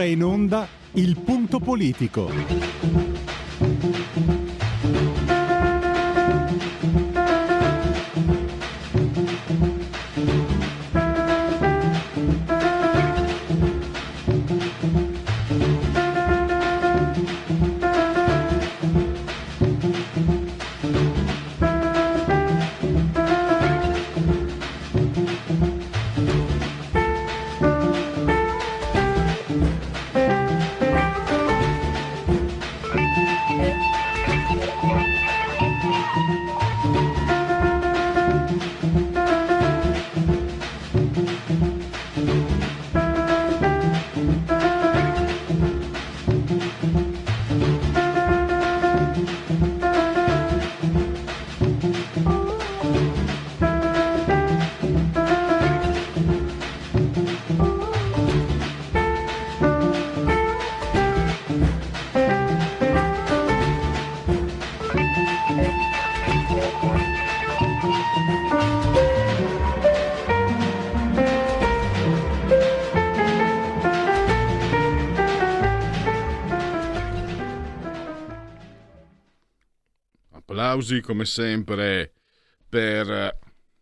in onda Il Punto Politico. Applausi come sempre per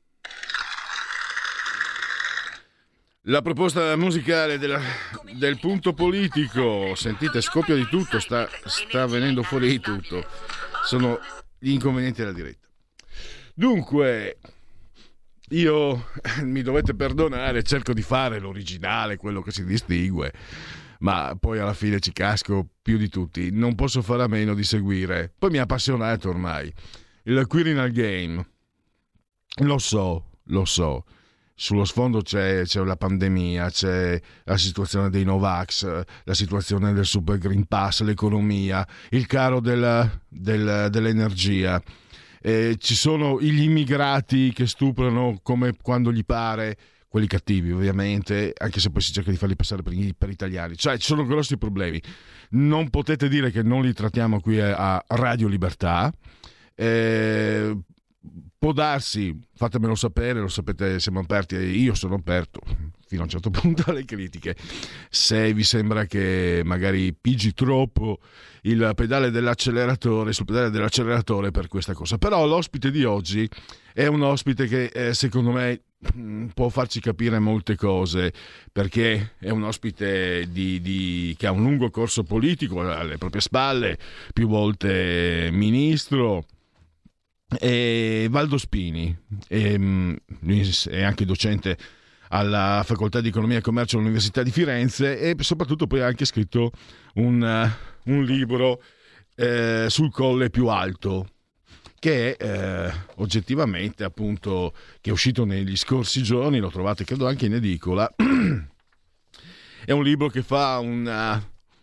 la proposta musicale del Punto Politico. Sentite, scoppia di tutto, sta venendo fuori di tutto. Sono gli inconvenienti della diretta. Dunque, io mi dovete perdonare, cerco di fare l'originale, quello che si distingue, ma poi alla fine ci casco più di tutti. Non posso fare a meno di seguire. Poi mi ha appassionato ormai il Quirinal Game. Lo so. Sullo sfondo c'è la pandemia, c'è la situazione dei Novax, la situazione del Super Green Pass, l'economia, il caro dell'energia. Ci sono gli immigrati che stuprano come quando gli pare, quelli cattivi ovviamente, anche se poi si cerca di farli passare per italiani. Cioè ci sono grossi problemi. Non potete dire che non li trattiamo qui a Radio Libertà. Può darsi, fatemelo sapere, lo sapete, siamo aperti, io sono aperto fino a un certo punto alle critiche. Se vi sembra che magari pigi troppo il pedale dell'acceleratore, sul pedale dell'acceleratore per questa cosa. Però l'ospite di oggi è un ospite che secondo me può farci capire molte cose, perché è un ospite che ha un lungo corso politico alle proprie spalle, più volte ministro. E Valdo Spini è anche docente alla Facoltà di Economia e Commercio all'Università di Firenze e soprattutto poi ha anche scritto un libro sul Colle più alto, che oggettivamente appunto che è uscito negli scorsi giorni, lo trovate credo anche in edicola. È un libro che fa una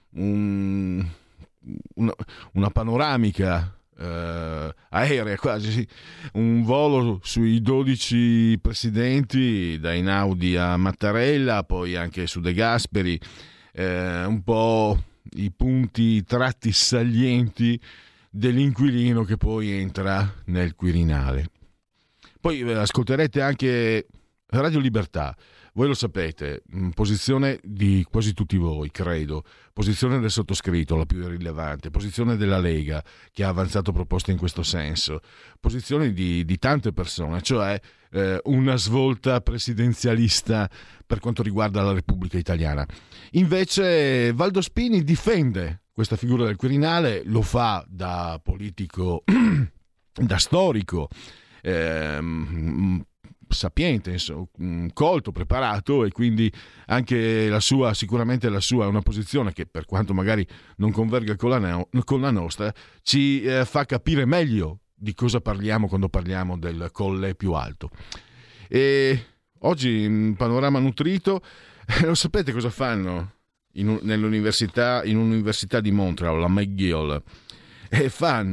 panoramica aerea quasi, sì. Un volo sui 12 presidenti, da Einaudi a Mattarella, poi anche su De Gasperi, un po' i punti, i tratti salienti dell'inquilino che poi entra nel Quirinale. Poi ascolterete anche Radio Libertà. Voi lo sapete, posizione di quasi tutti voi, credo, posizione del sottoscritto, la più rilevante, posizione della Lega, che ha avanzato proposte in questo senso, posizione di tante persone, cioè una svolta presidenzialista per quanto riguarda la Repubblica Italiana. Invece Valdo Spini difende questa figura del Quirinale, lo fa da politico, da storico, sapiente, colto, preparato, e quindi anche sicuramente la sua è una posizione che, per quanto magari non converga con la nostra, ci fa capire meglio di cosa parliamo quando parliamo del Colle più alto. E oggi in Panorama Nutrito lo sapete cosa fanno in un'università di Montreal, la McGill, e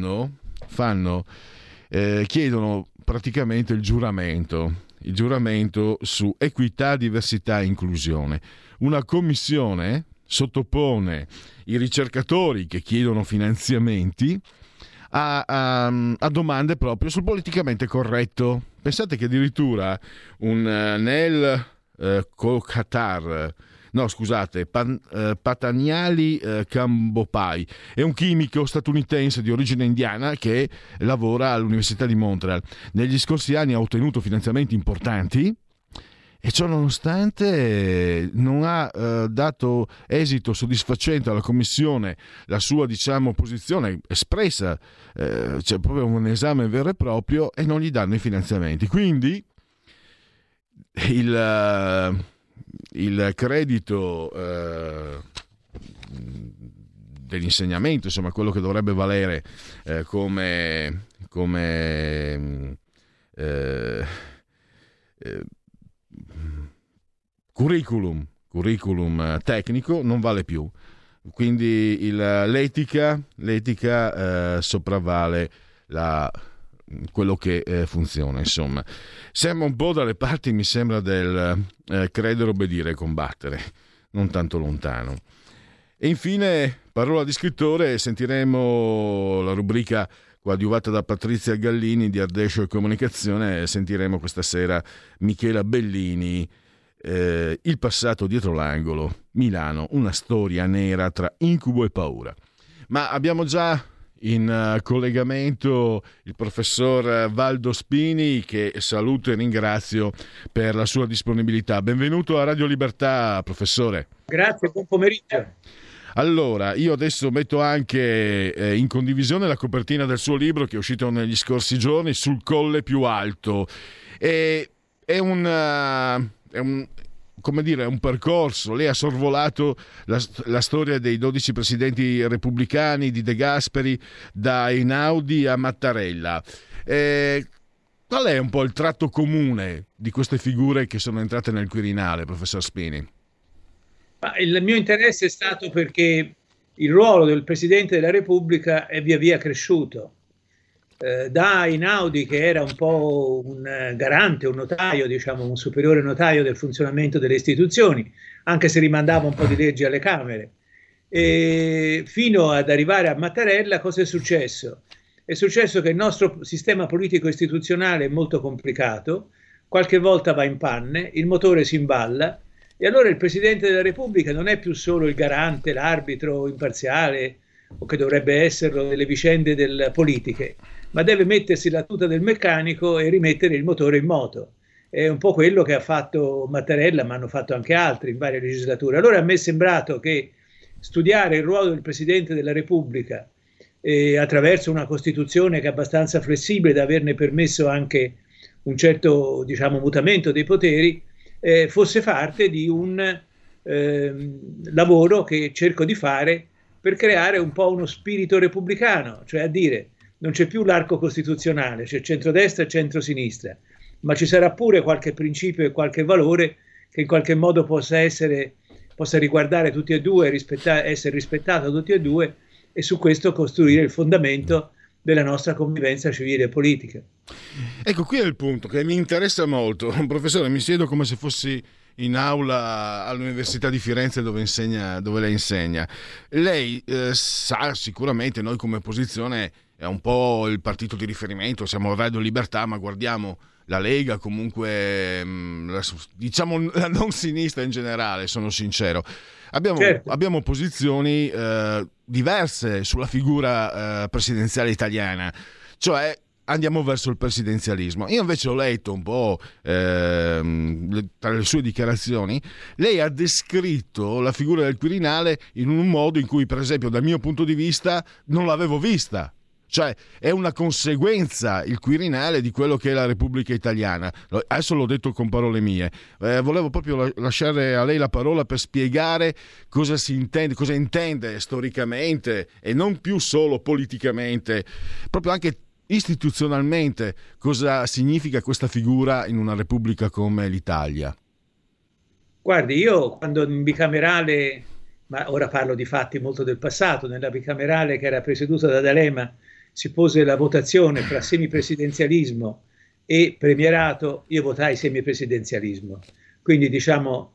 chiedono praticamente il giuramento su equità, diversità e inclusione. Una commissione sottopone i ricercatori che chiedono finanziamenti a domande proprio sul politicamente corretto. Pensate che addirittura nel Qatar, no scusate, Pataniali Cambopai. È un chimico statunitense di origine indiana che lavora all'Università di Montreal. Negli scorsi anni ha ottenuto finanziamenti importanti e ciò nonostante non ha dato esito soddisfacente alla Commissione la sua, diciamo, posizione espressa, c'è proprio un esame vero e proprio, e non gli danno i finanziamenti. Quindi il credito dell'insegnamento, insomma quello che dovrebbe valere come curriculum tecnico, non vale più. Quindi l'etica sopravvale quello che funziona, insomma. Siamo un po' dalle parti, mi sembra, del credere, obbedire e combattere, non tanto lontano. E infine, parola di scrittore, sentiremo la rubrica coadiuvata da Patrizia Gallini di Ardescio e Comunicazione. Sentiremo questa sera Michela Bellini, Il passato dietro l'angolo, Milano, una storia nera tra incubo e paura. Ma abbiamo già in collegamento il professor Valdo Spini, che saluto e ringrazio per la sua disponibilità. Benvenuto a Radio Libertà, professore. Grazie, buon pomeriggio. Allora, io adesso metto anche in condivisione la copertina del suo libro che è uscito negli scorsi giorni, Sul colle più alto. È un percorso. Lei ha sorvolato la storia dei 12 presidenti repubblicani, di De Gasperi, da Einaudi a Mattarella. Qual è un po' il tratto comune di queste figure che sono entrate nel Quirinale, professor Spini? Ma il mio interesse è stato perché il ruolo del Presidente della Repubblica è via via cresciuto. Da Einaudi, che era un po' un garante, un notaio, diciamo un superiore notaio del funzionamento delle istituzioni, anche se rimandava un po' di leggi alle Camere, e fino ad arrivare a Mattarella, cosa è successo? È successo che il nostro sistema politico istituzionale è molto complicato, qualche volta va in panne, il motore si imballa, e allora il Presidente della Repubblica non è più solo il garante, l'arbitro imparziale, o che dovrebbe esserlo nelle vicende delle politiche, ma deve mettersi la tuta del meccanico e rimettere il motore in moto. È un po' quello che ha fatto Mattarella, ma hanno fatto anche altri in varie legislature. Allora a me è sembrato che studiare il ruolo del Presidente della Repubblica attraverso una Costituzione che è abbastanza flessibile da averne permesso anche un certo, diciamo, mutamento dei poteri, fosse parte di un lavoro che cerco di fare per creare un po' uno spirito repubblicano, cioè a dire non c'è più l'arco costituzionale, c'è centrodestra e centrosinistra, ma ci sarà pure qualche principio e qualche valore che in qualche modo possa riguardare tutti e due, essere rispettato da tutti e due, e su questo costruire il fondamento della nostra convivenza civile e politica. Ecco, qui è il punto che mi interessa molto. Professore, mi siedo come se fossi in aula all'Università di Firenze dove lei insegna. Lei sa sicuramente, noi come opposizione è un po' il partito di riferimento, siamo Radio Libertà, ma guardiamo la Lega, comunque diciamo la non sinistra in generale, sono sincero. Abbiamo posizioni diverse sulla figura presidenziale italiana, cioè andiamo verso il presidenzialismo. Io invece ho letto un po' tra le sue dichiarazioni, lei ha descritto la figura del Quirinale in un modo in cui, per esempio, dal mio punto di vista non l'avevo vista. Cioè è una conseguenza il Quirinale di quello che è la Repubblica Italiana. Adesso l'ho detto con parole mie. Volevo proprio lasciare a lei la parola per spiegare cosa intende storicamente e non più solo politicamente, proprio anche istituzionalmente, cosa significa questa figura in una Repubblica come l'Italia. Guardi, io quando in bicamerale, ma ora parlo di fatti molto del passato, nella bicamerale che era presieduta da D'Alema, si pose la votazione fra semipresidenzialismo e premierato, io votai semipresidenzialismo. Quindi diciamo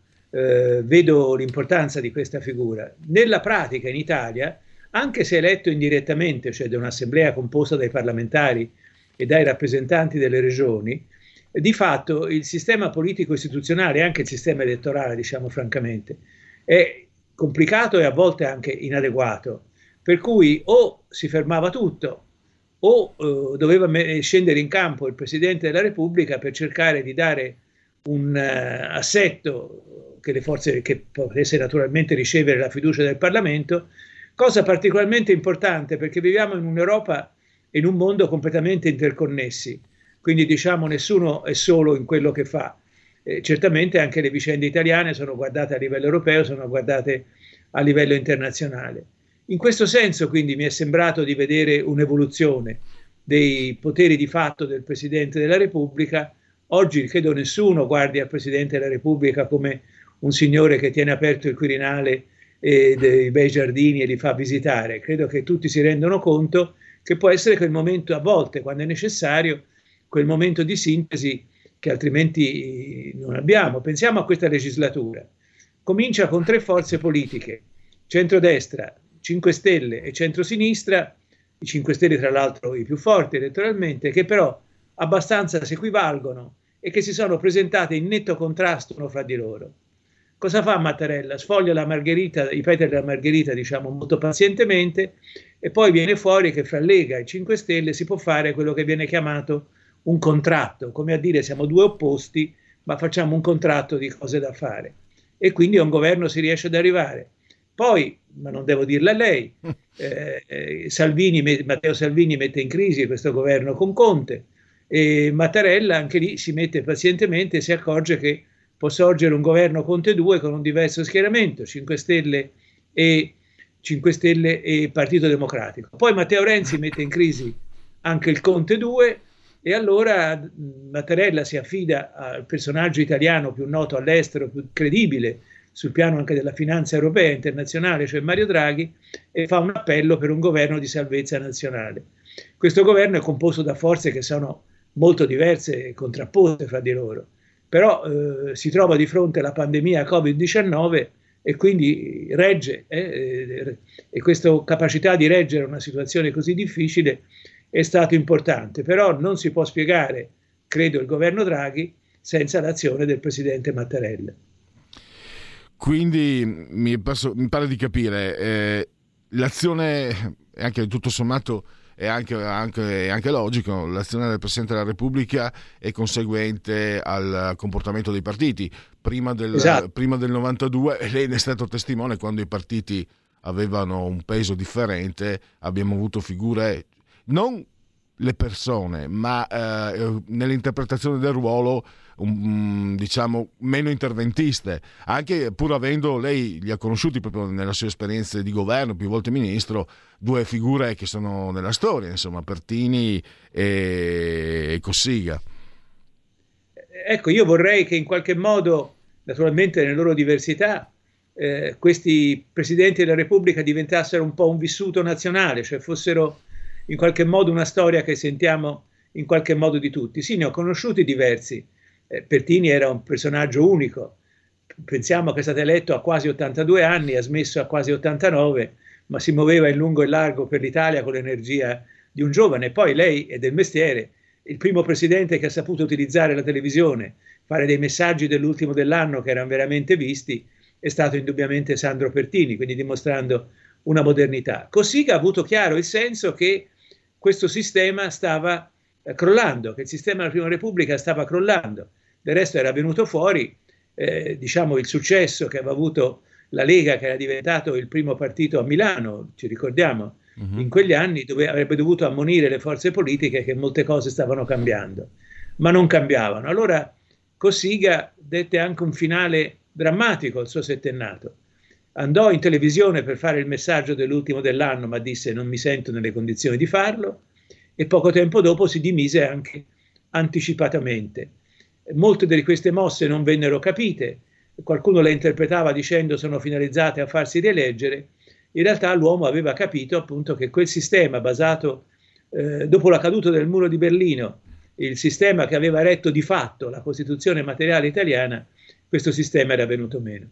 vedo l'importanza di questa figura. Nella pratica in Italia, anche se eletto indirettamente, cioè da un'assemblea composta dai parlamentari e dai rappresentanti delle regioni, di fatto il sistema politico istituzionale e anche il sistema elettorale, diciamo francamente, è complicato e a volte anche inadeguato, per cui o si fermava tutto o doveva scendere in campo il Presidente della Repubblica per cercare di dare un assetto che le forze, che potesse naturalmente ricevere la fiducia del Parlamento, cosa particolarmente importante perché viviamo in un'Europa e in un mondo completamente interconnessi, quindi diciamo nessuno è solo in quello che fa. Certamente anche le vicende italiane sono guardate a livello europeo, sono guardate a livello internazionale. In questo senso quindi mi è sembrato di vedere un'evoluzione dei poteri di fatto del Presidente della Repubblica. Oggi credo nessuno guardi al Presidente della Repubblica come un signore che tiene aperto il Quirinale dei bei giardini e li fa visitare. Credo che tutti si rendono conto che può essere quel momento, a volte, quando è necessario, quel momento di sintesi che altrimenti non abbiamo. Pensiamo a questa legislatura. Comincia con 3 forze politiche, centrodestra, 5 Stelle e centrosinistra, i 5 Stelle tra l'altro i più forti elettoralmente, che però abbastanza si equivalgono e che si sono presentate in netto contrasto uno fra di loro. Cosa fa Mattarella? Sfoglia la margherita, i petali della margherita, diciamo, molto pazientemente, e poi viene fuori che fra Lega e 5 Stelle si può fare quello che viene chiamato un contratto, come a dire siamo 2 opposti, ma facciamo un contratto di cose da fare. E quindi a un governo si riesce ad arrivare. Poi, ma non devo dirla a lei, Matteo Salvini mette in crisi questo governo con Conte, e Mattarella anche lì si mette pazientemente e si accorge che può sorgere un governo Conte 2 con un diverso schieramento, 5 Stelle e Partito Democratico. Poi Matteo Renzi mette in crisi anche il Conte 2 e allora Mattarella si affida al personaggio italiano più noto all'estero, più credibile sul piano anche della finanza europea e internazionale, cioè Mario Draghi, e fa un appello per un governo di salvezza nazionale. Questo governo è composto da forze che sono molto diverse e contrapposte fra di loro, però si trova di fronte alla pandemia Covid-19 e quindi regge, e questa capacità di reggere una situazione così difficile è stato importante, però non si può spiegare, credo, il governo Draghi senza l'azione del presidente Mattarella. Quindi mi pare di capire, l'azione, anche tutto sommato, è anche logico, l'azione del Presidente della Repubblica è conseguente al comportamento dei partiti. Prima del 92, lei ne è stato testimone, quando i partiti avevano un peso differente, abbiamo avuto figure, non le persone, ma nell'interpretazione del ruolo diciamo meno interventiste, anche pur avendo, lei li ha conosciuti proprio nella sua esperienza di governo, più volte ministro, 2 figure che sono nella storia, insomma, Pertini e Cossiga. Ecco, io vorrei che in qualche modo, naturalmente nelle loro diversità, questi presidenti della Repubblica diventassero un po' un vissuto nazionale, cioè fossero in qualche modo una storia che sentiamo in qualche modo di tutti. Sì, ne ho conosciuti diversi. Pertini era un personaggio unico. Pensiamo che è stato eletto a quasi 82 anni, ha smesso a quasi 89, ma si muoveva in lungo e largo per l'Italia con l'energia di un giovane. Poi lei è del mestiere, il primo presidente che ha saputo utilizzare la televisione, fare dei messaggi dell'ultimo dell'anno che erano veramente visti, è stato indubbiamente Sandro Pertini, quindi dimostrando una modernità. Cossiga ha avuto chiaro il senso che questo sistema stava crollando, che il sistema della Prima Repubblica stava crollando. Del resto era venuto fuori diciamo il successo che aveva avuto la Lega, che era diventato il primo partito a Milano, ci ricordiamo, in quegli anni, dove avrebbe dovuto ammonire le forze politiche che molte cose stavano cambiando, ma non cambiavano. Allora Cossiga dette anche un finale drammatico al suo settennato. Andò in televisione per fare il messaggio dell'ultimo dell'anno, ma disse non mi sento nelle condizioni di farlo, e poco tempo dopo si dimise anche anticipatamente. Molte di queste mosse non vennero capite, qualcuno le interpretava dicendo sono finalizzate a farsi rieleggere. In realtà l'uomo aveva capito appunto che quel sistema basato dopo la caduta del muro di Berlino, il sistema che aveva retto di fatto la Costituzione materiale italiana, questo sistema era venuto meno.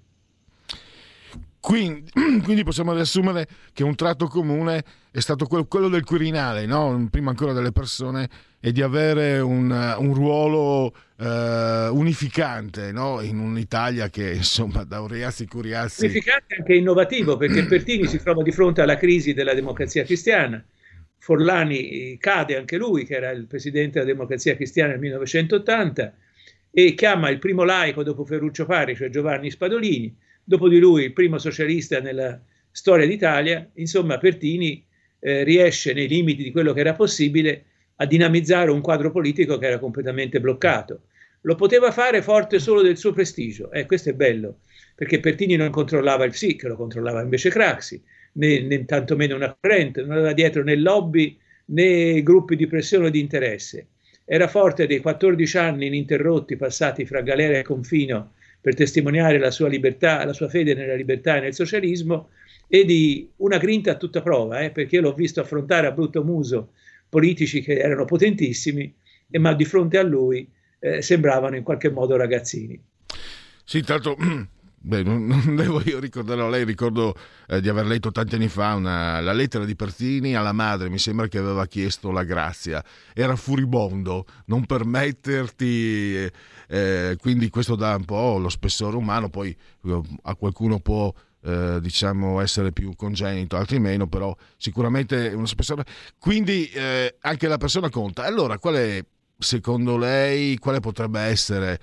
Quindi possiamo riassumere che un tratto comune è stato quello del Quirinale, no? Prima ancora delle persone, e di avere un ruolo unificante, no? In un'Italia che insomma da Oriazzi Curiazzi. Unificante e anche innovativo, perché Pertini si trova di fronte alla crisi della Democrazia Cristiana. Forlani cade anche lui, che era il presidente della Democrazia Cristiana nel 1980, e chiama il primo laico dopo Ferruccio Parri, cioè Giovanni Spadolini, dopo di lui il primo socialista nella storia d'Italia. Insomma, Pertini riesce, nei limiti di quello che era possibile, a dinamizzare un quadro politico che era completamente bloccato. Lo poteva fare forte solo del suo prestigio, questo è bello, perché Pertini non controllava il PSI, che lo controllava invece Craxi, né tantomeno una corrente, non aveva dietro né lobby né gruppi di pressione o di interesse. Era forte dei 14 anni ininterrotti passati fra galera e confino per testimoniare la sua libertà, la sua fede nella libertà e nel socialismo, e di una grinta a tutta prova, perché io l'ho visto affrontare a brutto muso politici che erano potentissimi, ma di fronte a lui sembravano in qualche modo ragazzini. Sì, tanto non devo io ricordarlo a lei, ricordo di aver letto tanti anni fa la lettera di Pertini alla madre, mi sembra che aveva chiesto la grazia, era furibondo, non permetterti, quindi questo dà un po' lo spessore umano, poi a qualcuno può diciamo essere più congenito, altri meno, però sicuramente uno spessore, quindi anche la persona conta. Allora, secondo lei quale potrebbe essere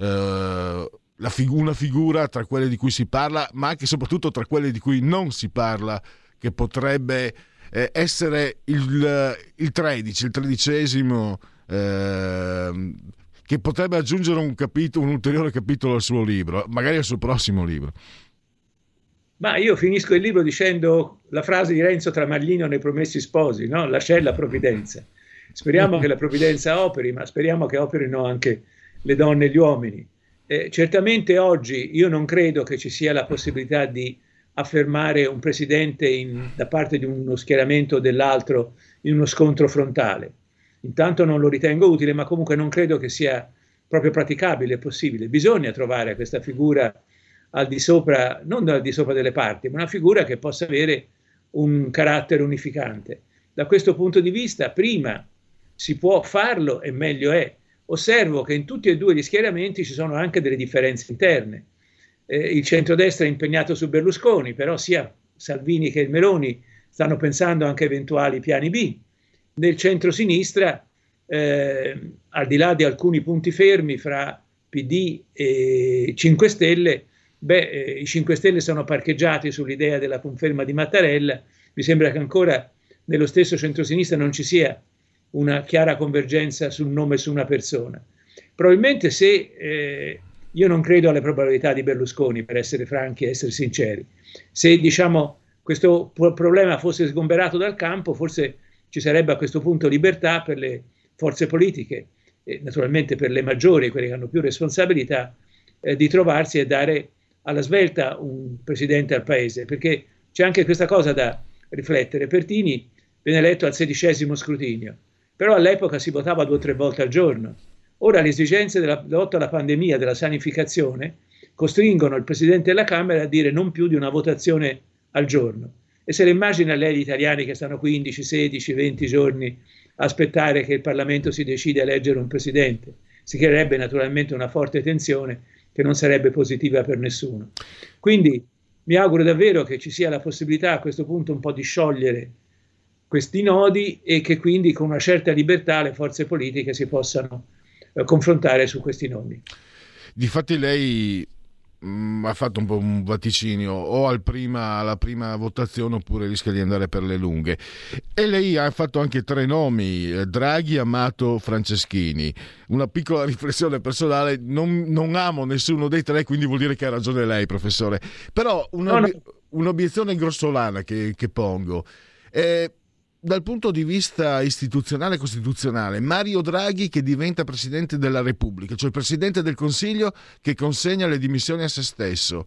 una figura tra quelle di cui si parla, ma anche e soprattutto tra quelle di cui non si parla, che potrebbe essere il 13, il 13esimo, che potrebbe aggiungere un ulteriore capitolo al suo libro, magari al suo prossimo libro? Ma io finisco il libro dicendo la frase di Renzo Tramaglino nei Promessi Sposi, no? La c'è la provvidenza. Speriamo che la provvidenza operi, ma speriamo che operino anche le donne e gli uomini. Certamente oggi io non credo che ci sia la possibilità di affermare un presidente da parte di uno schieramento o dell'altro in uno scontro frontale. Intanto non lo ritengo utile, ma comunque non credo che sia proprio praticabile e possibile. Bisogna trovare questa figura al di sopra, non al di sopra delle parti, ma una figura che possa avere un carattere unificante. Da questo punto di vista, prima si può farlo e meglio è. Osservo che in tutti e due gli schieramenti ci sono anche delle differenze interne. Il centrodestra è impegnato su Berlusconi, però sia Salvini che il Meloni stanno pensando anche a eventuali piani B. Nel centrosinistra, al di là di alcuni punti fermi fra PD e 5 Stelle, i 5 Stelle sono parcheggiati sull'idea della conferma di Mattarella. Mi sembra che ancora nello stesso centrosinistra non ci sia una chiara convergenza sul nome su una persona. Probabilmente io non credo alle probabilità di Berlusconi, per essere franchi e essere sinceri. Se diciamo questo problema fosse sgomberato dal campo, forse ci sarebbe a questo punto libertà per le forze politiche, e naturalmente per le maggiori, quelle che hanno più responsabilità, di trovarsi e dare alla svelta un presidente al paese, perché c'è anche questa cosa da riflettere. Pertini venne eletto al 16° scrutinio, però all'epoca si votava 2 o 3 volte al giorno. Ora le esigenze della lotta alla pandemia, della sanificazione, costringono il Presidente della Camera a dire non più di una votazione al giorno. E se le immagina lei gli italiani che stanno 15, 16, 20 giorni a aspettare che il Parlamento si decida a eleggere un Presidente, si creerebbe naturalmente una forte tensione che non sarebbe positiva per nessuno. Quindi mi auguro davvero che ci sia la possibilità a questo punto un po' di sciogliere questi nodi e che quindi con una certa libertà le forze politiche si possano confrontare su questi nomi. Difatti lei ha fatto un po' un vaticinio, o alla prima votazione oppure rischia di andare per le lunghe, e lei ha fatto anche 3 nomi: Draghi, Amato, Franceschini. Una piccola riflessione personale: non amo nessuno dei 3, quindi vuol dire che ha ragione lei, professore, però un'obiezione grossolana che pongo dal punto di vista istituzionale e costituzionale: Mario Draghi che diventa Presidente della Repubblica, cioè il Presidente del Consiglio che consegna le dimissioni a se stesso,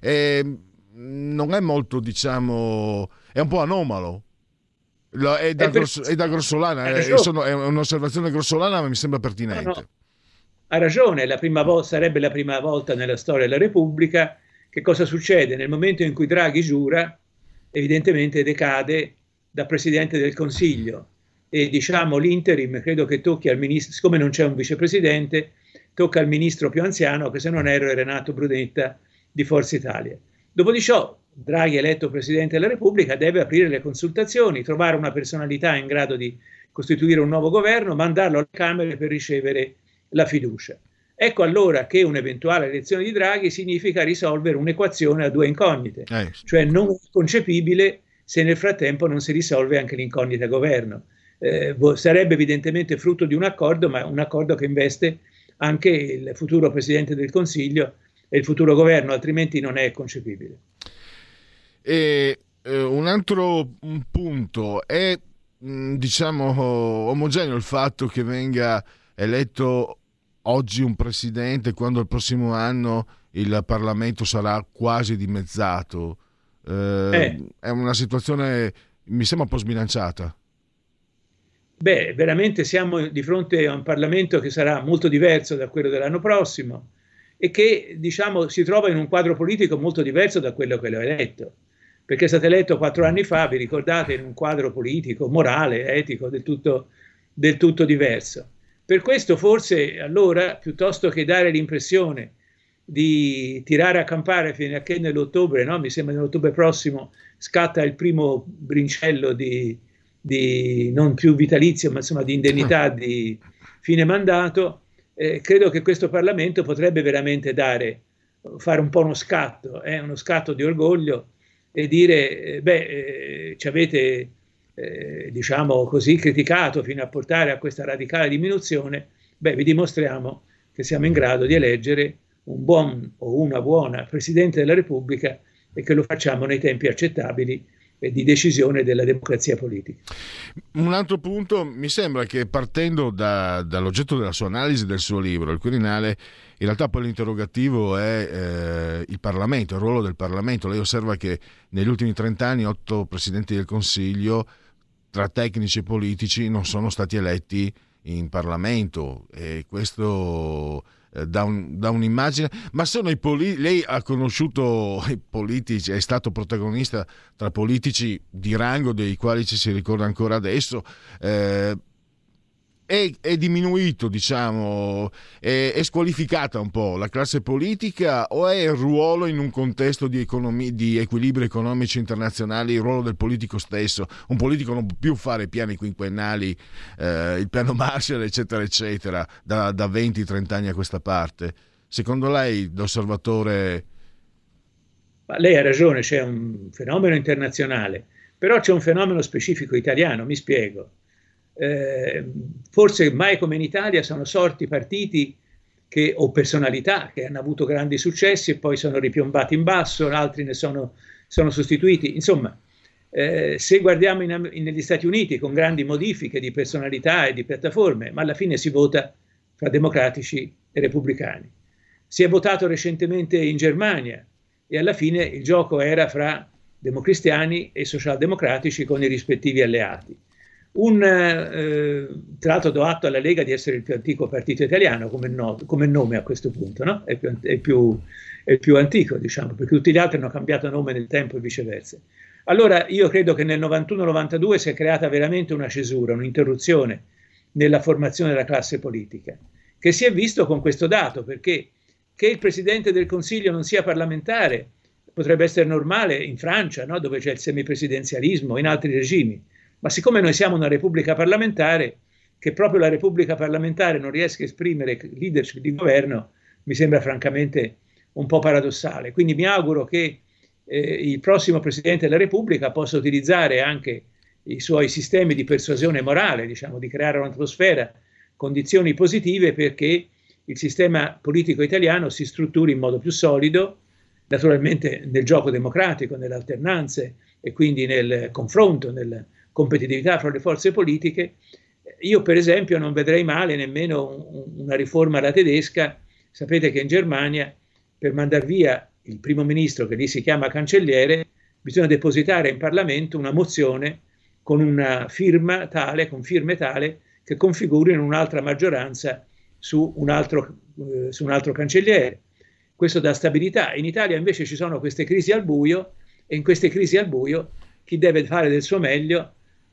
non è molto, diciamo, è un po' anomalo, è da grossolana, è un'osservazione grossolana, ma mi sembra pertinente. No. Ha ragione, sarebbe la prima volta nella storia della Repubblica. Che cosa succede? Nel momento in cui Draghi giura, evidentemente decade da Presidente del Consiglio, e diciamo l'interim credo che tocchi al ministro, siccome non c'è un vicepresidente, tocca al ministro più anziano, che se non erro è Renato Brunetta di Forza Italia. Dopo di ciò, Draghi, eletto Presidente della Repubblica, deve aprire le consultazioni, trovare una personalità in grado di costituire un nuovo governo, mandarlo alle Camere per ricevere la fiducia. Ecco allora che un'eventuale elezione di Draghi significa risolvere un'equazione a due incognite, cioè non è concepibile se nel frattempo non si risolve anche l'incognita governo. Sarebbe evidentemente frutto di un accordo, ma un accordo che investe anche il futuro Presidente del Consiglio e il futuro governo, altrimenti non è concepibile. E un altro punto è, diciamo, omogeneo il fatto che venga eletto oggi un presidente quando il prossimo anno il Parlamento sarà quasi dimezzato. È una situazione, mi sembra un po' sbilanciata. Beh, veramente siamo di fronte a un Parlamento che sarà molto diverso da quello dell'anno prossimo e che, diciamo, si trova in un quadro politico molto diverso da quello che lo ha eletto, perché è stato eletto 4 anni fa, vi ricordate, in un quadro politico, morale, etico, del tutto diverso. Per questo forse allora, piuttosto che dare l'impressione di tirare a campare fino a che nell'ottobre, no? Mi sembra nell'ottobre prossimo, scatta il primo brincello di non più vitalizio, ma insomma di indennità di fine mandato, credo che questo Parlamento potrebbe veramente fare un po' uno scatto di orgoglio e dire, ci avete diciamo così criticato fino a portare a questa radicale diminuzione, vi dimostriamo che siamo in grado di eleggere un buon o una buona Presidente della Repubblica e che lo facciamo nei tempi accettabili di decisione della democrazia politica. Un altro punto, mi sembra che partendo dall'oggetto della sua analisi del suo libro, il Quirinale, in realtà poi l'interrogativo è il Parlamento, il ruolo del Parlamento. Lei osserva che negli ultimi 30 anni 8 Presidenti del Consiglio, tra tecnici e politici, non sono stati eletti in Parlamento, e questo dà un'immagine. Ma sono lei ha conosciuto i politici, è stato protagonista tra politici di rango dei quali ci si ricorda ancora adesso. È diminuito, diciamo, è squalificata un po' la classe politica, o è il ruolo in un contesto di equilibri economici internazionali, il ruolo del politico stesso? Un politico non può più fare piani quinquennali, il piano Marshall, eccetera, eccetera, da 20-30 anni a questa parte. Secondo lei, da osservatore? Ma lei ha ragione, c'è un fenomeno internazionale, però c'è un fenomeno specifico italiano, mi spiego. Forse mai come in Italia sono sorti partiti o personalità che hanno avuto grandi successi e poi sono ripiombati in basso, altri ne sono sostituiti. Insomma, se guardiamo negli Stati Uniti, con grandi modifiche di personalità e di piattaforme, ma alla fine si vota fra democratici e repubblicani. Si è votato recentemente in Germania e alla fine il gioco era fra democristiani e socialdemocratici con i rispettivi alleati. Tra l'altro do atto alla Lega di essere il più antico partito italiano come nome a questo punto, no? È il più antico, diciamo, perché tutti gli altri hanno cambiato nome nel tempo e viceversa. Allora io credo che nel 91-92 si è creata veramente una cesura, un'interruzione nella formazione della classe politica, che si è visto con questo dato, perché che il Presidente del Consiglio non sia parlamentare potrebbe essere normale in Francia, no? Dove c'è il semipresidenzialismo, in altri regimi. Ma siccome noi siamo una repubblica parlamentare, che proprio la repubblica parlamentare non riesca a esprimere leadership di governo, mi sembra francamente un po' paradossale. Quindi mi auguro che il prossimo Presidente della Repubblica possa utilizzare anche i suoi sistemi di persuasione morale, diciamo, di creare un'atmosfera, condizioni positive perché il sistema politico italiano si strutturi in modo più solido, naturalmente nel gioco democratico, nelle alternanze e quindi nel confronto, nella competitività fra le forze politiche. Io per esempio non vedrei male nemmeno una riforma alla tedesca. Sapete che in Germania per mandar via il primo ministro, che lì si chiama cancelliere, bisogna depositare in Parlamento una mozione con una firma tale, con firme tale che configurino un'altra maggioranza su un altro cancelliere. Questo dà stabilità. In Italia invece ci sono queste crisi al buio, e in queste crisi al buio chi deve fare del suo meglio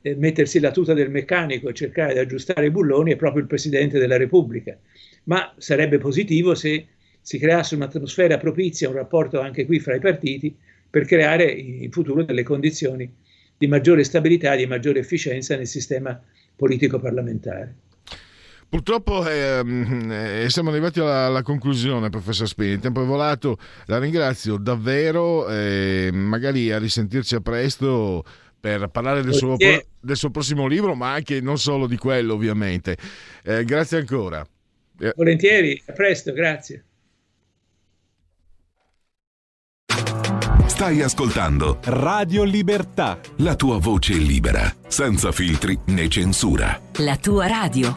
mettersi la tuta del meccanico e cercare di aggiustare i bulloni è proprio il Presidente della Repubblica. Ma sarebbe positivo se si creasse un'atmosfera propizia, un rapporto anche qui fra i partiti, per creare in futuro delle condizioni di maggiore stabilità, di maggiore efficienza nel sistema politico parlamentare. Purtroppo siamo arrivati alla conclusione, professor Spini, il tempo è volato, la ringrazio davvero, magari a risentirci a presto per parlare del suo prossimo libro, ma anche non solo di quello, ovviamente. Grazie ancora. Volentieri, a presto, grazie. Stai ascoltando Radio Libertà, la tua voce libera, senza filtri né censura. La tua radio.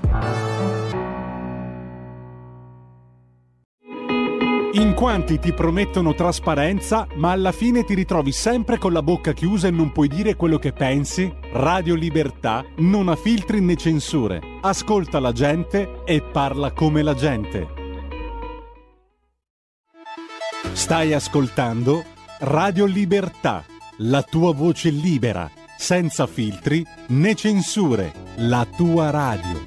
In quanti ti promettono trasparenza, ma alla fine ti ritrovi sempre con la bocca chiusa e non puoi dire quello che pensi? Radio Libertà non ha filtri né censure. Ascolta la gente e parla come la gente. Stai ascoltando Radio Libertà, la tua voce libera, senza filtri né censure. La tua radio.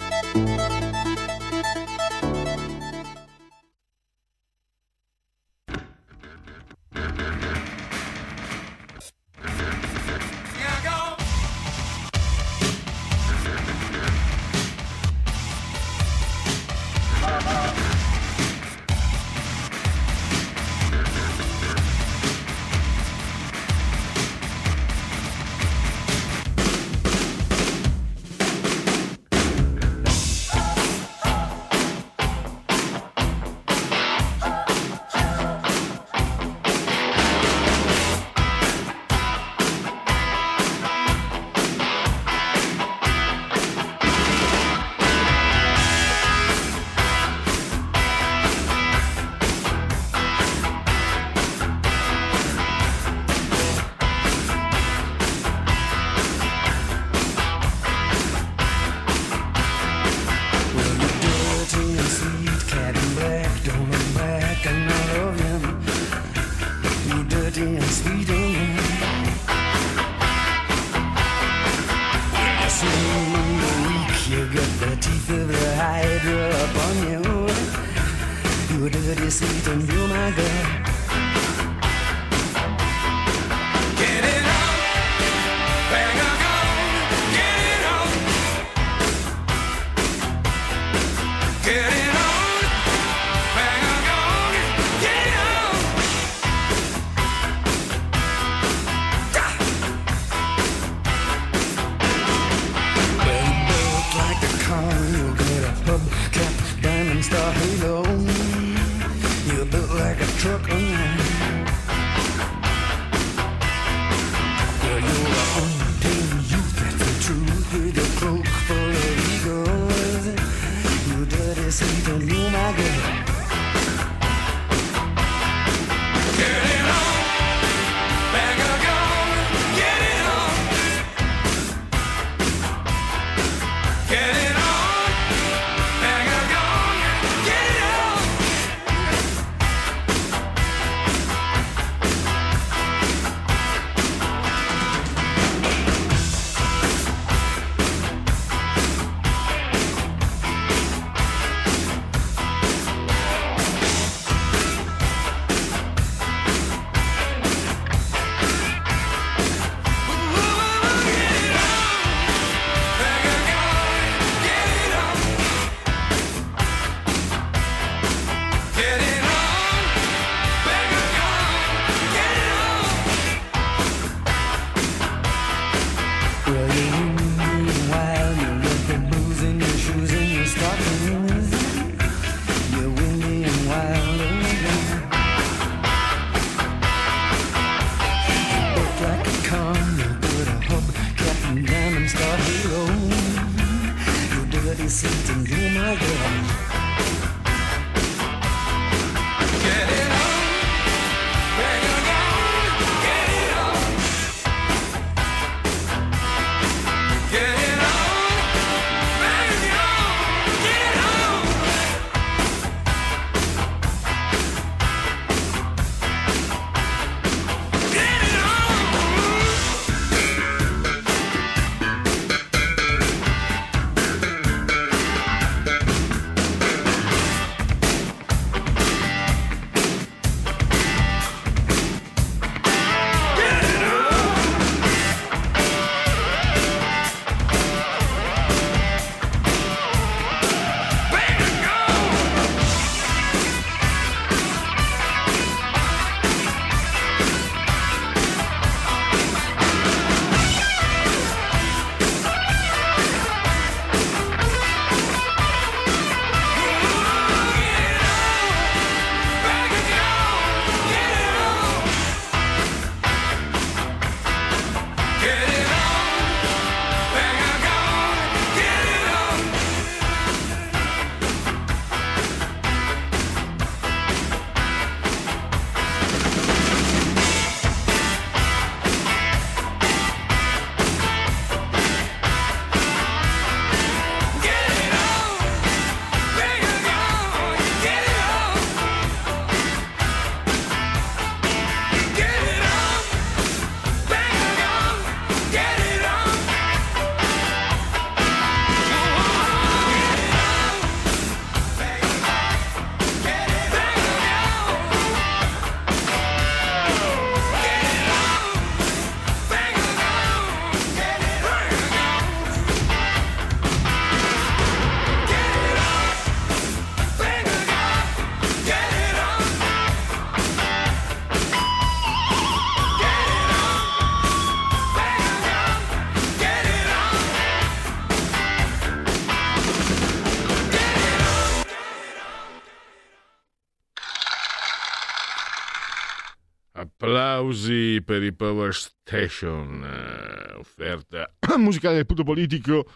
applausi per i Power Station, offerta musicale del punto politico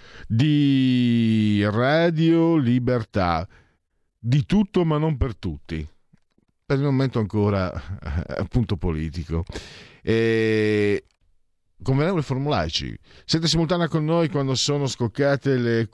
di Radio Libertà. Di tutto ma non per tutti, per il momento ancora punto politico. Convenevole formulaici. Siete simultanea con noi quando sono scoccate le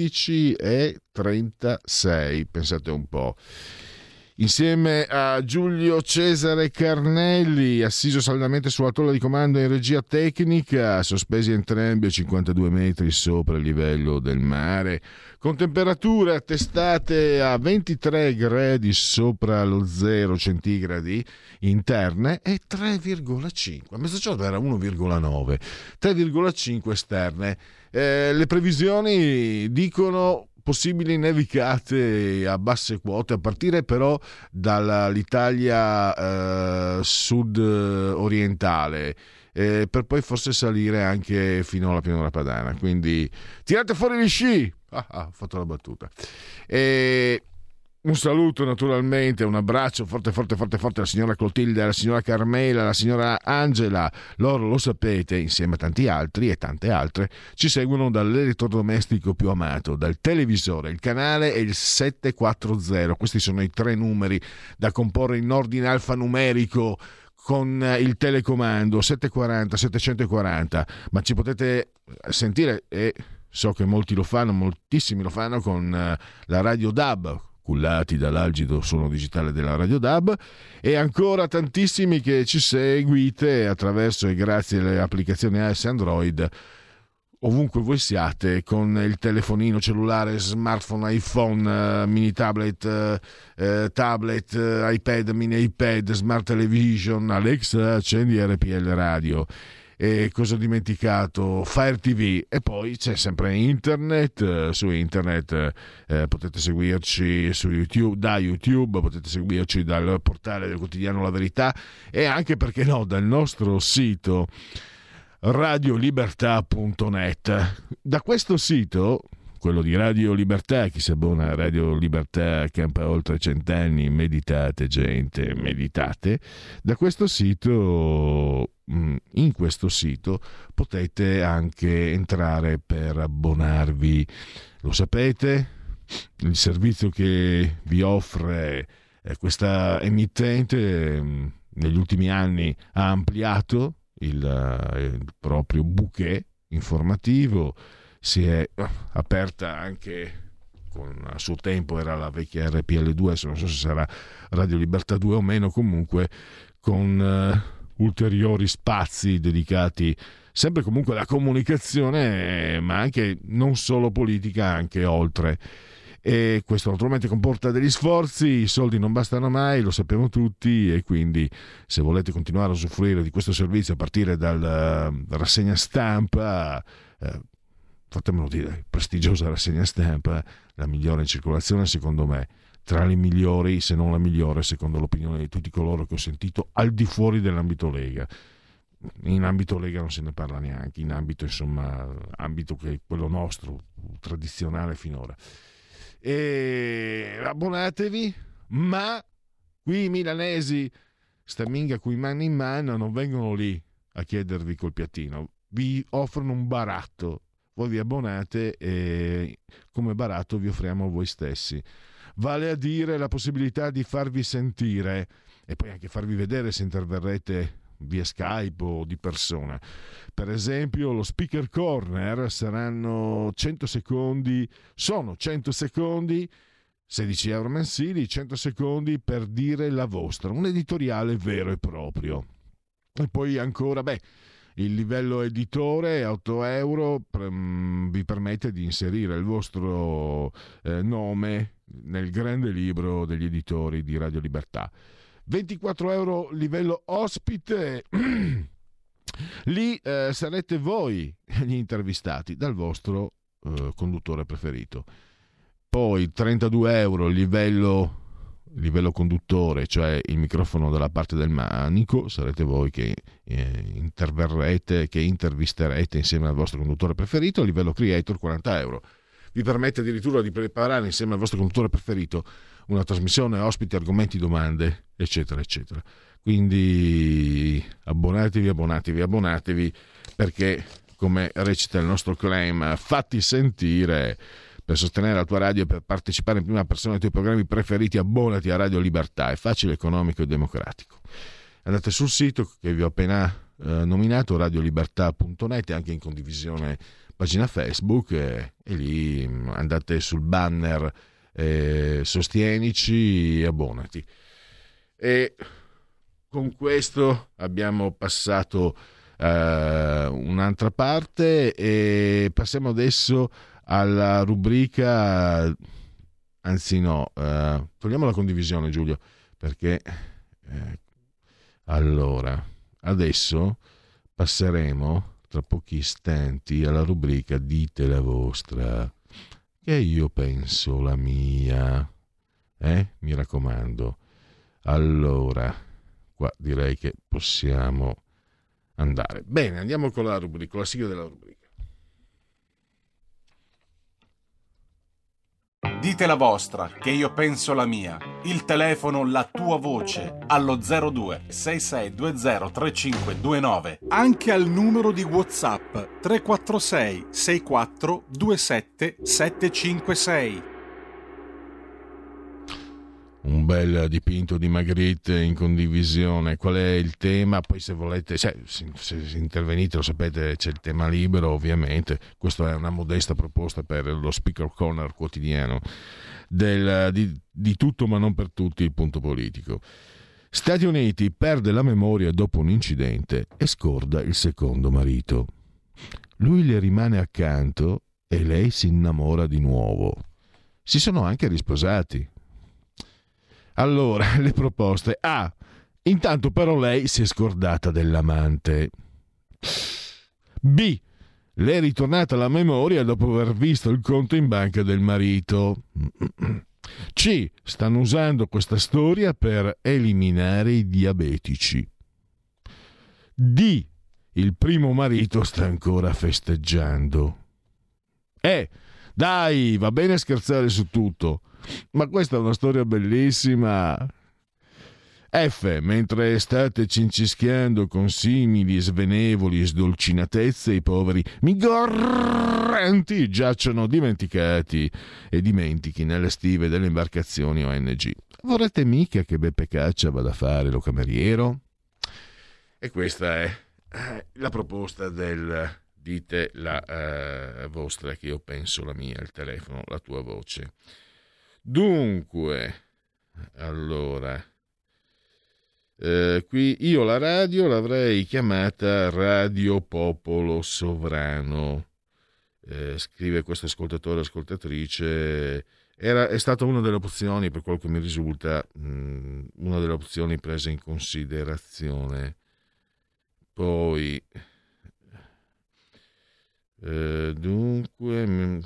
15:36, pensate un po'. Insieme a Giulio Cesare Carnelli, assiso saldamente sulla tolla di comando in regia tecnica, sospesi entrambi a 52 metri sopra il livello del mare, con temperature attestate a 23 gradi sopra lo 0 centigradi interne e 3,5. A mezzogiorno era 1,9, 3,5 esterne. Le previsioni dicono possibili nevicate a basse quote, a partire però dall'Italia sud orientale, per poi forse salire anche fino alla pianura padana. Quindi tirate fuori gli sci! Ho fatto la battuta. Un saluto naturalmente, un abbraccio forte alla signora Clotilde, alla signora Carmela, alla signora Angela. Loro, lo sapete, insieme a tanti altri e tante altre, ci seguono dall'elettrodomestico più amato, dal televisore. Il canale è il 740. Questi sono i 3 numeri da comporre in ordine alfanumerico con il telecomando 740 740. Ma ci potete sentire, e so che molti lo fanno, moltissimi lo fanno, con la radio DAB, cullati dall'algido suono digitale della Radio DAB, e ancora tantissimi che ci seguite attraverso e grazie alle applicazioni iOS e Android ovunque voi siate, con il telefonino cellulare, smartphone, iPhone, mini tablet, tablet, iPad, mini iPad, smart television. Alexa, accendi RPL Radio. E cosa ho dimenticato? Fire TV. E poi c'è sempre internet. Su internet potete seguirci su YouTube, da YouTube, potete seguirci dal portale del quotidiano La Verità e anche, perché no, dal nostro sito radiolibertà.net. Da questo sito, quello di Radio Libertà, chi si abbona a Radio Libertà campa oltre 100 anni, meditate gente, meditate. Da questo sito, in questo sito potete anche entrare per abbonarvi. Lo sapete, il servizio che vi offre questa emittente negli ultimi anni ha ampliato il proprio bouquet informativo, si è aperta anche a suo tempo era la vecchia RPL2, adesso non so se sarà Radio Libertà 2 o meno, comunque con ulteriori spazi dedicati sempre comunque alla comunicazione, ma anche non solo politica, anche oltre. E questo naturalmente comporta degli sforzi, i soldi non bastano mai, lo sappiamo tutti, e quindi se volete continuare a usufruire di questo servizio a partire dalla rassegna stampa, fatemelo dire, prestigiosa rassegna stampa, la migliore in circolazione secondo me, tra le migliori se non la migliore secondo l'opinione di tutti coloro che ho sentito al di fuori dell'ambito Lega. In ambito Lega non se ne parla neanche, in ambito ambito che è quello nostro, tradizionale finora. E abbonatevi, ma qui i milanesi, sta minga qui mano in mano, non vengono lì a chiedervi col piattino, vi offrono un baratto, voi vi abbonate e come baratto vi offriamo voi stessi, vale a dire la possibilità di farvi sentire e poi anche farvi vedere se interverrete via Skype o di persona. Per esempio lo Speaker Corner saranno 100 secondi, sono 100 secondi, 16 euro mensili, 100 secondi per dire la vostra, un editoriale vero e proprio. E poi ancora, il livello editore, 8 euro, vi permette di inserire il vostro nome nel grande libro degli editori di Radio Libertà. 24 euro livello ospite, lì sarete voi gli intervistati dal vostro conduttore preferito. Poi 32 euro livello conduttore, cioè il microfono dalla parte del manico, sarete voi che interverrete, che intervisterete insieme al vostro conduttore preferito. Livello creator 40 euro, vi permette addirittura di preparare insieme al vostro conduttore preferito una trasmissione, ospiti, argomenti, domande, eccetera eccetera. Quindi abbonatevi, perché, come recita il nostro claim, fatti sentire. Per sostenere la tua radio e per partecipare in prima persona ai tuoi programmi preferiti, abbonati a Radio Libertà. È facile, economico e democratico. Andate sul sito che vi ho appena nominato, radiolibertà.net, anche in condivisione pagina Facebook, e lì andate sul banner sostienici e abbonati. E con questo abbiamo passato un'altra parte e passiamo adesso alla rubrica, anzi no, togliamo la condivisione, Giulio, perché allora adesso passeremo tra pochi istanti alla rubrica Dite la vostra, che io penso la mia, mi raccomando. Allora qua direi che possiamo andare bene, andiamo con la rubrica, con la sigla della rubrica. Dite la vostra, che io penso la mia. Il telefono, la tua voce, allo 02 6620 3529. Anche al numero di WhatsApp 346 64 27 756. Un bel dipinto di Magritte in condivisione. Qual è il tema? Poi se volete, se intervenite, lo sapete, c'è il tema libero, ovviamente. Questa è una modesta proposta per lo Speaker Corner quotidiano di tutto ma non per tutti, il punto politico. Stati Uniti perde la memoria dopo un incidente e scorda il secondo marito. Lui le rimane accanto e lei si innamora di nuovo. Si sono anche risposati. Allora, le proposte. A. Intanto però lei si è scordata dell'amante. B. Le è ritornata la memoria dopo aver visto il conto in banca del marito. C. Stanno usando questa storia per eliminare i diabetici. D. Il primo marito sta ancora festeggiando. Dai, va bene scherzare su tutto, ma questa è una storia bellissima. F. Mentre state cincischiando con simili svenevoli sdolcinatezze, i poveri migranti giacciono dimenticati e dimentichi nelle stive delle imbarcazioni ONG. Vorrete mica che Beppe Caccia vada a fare lo cameriero? E questa è la proposta del dite la vostra, che io penso la mia, il telefono, la tua voce. Dunque, allora, qui io la radio l'avrei chiamata Radio Popolo Sovrano, scrive questo ascoltatore, ascoltatrice. È stata una delle opzioni, per quello che mi risulta, una delle opzioni prese in considerazione. Poi dunque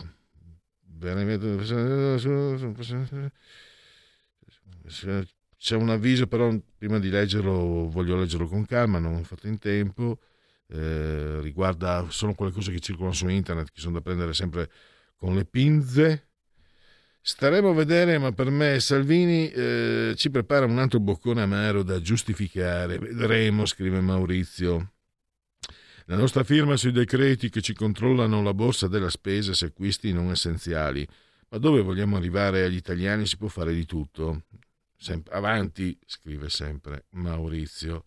c'è un avviso, però prima di leggerlo voglio leggerlo con calma, non ho fatto in tempo. Riguarda, sono quelle cose che circolano su internet, che sono da prendere sempre con le pinze. Staremo a vedere, ma per me Salvini ci prepara un altro boccone amaro da giustificare. Vedremo, scrive Maurizio. La nostra firma sui decreti che ci controllano la borsa della spesa se acquisti non essenziali. Ma dove vogliamo arrivare agli italiani si può fare di tutto. Avanti, scrive sempre Maurizio.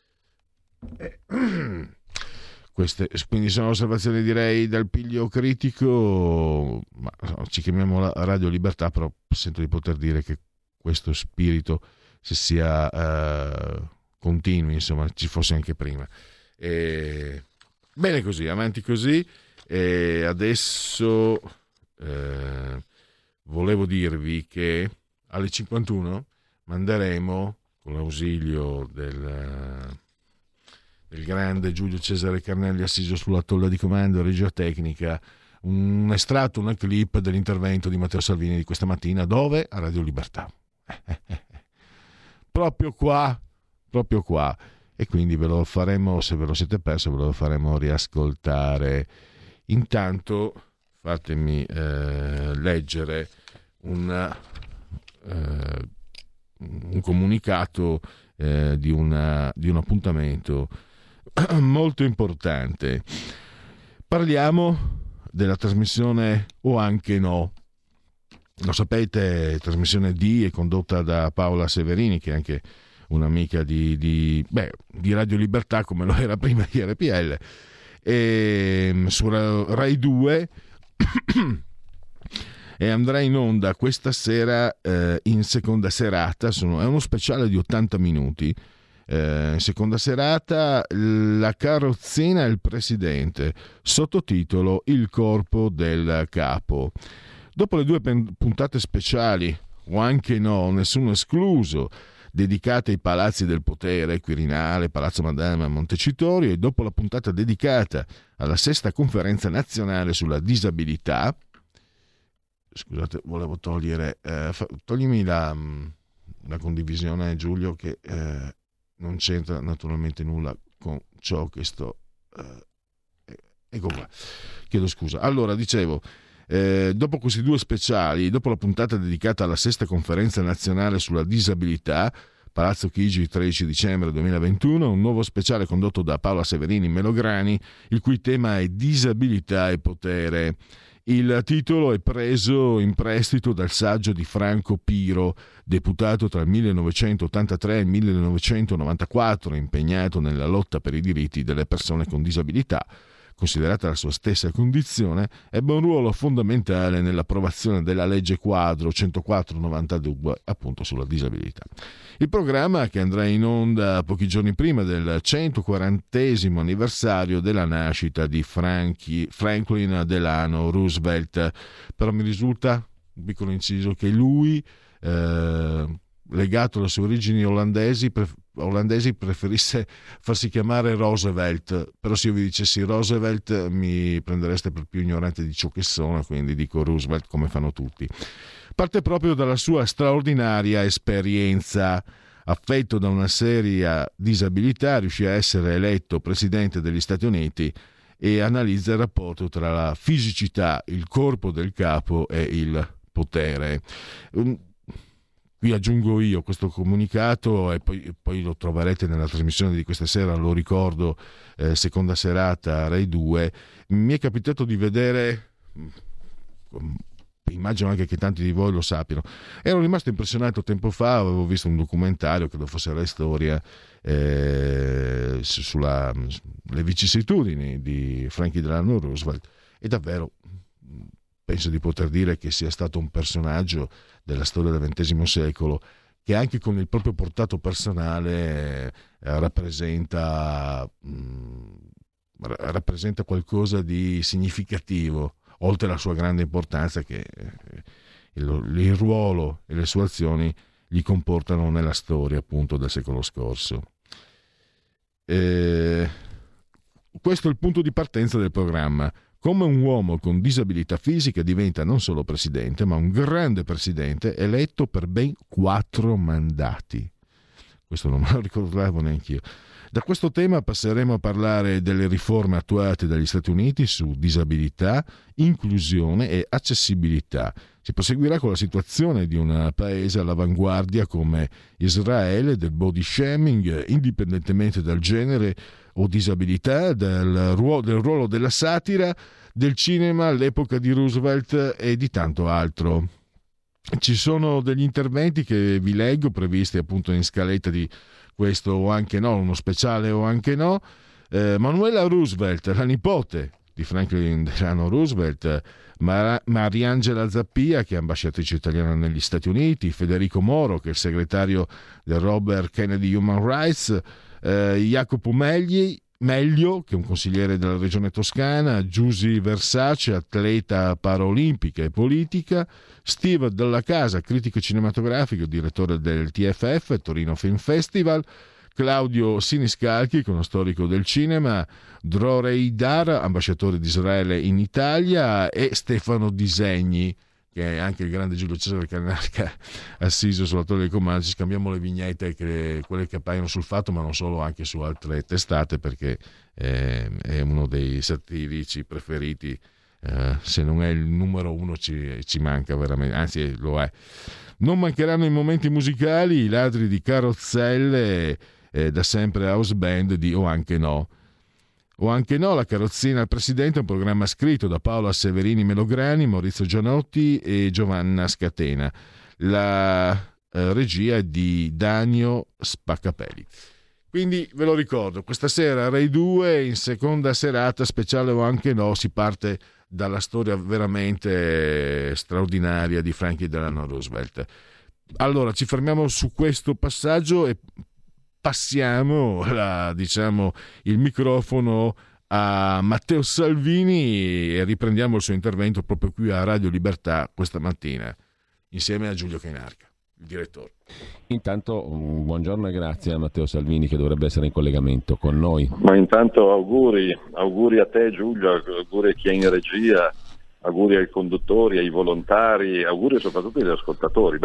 Queste quindi sono osservazioni, direi, dal piglio critico, ma ci chiamiamo Radio Libertà, però sento di poter dire che questo spirito, se sia continui, insomma, ci fosse anche prima. Bene così, avanti così. E adesso volevo dirvi che alle 51 manderemo, con l'ausilio del grande Giulio Cesare Carnelli, assiso sulla tolla di comando, regia tecnica, un estratto, una clip dell'intervento di Matteo Salvini di questa mattina. Dove? A Radio Libertà. Proprio qua. E quindi ve lo faremo, se ve lo siete perso, ve lo faremo riascoltare. Intanto fatemi leggere un comunicato di un appuntamento molto importante. Parliamo della trasmissione O anche no. Lo sapete, trasmissione D è condotta da Paola Severini, che è anche un'amica di Radio Libertà, come lo era prima di RPL, e su Rai 2 e andrà in onda questa sera in seconda serata. È uno speciale di 80 minuti. In seconda serata, La carrozzina e il presidente, sottotitolo Il corpo del capo. Dopo le 2 puntate speciali, O anche no, nessuno escluso, dedicate ai palazzi del potere, Quirinale, Palazzo Madama, Montecitorio, e dopo la puntata dedicata alla 6ª conferenza nazionale sulla disabilità, scusate, volevo toglimi la condivisione, Giulio, che non c'entra naturalmente nulla con ciò che sto... ecco qua, chiedo scusa. Allora, dicevo... dopo questi 2 speciali, dopo la puntata dedicata alla 6ª conferenza nazionale sulla disabilità, Palazzo Chigi, 13 dicembre 2021, un nuovo speciale condotto da Paola Severini Melograni, il cui tema è disabilità e potere. Il titolo è preso in prestito dal saggio di Franco Piro, deputato tra il 1983 e il 1994, impegnato nella lotta per i diritti delle persone con disabilità. Considerata la sua stessa condizione, ebbe un ruolo fondamentale nell'approvazione della legge quadro 104/92, appunto sulla disabilità. Il programma, che andrà in onda pochi giorni prima del 140° anniversario della nascita di Franklin Delano Roosevelt, però mi risulta, un piccolo inciso, che lui, legato alle sue origini olandesi, preferisse farsi chiamare Roosevelt, però se io vi dicessi Roosevelt mi prendereste per più ignorante di ciò che sono, quindi dico Roosevelt come fanno tutti. Parte proprio dalla sua straordinaria esperienza. Affetto da una seria disabilità, riuscì a essere eletto presidente degli Stati Uniti e analizza il rapporto tra la fisicità, il corpo del capo e il potere. Qui aggiungo io questo comunicato e poi lo troverete nella trasmissione di questa sera, lo ricordo, seconda serata Rai 2. Mi è capitato di vedere, immagino anche che tanti di voi lo sappiano, ero rimasto impressionato tempo fa, avevo visto un documentario, credo fosse La Storia, sulle vicissitudini di Franklin Delano Roosevelt, e davvero penso di poter dire che sia stato un personaggio della storia del XX secolo che anche con il proprio portato personale rappresenta qualcosa di significativo, oltre alla sua grande importanza che il ruolo e le sue azioni gli comportano nella storia appunto del secolo scorso. Questo è il punto di partenza del programma. Come un uomo con disabilità fisica diventa non solo presidente, ma un grande presidente eletto per ben 4 mandati. Questo non me lo ricordavo neanche io. Da questo tema passeremo a parlare delle riforme attuate dagli Stati Uniti su disabilità, inclusione e accessibilità. Si proseguirà con la situazione di un paese all'avanguardia come Israele, del body shaming, indipendentemente dal genere o disabilità, del ruolo della satira, del cinema all'epoca di Roosevelt e di tanto altro. Ci sono degli interventi che vi leggo, previsti appunto in scaletta di questo O anche no, uno speciale O anche no. Manuela Roosevelt, la nipote di Franklin Delano Roosevelt, Mariangela Zappia, che è ambasciatrice italiana negli Stati Uniti, Federico Moro, che è il segretario del Robert Kennedy Human Rights, Jacopo Meglio, che è un consigliere della regione toscana, Giusy Versace, atleta paraolimpica e politica, Steve Della Casa, critico cinematografico, direttore del TFF, Torino Film Festival, Claudio Siniscalchi, che è uno storico del cinema, Dror Eidar, ambasciatore di Israele in Italia, e Stefano Disegni, che è anche il grande Giulio Cesare Cainarca assiso sulla torre dei comandi. Ci scambiamo le vignette, quelle che appaiono sul Fatto, ma non solo, anche su altre testate, perché è uno dei satirici preferiti, se non è il numero uno ci manca veramente, anzi lo è. Non mancheranno i momenti musicali, i ladri di carrozzelle, da sempre house band di O Anche No. O Anche No, la carrozzina al presidente, è un programma scritto da Paola Severini Melograni, Maurizio Gianotti e Giovanna Scatena. La regia è di Danio Spaccapelli. Quindi ve lo ricordo, questa sera Rai 2 in seconda serata speciale O Anche No, si parte dalla storia veramente straordinaria di Franklin Delano Roosevelt. Allora ci fermiamo su questo passaggio e passiamo il microfono a Matteo Salvini e riprendiamo il suo intervento proprio qui a Radio Libertà questa mattina insieme a Giulio Cainarca, il direttore. Intanto buongiorno e grazie a Matteo Salvini che dovrebbe essere in collegamento con noi. Ma intanto auguri a te Giulio, auguri a chi è in regia, auguri ai conduttori, ai volontari, auguri soprattutto agli ascoltatori.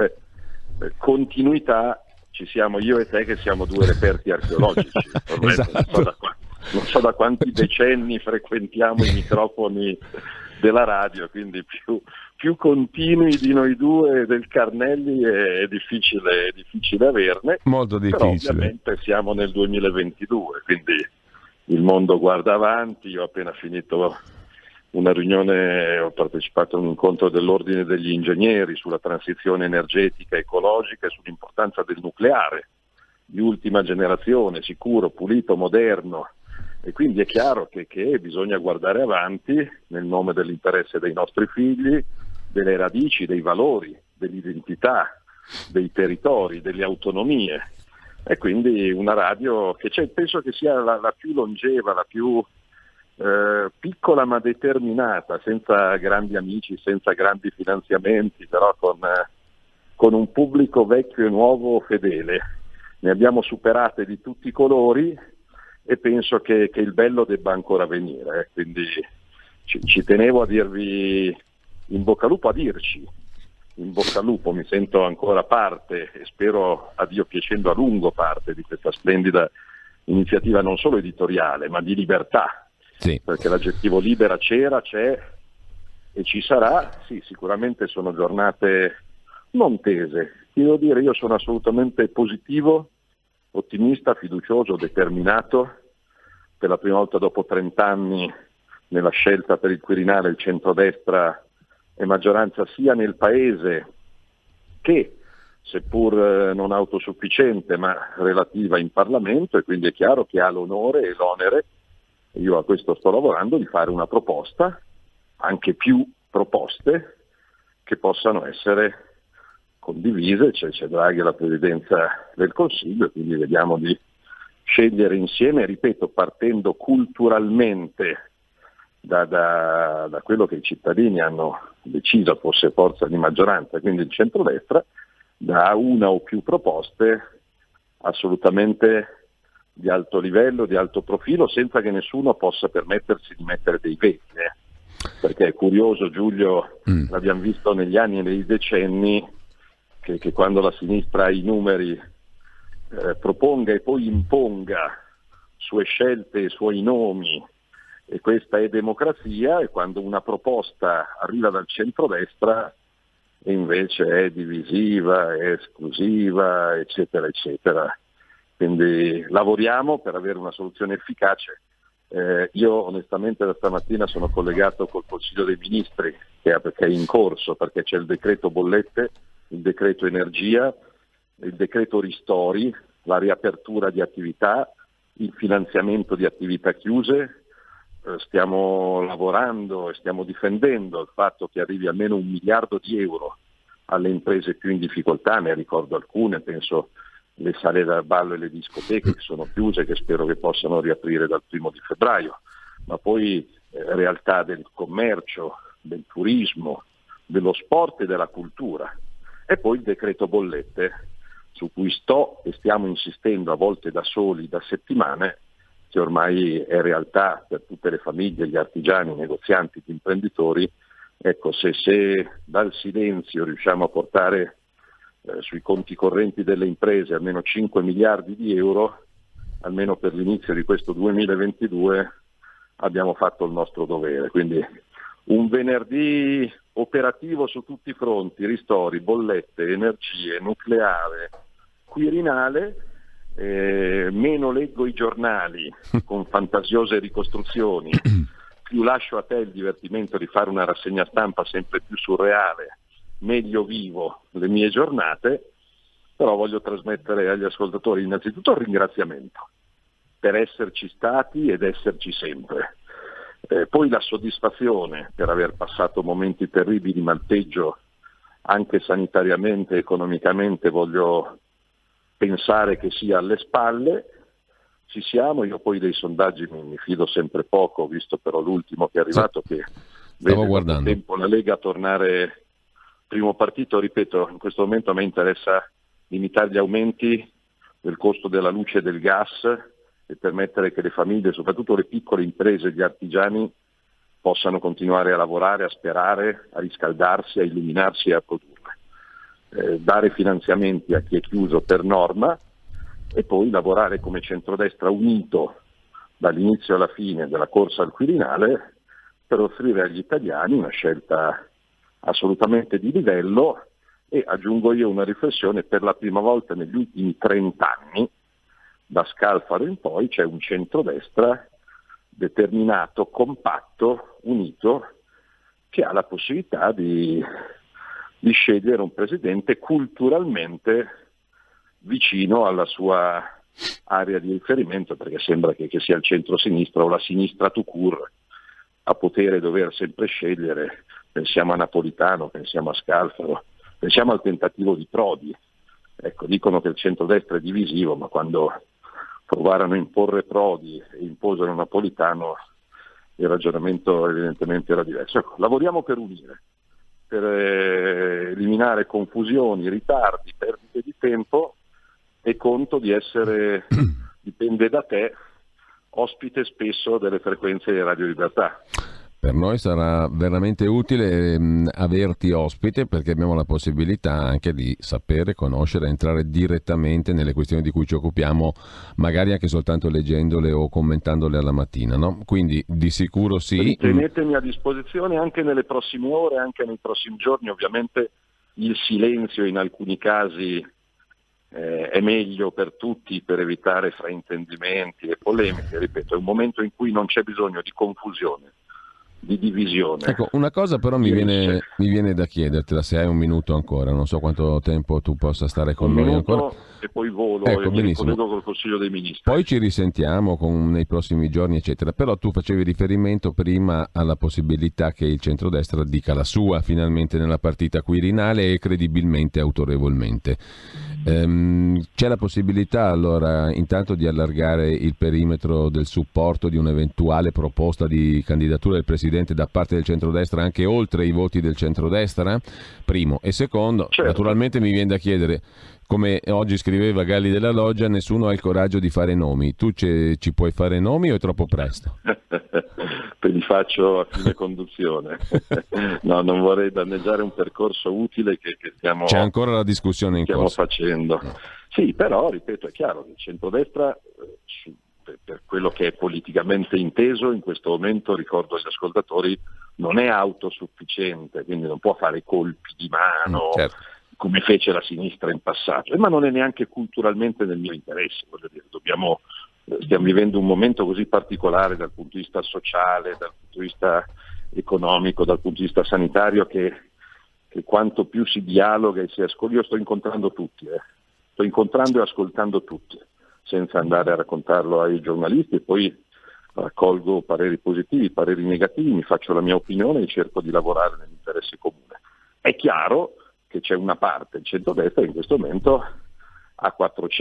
Continuità, ci siamo io e te che siamo due reperti archeologici. Esatto. Non so da quanti decenni frequentiamo i microfoni della radio, quindi più continui di noi due del Carnelli è difficile averne. Molto difficile. Però ovviamente siamo nel 2022, quindi il mondo guarda avanti. Io ho appena finito una riunione, ho partecipato a un incontro dell'Ordine degli Ingegneri sulla transizione energetica ecologica e sull'importanza del nucleare di ultima generazione, sicuro, pulito, moderno. E quindi è chiaro che bisogna guardare avanti nel nome dell'interesse dei nostri figli, delle radici, dei valori, dell'identità, dei territori, delle autonomie. E quindi una radio che penso che sia la più longeva, la più piccola ma determinata, senza grandi amici, senza grandi finanziamenti, però con un pubblico vecchio e nuovo fedele. Ne abbiamo superate di tutti i colori e penso che il bello debba ancora venire. Quindi ci tenevo a dirvi in bocca al lupo, a dirci in bocca al lupo, mi sento ancora parte e spero a Dio piacendo a lungo parte di questa splendida iniziativa non solo editoriale ma di libertà. Sì. Perché l'aggettivo libera c'è e ci sarà. Sì, sicuramente sono giornate non tese. Devo dire, io sono assolutamente positivo, ottimista, fiducioso, determinato. Per la prima volta dopo 30 anni nella scelta per il Quirinale il centrodestra è maggioranza sia nel Paese che, seppur non autosufficiente, ma relativa in Parlamento, e quindi è chiaro che ha l'onore e l'onere, io a questo sto lavorando, di fare una proposta, anche più proposte che possano essere condivise. C'è Draghi alla Presidenza del Consiglio e quindi vediamo di scegliere insieme, ripeto, partendo culturalmente da quello che i cittadini hanno deciso fosse forza di maggioranza, quindi il centrodestra, da una o più proposte assolutamente di alto livello, di alto profilo, senza che nessuno possa permettersi di mettere dei veti. Perché è curioso, Giulio, l'abbiamo visto negli anni e nei decenni, che quando la sinistra ha i numeri proponga e poi imponga sue scelte, i suoi nomi, e questa è democrazia, e quando una proposta arriva dal centrodestra e invece è divisiva, è esclusiva, eccetera, eccetera. Quindi lavoriamo per avere una soluzione efficace. Io onestamente da stamattina sono collegato col Consiglio dei Ministri che è in corso, perché c'è il decreto bollette, il decreto energia, il decreto ristori, la riapertura di attività, il finanziamento di attività chiuse. Stiamo lavorando e stiamo difendendo il fatto che arrivi almeno 1 miliardo di euro alle imprese più in difficoltà. Ne ricordo alcune, penso le sale da ballo e le discoteche che sono chiuse, che spero che possano riaprire dal 1° di febbraio, ma poi realtà del commercio, del turismo, dello sport e della cultura. E poi il decreto bollette, su cui sto e stiamo insistendo a volte da soli, da settimane, che ormai è realtà per tutte le famiglie, gli artigiani, i negozianti, gli imprenditori. Ecco, se dal silenzio riusciamo a portare sui conti correnti delle imprese almeno 5 miliardi di euro, almeno per l'inizio di questo 2022, abbiamo fatto il nostro dovere. Quindi un venerdì operativo su tutti i fronti, ristori, bollette, energie, nucleare, Quirinale, meno leggo i giornali con fantasiose ricostruzioni, più lascio a te il divertimento di fare una rassegna stampa sempre più surreale, meglio vivo le mie giornate, però voglio trasmettere agli ascoltatori innanzitutto il ringraziamento per esserci stati ed esserci sempre. Poi la soddisfazione per aver passato momenti terribili, ma il peggio anche sanitariamente, economicamente, voglio pensare che sia alle spalle. Ci siamo, io poi dei sondaggi mi fido sempre poco, visto però l'ultimo che è arrivato, che vede da tempo la Lega tornare primo partito. Ripeto, in questo momento a me interessa limitare gli aumenti del costo della luce e del gas e permettere che le famiglie, soprattutto le piccole imprese, gli artigiani, possano continuare a lavorare, a sperare, a riscaldarsi, a illuminarsi e a produrre. Dare finanziamenti a chi è chiuso per norma e poi lavorare come centrodestra unito dall'inizio alla fine della corsa al Quirinale per offrire agli italiani una scelta assolutamente di livello e, aggiungo io una riflessione, per la prima volta negli ultimi 30 anni, da Scalfaro in poi, c'è un centrodestra determinato, compatto, unito, che ha la possibilità di scegliere un presidente culturalmente vicino alla sua area di riferimento, perché sembra che sia il centro-sinistra o la sinistra tout court a poter dover sempre scegliere. Pensiamo a Napolitano, pensiamo a Scalfaro, pensiamo al tentativo di Prodi. Ecco, dicono che il centrodestra è divisivo, ma quando provarono a imporre Prodi e imposero Napolitano il ragionamento evidentemente era diverso. Ecco, lavoriamo per unire, per eliminare confusioni, ritardi, perdite di tempo, e conto di essere, dipende da te, ospite spesso delle frequenze di Radio Libertà. Per noi sarà veramente utile averti ospite, perché abbiamo la possibilità anche di sapere, conoscere, entrare direttamente nelle questioni di cui ci occupiamo, magari anche soltanto leggendole o commentandole alla mattina, no? Quindi di sicuro sì. Tenetemi a disposizione anche nelle prossime ore, anche nei prossimi giorni. Ovviamente il silenzio in alcuni casi è meglio per tutti, per evitare fraintendimenti e polemiche. Ripeto, è un momento in cui non c'è bisogno di confusione, di divisione. Ecco, una cosa però mi viene da chiedertela, se hai un minuto ancora, non so quanto tempo tu possa stare con noi ancora. E poi volo, ecco, e mi ricollego col Consiglio dei Ministri. Poi ci risentiamo nei prossimi giorni, eccetera. Però tu facevi riferimento prima alla possibilità che il centrodestra dica la sua finalmente nella partita Quirinale e credibilmente, autorevolmente. C'è la possibilità allora intanto di allargare il perimetro del supporto di un'eventuale proposta di candidatura del Presidente da parte del centrodestra anche oltre i voti del centrodestra? Primo. E secondo, certo, naturalmente mi viene da chiedere, come oggi scriveva Galli della Loggia, nessuno ha il coraggio di fare nomi. Tu ci puoi fare nomi o è troppo presto? Te li faccio a fine conduzione. No, non vorrei danneggiare un percorso utile che stiamo... C'è ancora la discussione in corso. Facendo. Sì, però, ripeto, è chiaro che il centrodestra, per quello che è politicamente inteso, in questo momento, ricordo agli ascoltatori, non è autosufficiente, quindi non può fare colpi di mano, certo, come fece la sinistra in passato, ma non è neanche culturalmente nel mio interesse. Voglio dire, stiamo vivendo un momento così particolare dal punto di vista sociale, dal punto di vista economico, dal punto di vista sanitario, che quanto più si dialoga e si ascolta. Io sto incontrando tutti, sto incontrando e ascoltando tutti, senza andare a raccontarlo ai giornalisti, e poi raccolgo pareri positivi, pareri negativi, mi faccio la mia opinione e cerco di lavorare nell'interesse comune. È chiaro che c'è una parte, il centrodestra, in questo momento ha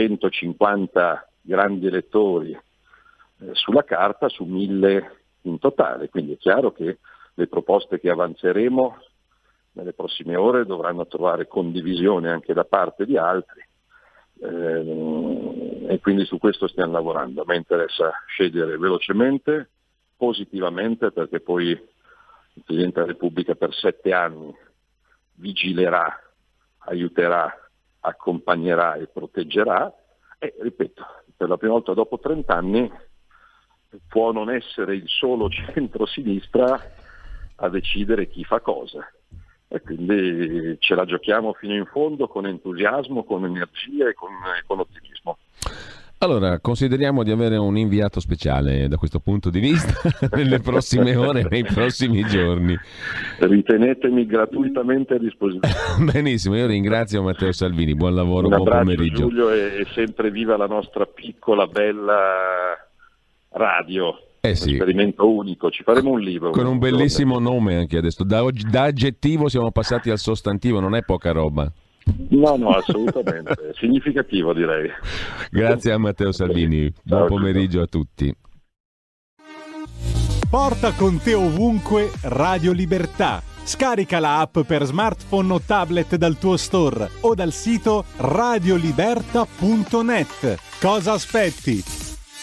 450 grandi elettori sulla carta su 1000 in totale, quindi è chiaro che le proposte che avanzeremo nelle prossime ore dovranno trovare condivisione anche da parte di altri, e quindi su questo stiamo lavorando. A me interessa scegliere velocemente, positivamente, perché poi il Presidente della Repubblica per 7 anni vigilerà, aiuterà, accompagnerà e proteggerà, e ripeto, per la prima volta dopo 30 anni può non essere il solo centro-sinistra, a decidere chi fa cosa. E quindi ce la giochiamo fino in fondo con entusiasmo, con energia e con ottimismo. Allora, consideriamo di avere un inviato speciale da questo punto di vista nelle prossime ore, nei prossimi giorni. Ritenetemi gratuitamente a disposizione. Benissimo, io ringrazio Matteo Salvini, buon lavoro, buon pomeriggio. Giulio, e sempre viva la nostra piccola, bella radio. Sì. Un esperimento unico, ci faremo un libro. Con un bellissimo nome anche adesso, da aggettivo siamo passati al sostantivo, non è poca roba. No, assolutamente, significativo direi. Grazie a Matteo Salvini, buon pomeriggio a tutti. Porta con te ovunque Radio Libertà. Scarica la app per smartphone o tablet dal tuo store o dal sito radioliberta.net. Cosa aspetti?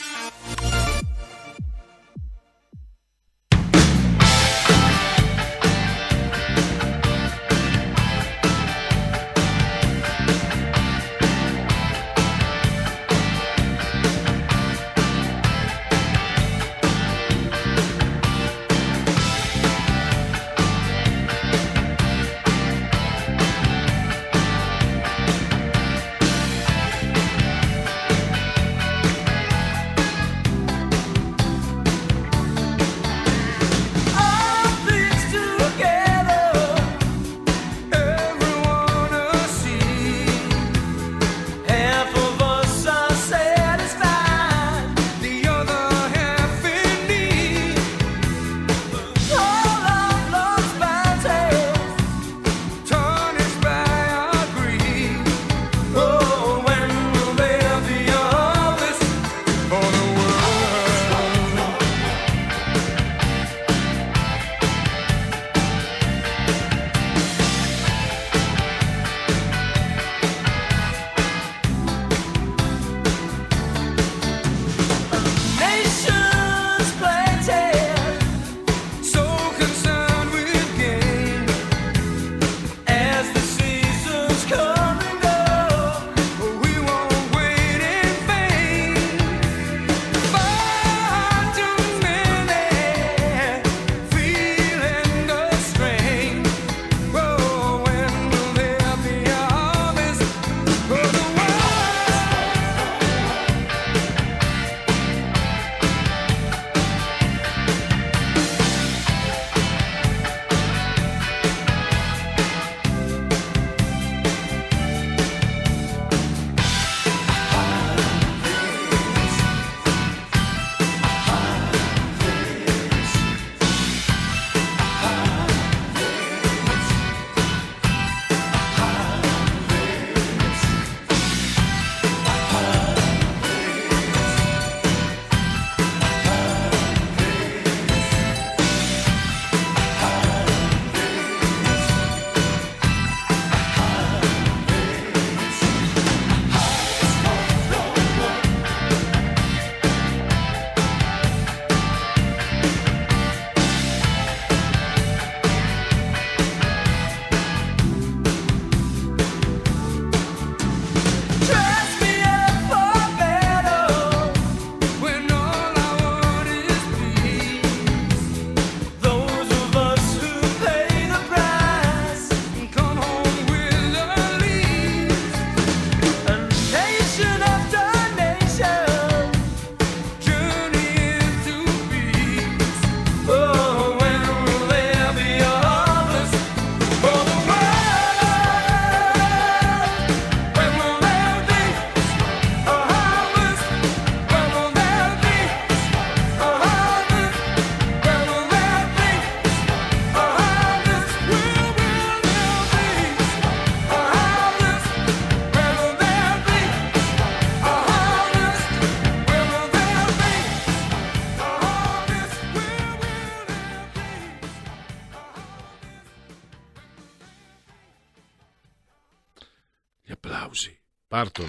Partono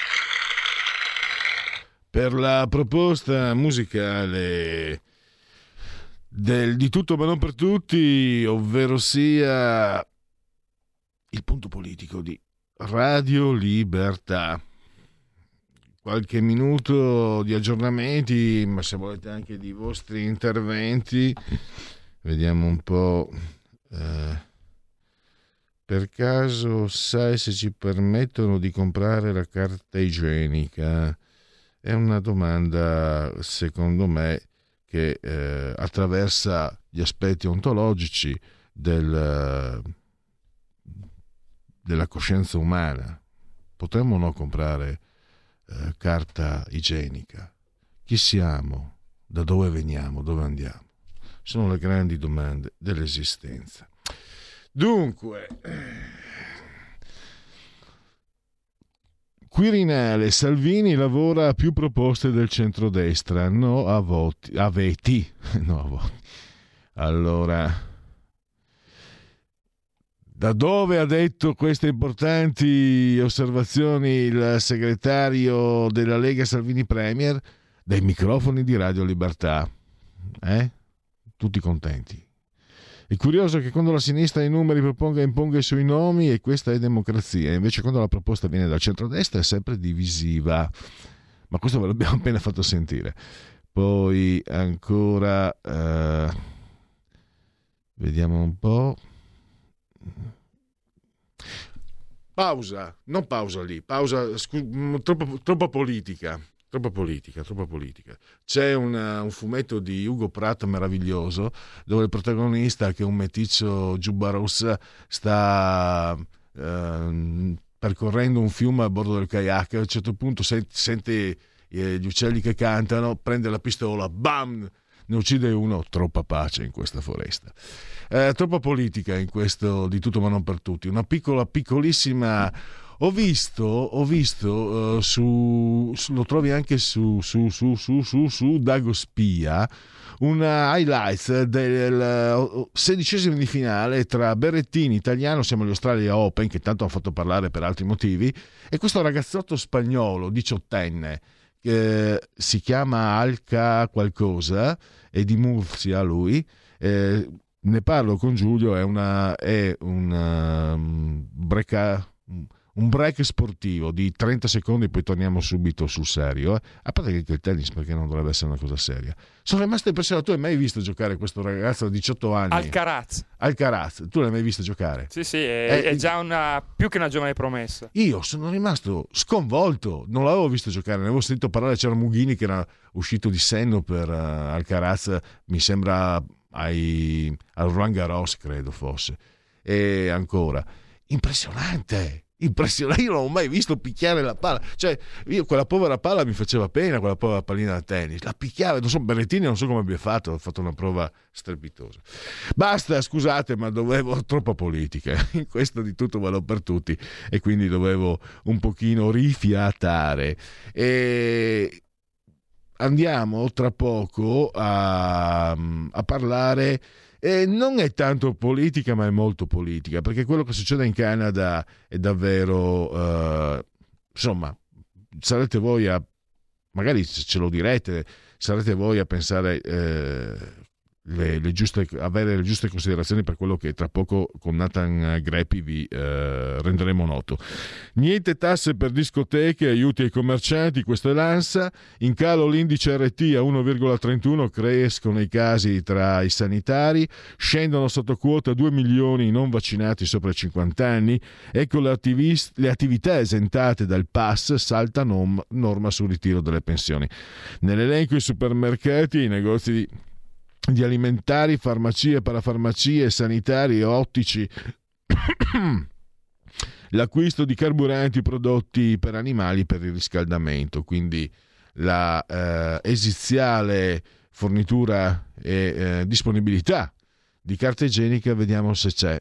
per la proposta musicale di tutto ma non per tutti, ovvero sia il punto politico di Radio Libertà. Qualche minuto di aggiornamenti, ma se volete anche di vostri interventi, Vediamo un po'. Per caso sai se ci permettono di comprare la carta igienica? È una domanda, secondo me, che attraversa gli aspetti ontologici della coscienza umana. Potremmo o no comprare carta igienica? Chi siamo? Da dove veniamo? Dove andiamo? Sono le grandi domande dell'esistenza. Dunque, Quirinale, Salvini lavora a più proposte del centrodestra, no a voti, a veti, no a voti. Allora, da dove ha detto queste importanti osservazioni il segretario della Lega Salvini Premier? Dai microfoni di Radio Libertà. Tutti contenti. È curioso che quando la sinistra i numeri imponga i suoi nomi, e questa è democrazia, invece quando la proposta viene dal centrodestra è sempre divisiva. Ma questo ve l'abbiamo appena fatto sentire. Poi ancora vediamo un po'. Pausa, non pausa lì, pausa, troppa politica. Troppa politica. C'è un fumetto di Ugo Pratt meraviglioso dove il protagonista, che è un meticcio giubba rossa, sta percorrendo un fiume a bordo del kayak. A un certo punto sente gli uccelli che cantano, prende la pistola, bam, ne uccide uno. Troppa pace in questa foresta. Troppa politica in questo Di tutto ma non per tutti. Una piccolissima. Ho visto lo trovi anche su Dago Spia, una highlights del 16esimo di finale tra Berrettini, italiano, siamo agli Australia Open, che tanto hanno fatto parlare per altri motivi, e questo ragazzotto spagnolo, 18enne, che si chiama Alca qualcosa, è di Murcia lui. Ne parlo con Giulio, è un break sportivo di 30 secondi, poi torniamo subito sul serio. A parte che il tennis, perché non dovrebbe essere una cosa seria. Sono rimasto impressionato. Tu hai mai visto giocare questo ragazzo di 18 anni? Alcaraz. Tu l'hai mai visto giocare? Sì, è già più che una giovane promessa. Io sono rimasto sconvolto, non l'avevo visto giocare, ne avevo sentito parlare. C'era Mughini che era uscito di senno per Alcaraz, mi sembra al Roland Garros, credo fosse. E ancora, impressionante, io non ho mai visto picchiare la palla, cioè io quella povera palla mi faceva pena, quella povera pallina da tennis, la picchiava, non so, Berrettini non so come abbia fatto, ha fatto una prova strepitosa. Basta, scusate, ma troppa politica in questo Di tutto ma non per tutti, e quindi dovevo un pochino rifiatare. E andiamo tra poco a parlare. Non è tanto politica, ma è molto politica, perché quello che succede in Canada è davvero insomma, sarete voi magari ce lo direte, sarete voi a pensare avere le giuste considerazioni per quello che tra poco con Nathan Greppi vi renderemo noto. Niente tasse per discoteche, aiuti ai commercianti, questo è l'ANSA. In calo l'indice RT a 1,31, crescono i casi tra i sanitari, scendono sotto quota 2 milioni non vaccinati sopra i 50 anni. Ecco le attività esentate dal pass, salta norma sul ritiro delle pensioni. Nell'elenco i supermercati, i negozi di alimentari, farmacie, parafarmacie, sanitari e ottici, l'acquisto di carburanti, prodotti per animali per il riscaldamento, quindi la esiziale fornitura e disponibilità di carta igienica, vediamo se c'è.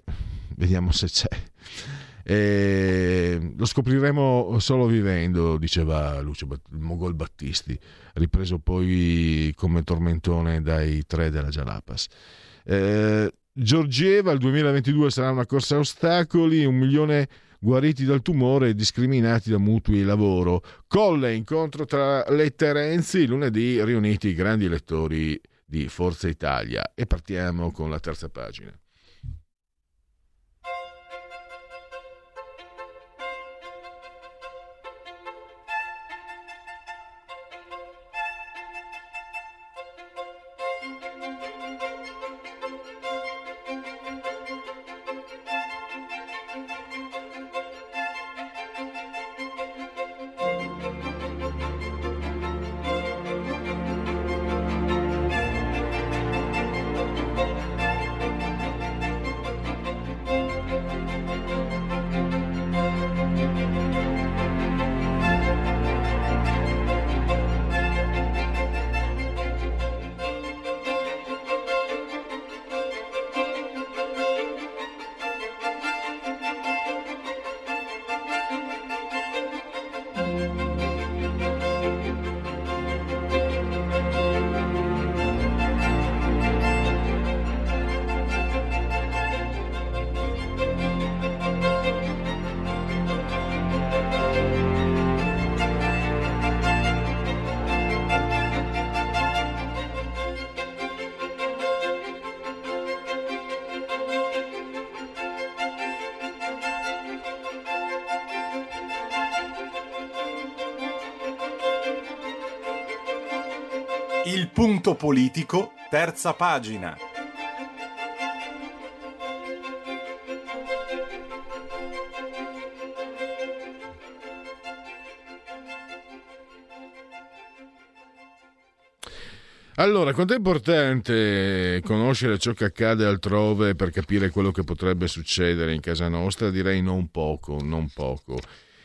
Lo scopriremo solo vivendo, diceva Lucio Mogol Battisti, ripreso poi come tormentone dai 3 della Jalapas. Georgieva, il 2022 sarà una corsa a ostacoli, 1 milione guariti dal tumore e discriminati da mutui e lavoro. Colle, incontro tra Letta e Renzi, lunedì riuniti i grandi elettori di Forza Italia. E partiamo con la terza pagina. Il punto politico, terza pagina. Allora, quanto è importante conoscere ciò che accade altrove per capire quello che potrebbe succedere in casa nostra? Direi non poco, non poco.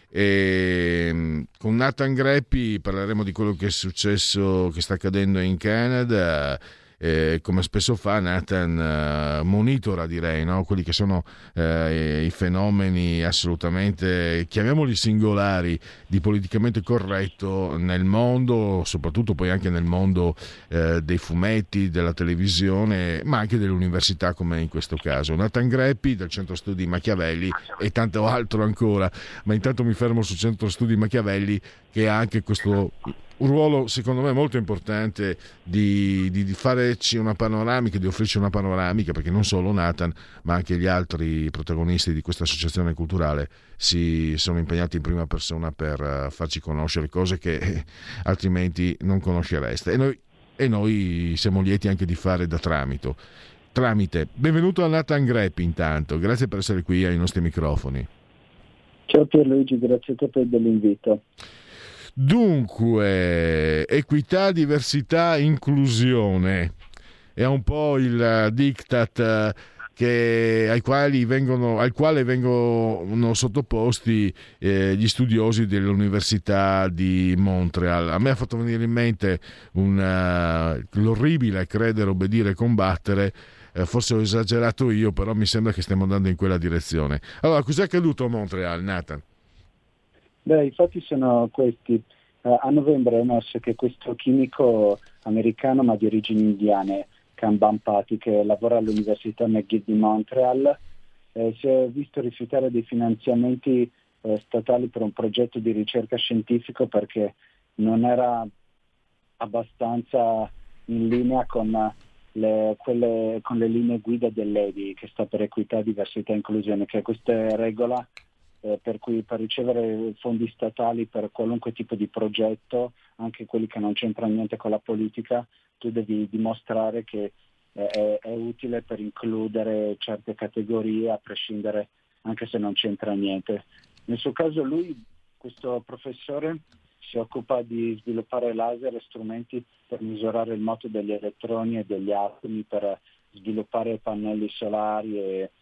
E con Nathan Greppi parleremo di quello che è successo, che sta accadendo in Canada. Come spesso fa Nathan, monitora, direi, no? Quelli che sono i fenomeni assolutamente, chiamiamoli singolari, di politicamente corretto nel mondo, soprattutto poi anche nel mondo dei fumetti, della televisione, ma anche dell'università, come in questo caso. Nathan Greppi del Centro Studi Machiavelli e tanto altro ancora, ma intanto mi fermo sul Centro Studi Machiavelli, che ha anche questo un ruolo secondo me molto importante di farci una panoramica, di offrirci una panoramica, perché non solo Nathan ma anche gli altri protagonisti di questa associazione culturale si sono impegnati in prima persona per farci conoscere cose che altrimenti non conoscereste, e noi siamo lieti anche di fare da tramite. Benvenuto a Nathan Greppi, intanto grazie per essere qui ai nostri microfoni. Ciao Pierluigi, grazie a te per dell'invito. Dunque, equità, diversità, inclusione è un po' il diktat al quale vengono sottoposti gli studiosi dell'Università di Montreal. A me ha fatto venire in mente l'orribile credere, obbedire, combattere. Forse ho esagerato io, però mi sembra che stiamo andando in quella direzione. Allora, cos'è accaduto a Montreal, Nathan? Beh, i fatti sono questi. A novembre è emerso che questo chimico americano, ma di origini indiane, Kanban Pati, che lavora all'Università McGill di Montreal, si è visto rifiutare dei finanziamenti statali per un progetto di ricerca scientifico perché non era abbastanza in linea con le linee guida dell'EDI, che sta per equità, diversità e inclusione, che è questa regola per cui per ricevere fondi statali per qualunque tipo di progetto, anche quelli che non c'entrano niente con la politica, tu devi dimostrare che è utile per includere certe categorie, a prescindere, anche se non c'entra niente. Nel suo caso questo professore, si occupa di sviluppare laser e strumenti per misurare il moto degli elettroni e degli atomi, per sviluppare pannelli solari e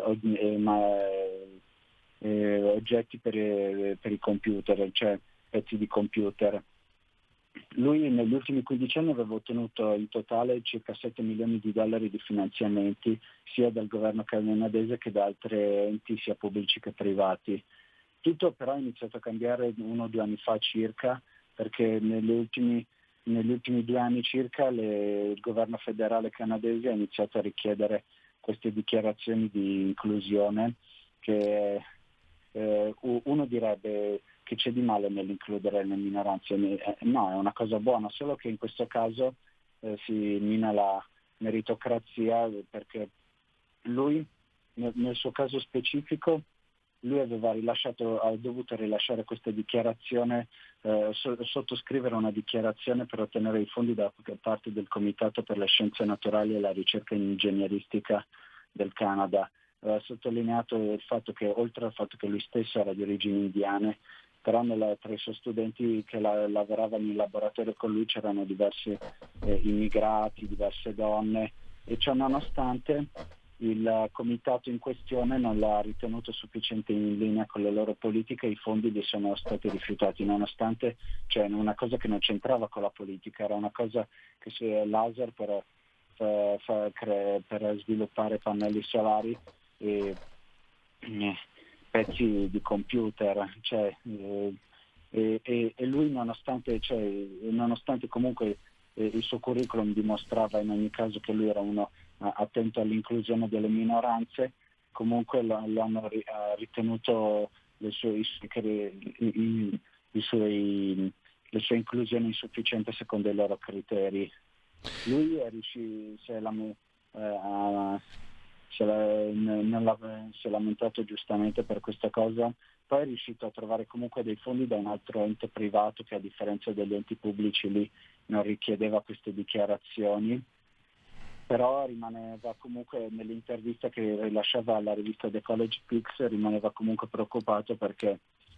oggetti per i computer, cioè pezzi di computer. Lui negli ultimi 15 anni aveva ottenuto in totale circa $7 milioni di finanziamenti, sia dal governo canadese che da altri enti, sia pubblici che privati. Tutto però è iniziato a cambiare 1 o 2 anni fa circa, perché negli ultimi 2 anni circa il governo federale canadese ha iniziato a richiedere queste dichiarazioni di inclusione, che uno direbbe che c'è di male nell'includere le minoranze. No, è una cosa buona, solo che in questo caso si mina la meritocrazia, perché lui nel suo caso specifico lui ha dovuto rilasciare questa dichiarazione, sottoscrivere una dichiarazione per ottenere i fondi da parte del Comitato per le Scienze Naturali e la Ricerca Ingegneristica del Canada. Ha sottolineato il fatto che, oltre al fatto che lui stesso era di origini indiane, però tra i suoi studenti che lavoravano in laboratorio con lui c'erano diversi immigrati, diverse donne, e ciò nonostante il comitato in questione non l'ha ritenuto sufficiente in linea con le loro politiche, i fondi gli sono stati rifiutati, nonostante, cioè, una cosa che non c'entrava con la politica, era una cosa che laser per sviluppare pannelli solari e pezzi di computer, cioè, e lui nonostante comunque il suo curriculum dimostrava in ogni caso che lui era uno attento all'inclusione delle minoranze, comunque l'hanno ritenuto le sue inclusioni insufficienti secondo i loro criteri. Lui si è lamentato giustamente per questa cosa. Poi è riuscito a trovare comunque dei fondi da un altro ente privato che, a differenza degli enti pubblici, lì non richiedeva queste dichiarazioni, però rimaneva comunque, nell'intervista che rilasciava alla rivista The College Pix, rimaneva comunque preoccupato perché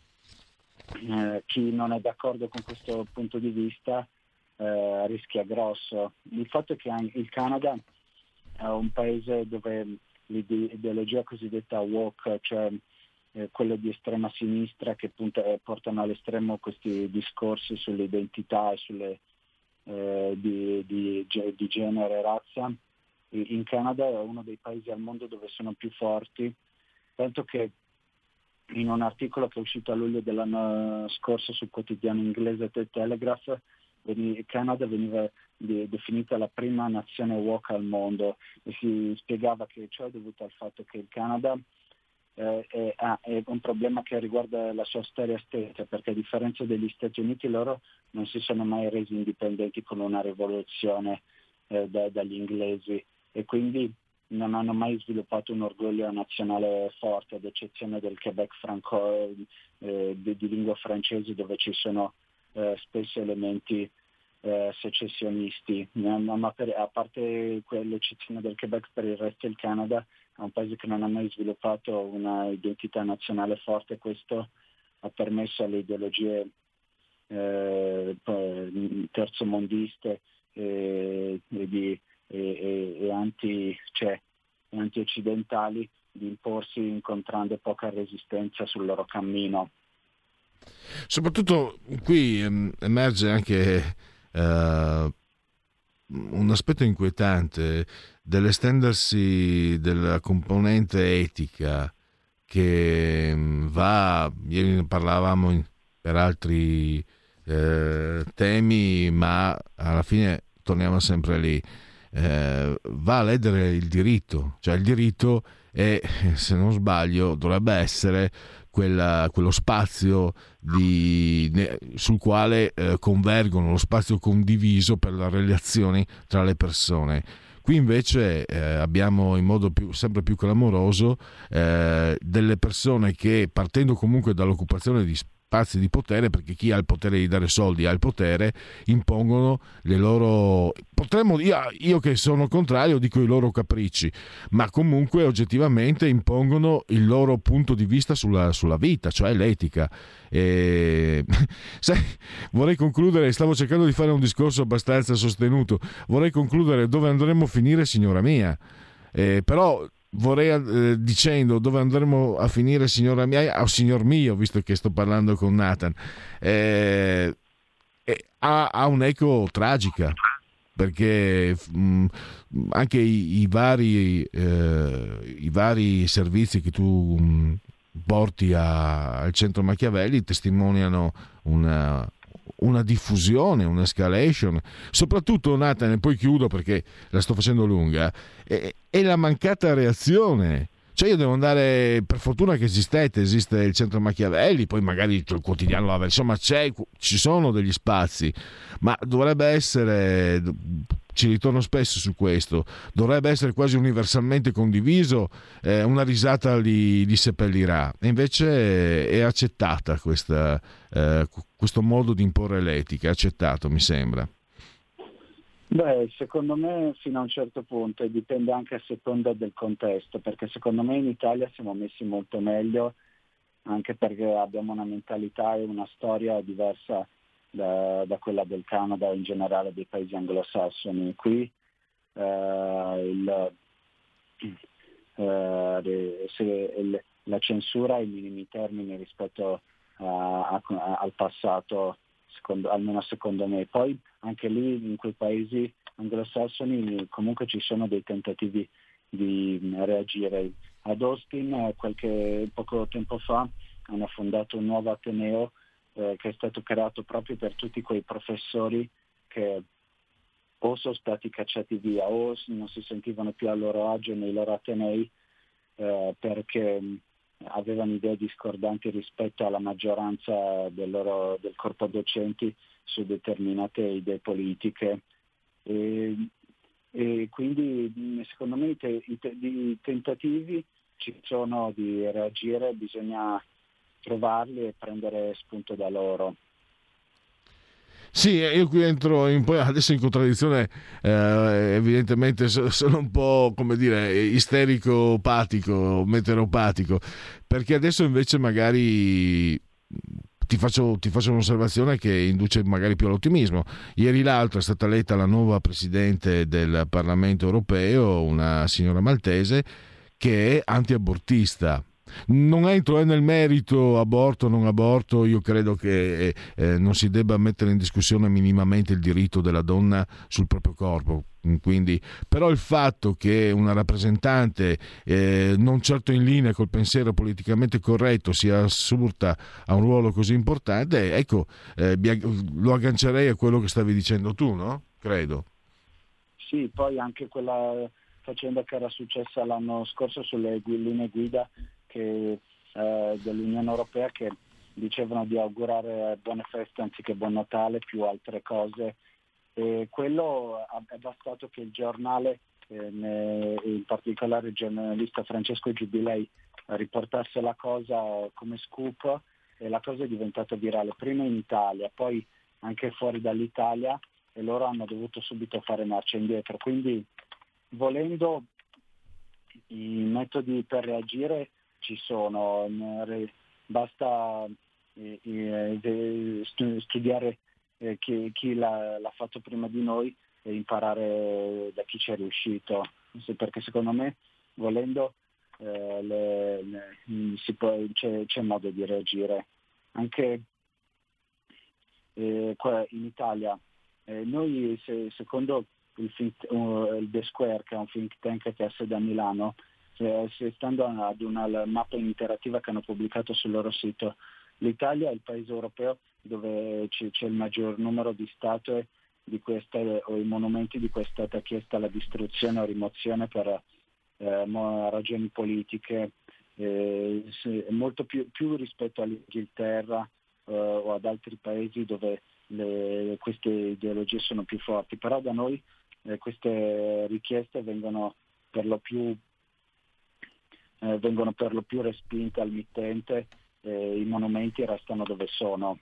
chi non è d'accordo con questo punto di vista rischia grosso. Il fatto è che il Canada è un paese dove l'ideologia cosiddetta woke, cioè quello di estrema sinistra, che portano all'estremo questi discorsi sull'identità e di genere e razza. In Canada è uno dei paesi al mondo dove sono più forti, tanto che in un articolo che è uscito a luglio dell'anno scorso sul quotidiano inglese The Telegraph, il Canada veniva definita la prima nazione woke al mondo, e si spiegava che ciò è dovuto al fatto che il Canada è un problema che riguarda la sua storia stessa, perché a differenza degli Stati Uniti loro non si sono mai resi indipendenti con una rivoluzione dagli inglesi, e quindi non hanno mai sviluppato un orgoglio nazionale forte, ad eccezione del Quebec di lingua francese, dove ci sono spesso elementi secessionisti, ma a parte l'eccezione del Quebec, per il resto il Canada è un paese che non ha mai sviluppato una identità nazionale forte. Questo ha permesso alle ideologie terzomondiste e anti-occidentali di imporsi, incontrando poca resistenza sul loro cammino. Soprattutto qui emerge anche un aspetto inquietante dell'estendersi della componente etica, che ieri ne parlavamo per altri temi, ma alla fine torniamo sempre lì, va a ledere il diritto, cioè il diritto è, se non sbaglio, dovrebbe essere quello spazio sul quale convergono, lo spazio condiviso per le relazioni tra le persone. Qui invece abbiamo in modo sempre più clamoroso delle persone che, partendo comunque dall'occupazione di spazi di potere, perché chi ha il potere di dare soldi ha il potere, impongono le loro, io che sono contrario dico i loro capricci, ma comunque oggettivamente impongono il loro punto di vista sulla vita, cioè l'etica. Vorrei concludere, stavo cercando di fare un discorso abbastanza sostenuto, vorrei concludere dove andremo a finire, signora mia, però vorrei dicendo dove andremo a finire, signora mia o signor mio, visto che sto parlando con Nathan, ha un'eco tragica, perché anche i vari servizi che tu porti al centro Machiavelli testimoniano una diffusione, un'escalation, soprattutto, Nathan, e poi chiudo perché la sto facendo lunga, è la mancata reazione. Cioè io devo andare, per fortuna che esiste il centro Machiavelli, poi magari il quotidiano, insomma ci sono degli spazi, ma dovrebbe essere, ci ritorno spesso su questo, dovrebbe essere quasi universalmente condiviso, una risata li seppellirà, e invece è accettata questo modo di imporre l'etica, è accettato, mi sembra. Beh, secondo me fino a un certo punto, e dipende anche a seconda del contesto, perché secondo me in Italia siamo messi molto meglio, anche perché abbiamo una mentalità e una storia diversa da quella del Canada e in generale dei paesi anglosassoni. Qui la censura ha i minimi termini rispetto al passato, almeno secondo me. Poi anche lì in quei paesi anglosassoni comunque ci sono dei tentativi di reagire. Ad Austin poco tempo fa hanno fondato un nuovo ateneo che è stato creato proprio per tutti quei professori che o sono stati cacciati via o non si sentivano più a loro agio nei loro atenei perché avevano idee discordanti rispetto alla maggioranza del corpo docenti su determinate idee politiche. E E quindi secondo me i tentativi ci sono di reagire, bisogna trovarli e prendere spunto da loro. Sì, io qui entro adesso in contraddizione, evidentemente sono un po', come dire, isterico-patico, meteoropatico, perché adesso invece magari ti faccio un'osservazione che induce magari più all'ottimismo. Ieri l'altro è stata eletta la nuova Presidente del Parlamento europeo, una signora maltese, che è anti-abortista. Non entro nel merito aborto o non aborto, io credo che non si debba mettere in discussione minimamente il diritto della donna sul proprio corpo. Quindi, però il fatto che una rappresentante non certo in linea col pensiero politicamente corretto sia assurta a un ruolo così importante, ecco, lo aggancerei a quello che stavi dicendo tu, no? Credo. Sì, poi anche quella faccenda che era successa l'anno scorso sulle linee guida dell'Unione Europea, che dicevano di augurare buone feste anziché buon Natale, più altre cose. E quello è bastato che il giornale, in particolare il giornalista Francesco Giubilei, riportasse la cosa come scoop, e la cosa è diventata virale, prima in Italia, poi anche fuori dall'Italia, e loro hanno dovuto subito fare marcia indietro. Quindi, volendo, i metodi per reagire ci sono, basta studiare chi l'ha fatto prima di noi e imparare da chi ci è riuscito, perché secondo me, volendo, c'è modo di reagire. Anche qua in Italia, noi secondo il The Square, che è un think tank che ha sede a Milano, stando ad una mappa interattiva che hanno pubblicato sul loro sito, l'Italia è il paese europeo dove c'è il maggior numero di statue o i monumenti di cui è stata chiesta la distruzione o rimozione per ragioni politiche, molto più rispetto all'Inghilterra o ad altri paesi dove queste ideologie sono più forti. Però da noi queste richieste vengono per lo più respinte al mittente, i monumenti restano dove sono.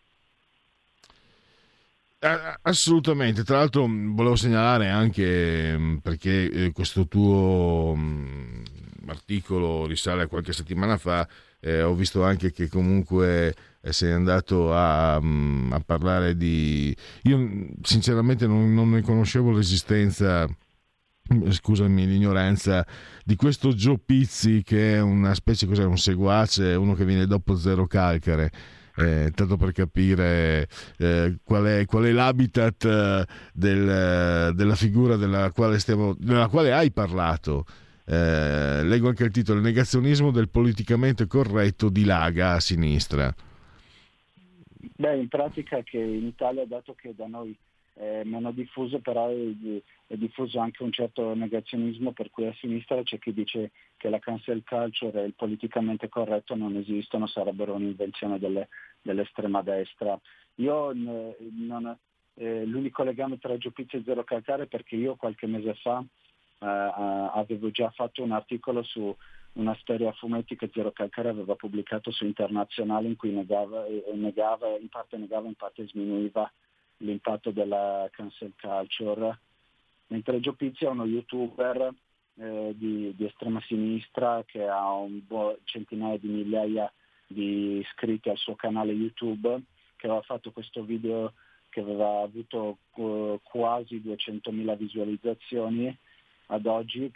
Assolutamente. Tra l'altro volevo segnalare anche, perché questo tuo articolo risale a qualche settimana fa, ho visto anche che comunque sei andato a parlare di... Io sinceramente non ne conoscevo l'esistenza, scusami l'ignoranza, di questo Joe Pizzi, che è una specie, cos'è, un seguace, uno che viene dopo Zero Calcare, tanto per capire qual è l'habitat della figura della quale hai parlato. Leggo anche il titolo: il negazionismo del politicamente corretto dilaga a sinistra. Beh, in pratica che in Italia, dato che da noi è meno diffuso, però è diffuso anche un certo negazionismo, per cui a sinistra c'è chi dice che la cancel culture e il politicamente corretto non esistono, sarebbero un'invenzione dell'estrema destra. Io l'unico legame tra Joe Pizzi e Zero Calcare, perché io qualche mese fa avevo già fatto un articolo su una storia a fumetti che Zero Calcare aveva pubblicato su Internazionale, in cui negava, in parte sminuiva l'impatto della cancel culture, mentre Joe Pizzi è uno youtuber di estrema sinistra che ha centinaia di migliaia di iscritti al suo canale YouTube, che aveva fatto questo video che aveva avuto quasi 200.000 visualizzazioni ad oggi,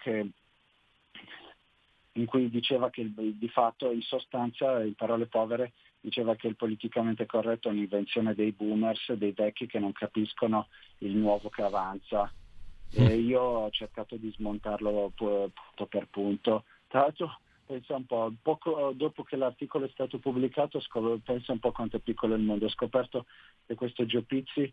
in cui diceva che di fatto, in sostanza, in parole povere, diceva che il politicamente corretto è un'invenzione dei boomers, dei vecchi che non capiscono il nuovo che avanza. E io ho cercato di smontarlo punto per punto. Tra l'altro, pensa un po', poco dopo che l'articolo è stato pubblicato, pensa un po' quanto è piccolo il mondo. Ho scoperto che questo Joe Pizzi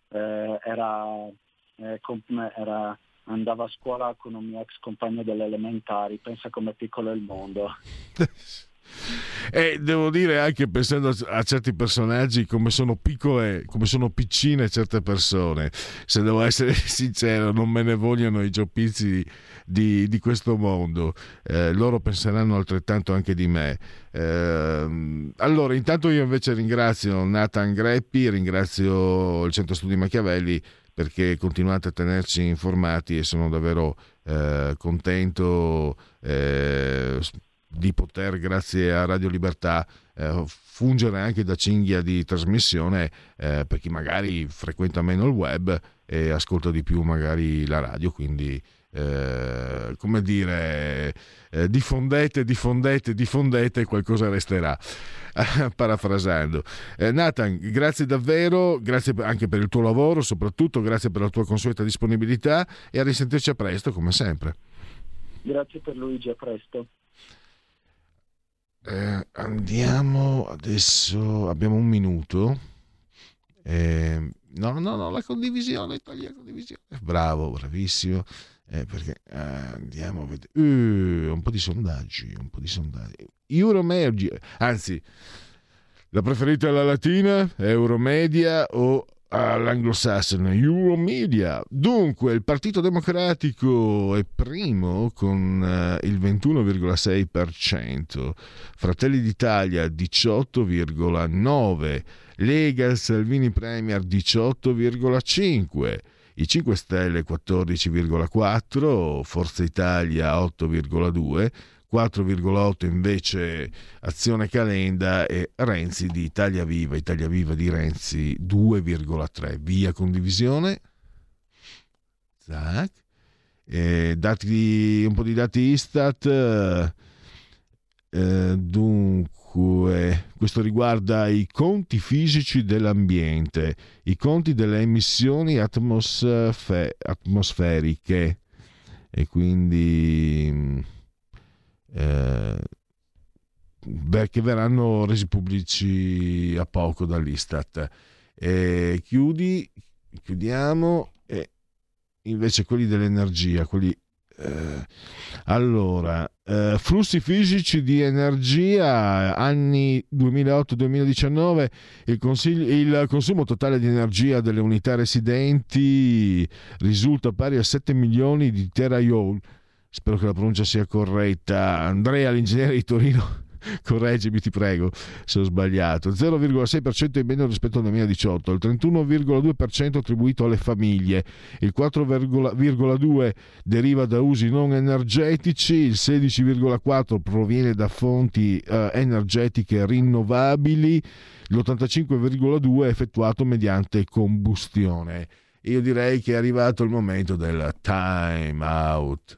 andava a scuola con un mio ex compagno delle elementari. Pensa com'è piccolo il mondo. E devo dire, anche pensando a certi personaggi, come sono piccole, come sono piccine certe persone, se devo essere sincero, non me ne vogliono i gioppizi di questo mondo, loro penseranno altrettanto anche di me. Allora, intanto io invece ringrazio Nathan Greppi, ringrazio il Centro Studi Machiavelli, perché continuate a tenerci informati e sono davvero contento di poter, grazie a Radio Libertà, fungere anche da cinghia di trasmissione per chi magari frequenta meno il web e ascolta di più magari la radio, quindi come dire, diffondete, qualcosa resterà. Parafrasando, Nathan, grazie davvero, grazie anche per il tuo lavoro, soprattutto grazie per la tua consueta disponibilità, e a risentirci a presto come sempre. Grazie per Luigi, a presto. Andiamo adesso, abbiamo un minuto. No, la condivisione, togli la condivisione. Bravo, bravissimo. Perché andiamo a vedere un po' di sondaggi. Euromedia, anzi, la preferite alla latina, Euromedia o all'anglosassone? Euromedia. Dunque il Partito Democratico è primo con il 21,6%, Fratelli d'Italia 18,9%, Lega Salvini Premier 18,5%, i 5 Stelle 14,4%, Forza Italia 8,2%, 4,8% invece Azione Calenda e Renzi di Italia Viva di Renzi 2,3%. Via condivisione. Zac. Un po' di dati Istat. Dunque, questo riguarda i conti fisici dell'ambiente, i conti delle emissioni atmosferiche, e quindi che verranno resi pubblici a poco dall'Istat. Chiudiamo, e invece quelli dell'energia, flussi fisici di energia anni 2008-2019, il consumo totale di energia delle unità residenti risulta pari a 7 milioni di terajoule. Spero che la pronuncia sia corretta. Andrea, l'ingegnere di Torino, correggimi, ti prego se ho sbagliato. 0,6% in meno rispetto al 2018, il 31,2% attribuito alle famiglie, il 4,2% deriva da usi non energetici, il 16,4% proviene da fonti energetiche rinnovabili, l'85,2% è effettuato mediante combustione. Io direi che è arrivato il momento del time out.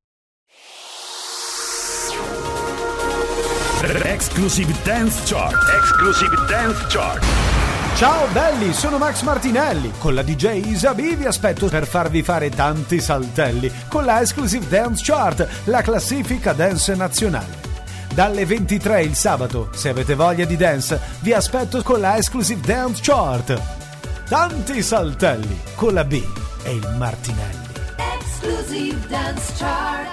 Exclusive Dance Chart. Ciao belli, sono Max Martinelli. Con la DJ Isabi vi aspetto per farvi fare tanti saltelli con la Exclusive Dance Chart, la classifica dance nazionale. Dalle 23 il sabato, se avete voglia di dance, vi aspetto con la Exclusive Dance Chart. Tanti saltelli con la B e il Martinelli. Exclusive Dance Chart.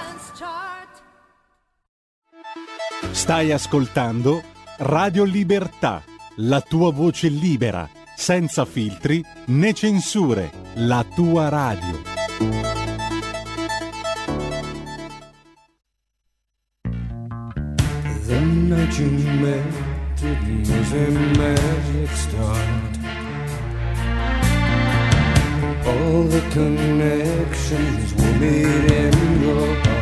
Stai ascoltando Radio Libertà, la tua voce libera, senza filtri né censure, la tua radio. The night you met, it was a magic start. All the connections were made in your heart.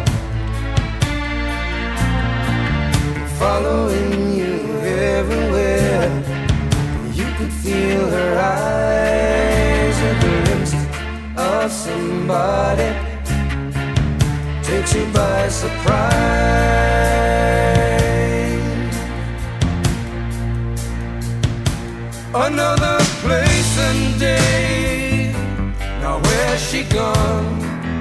Following you everywhere, you could feel her eyes, a glimpse of somebody takes you by surprise. Another place and day, now where's she gone?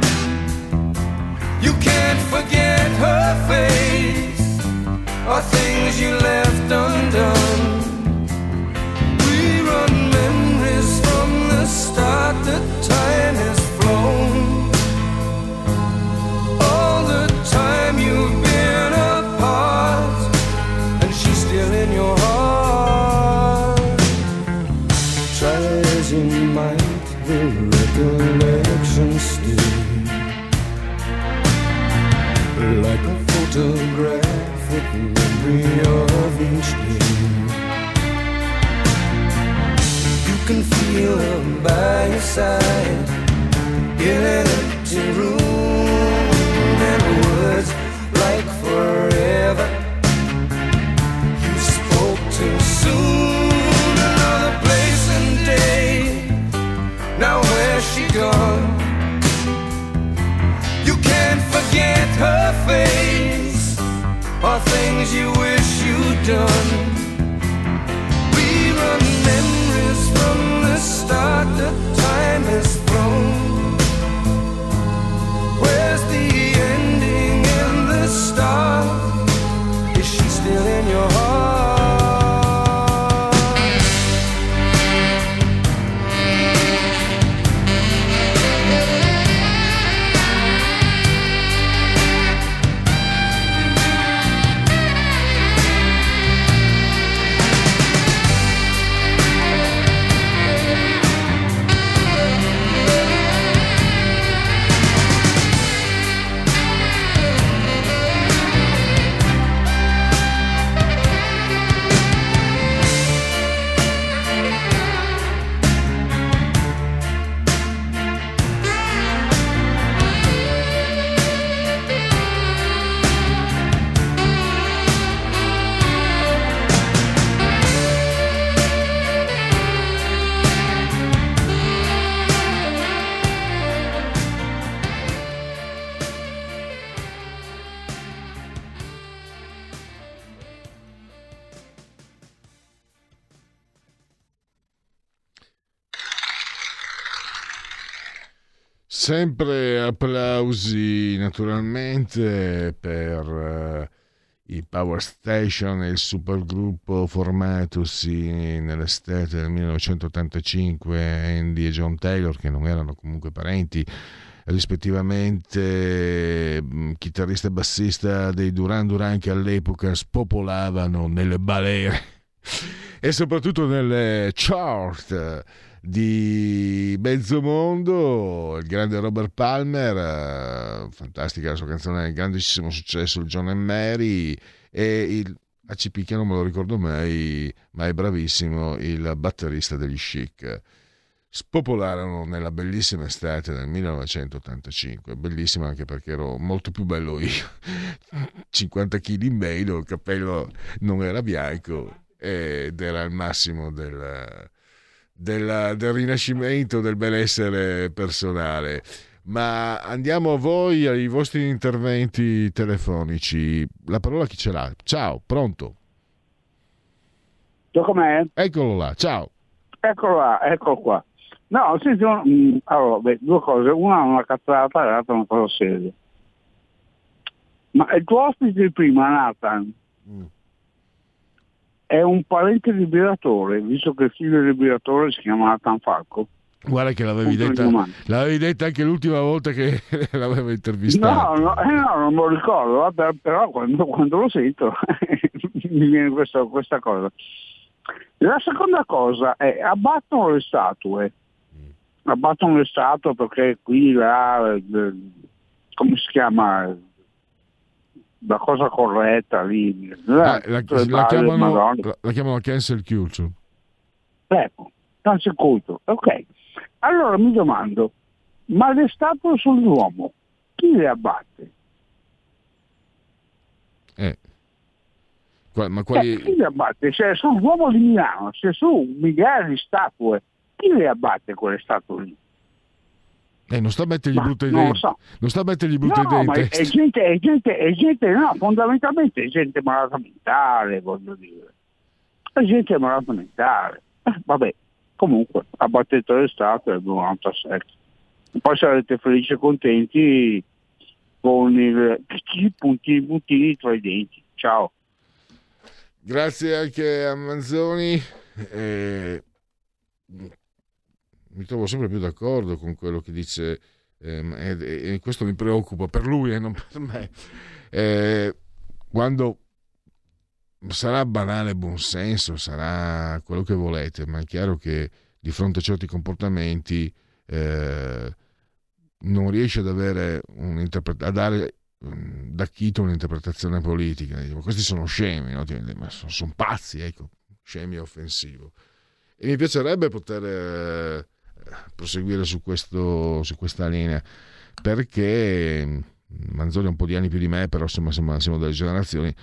You can't forget her face or things you left undone. We run memories from the start, the time has flown. All the time you've been apart, and she still can feel her by your side in an empty room, and words like forever. You spoke too soon. Another place and day. Now where's she gone? You can't forget her face or things you wish you'd done. Rerun memories from the start that time has flown. Where's the ending and the start? Is she still in your heart? Sempre applausi naturalmente per i Power Station e il supergruppo formatosi nell'estate del 1985, Andy e John Taylor, che non erano comunque parenti, rispettivamente chitarrista e bassista dei Duran Duran, che all'epoca spopolavano nelle balere e soprattutto nelle chart di mezzo mondo. Il grande Robert Palmer, fantastica la sua canzone, grandissimo successo, il John and Mary, e il ACP, che non me lo ricordo mai, ma è bravissimo, il batterista degli Chic. Spopolarono nella bellissima estate del 1985, bellissima anche perché ero molto più bello io, 50 kg in meno, il capello non era bianco ed era il massimo del rinascimento, del benessere personale. Ma andiamo a voi, ai vostri interventi telefonici. La parola chi ce l'ha? Ciao, pronto? Com'è? Eccolo là, ciao. Eccolo qua. No, senti, allora, due cose, una è una cazzata e l'altra è una cosa seria. Ma il tuo ospite di prima, Nathan, è un parente liberatore, visto che il figlio del liberatore si chiama Nathan Falco? Guarda che l'avevi detta anche l'ultima volta che l'avevo intervistato. No, non me lo ricordo, vabbè, però quando lo sento mi viene questa cosa. La seconda cosa è abbattono le statue perché qui là, come si chiama, la cosa corretta lì, la chiamano cancel culture. Ecco, cancel culture, ok. Allora mi domando, ma le statue sull'uomo chi le abbatte? Chi le abbatte? Se sull'uomo di Milano, se su migliaia di statue, chi le abbatte quelle statue lì? Non sta a mettergli brutte idee. Non sta a mettergli brutte idee in testa. È gente, no, fondamentalmente è gente malata mentale, voglio dire. È gente malata mentale. Vabbè, comunque, abbattete le statue del 97. Poi sarete felici e contenti con i puntini tra i denti. Ciao. Grazie anche a Manzoni. Mi trovo sempre più d'accordo con quello che dice, e questo mi preoccupa per lui e non per me. Quando sarà banale buonsenso, sarà quello che volete, ma è chiaro che di fronte a certi comportamenti non riesce ad avere a dare da Chito un'interpretazione politica. Questi sono scemi, no? Ma sono pazzi, ecco, scemi è offensivo. E mi piacerebbe poter proseguire su questa linea, perché Manzoni ha un po' di anni più di me, però insomma siamo delle generazioni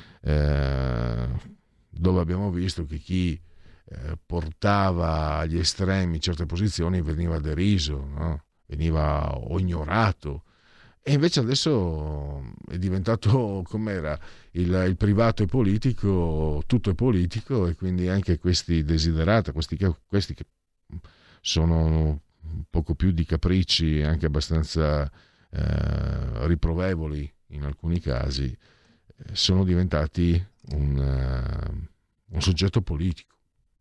dove abbiamo visto che chi portava agli estremi certe posizioni veniva deriso, no? Veniva o ignorato. E invece adesso è diventato, com'era, il privato è politico, tutto è politico, e quindi anche questi desiderata, questi che sono un poco più di capricci, anche abbastanza riprovevoli in alcuni casi, sono diventati un soggetto politico,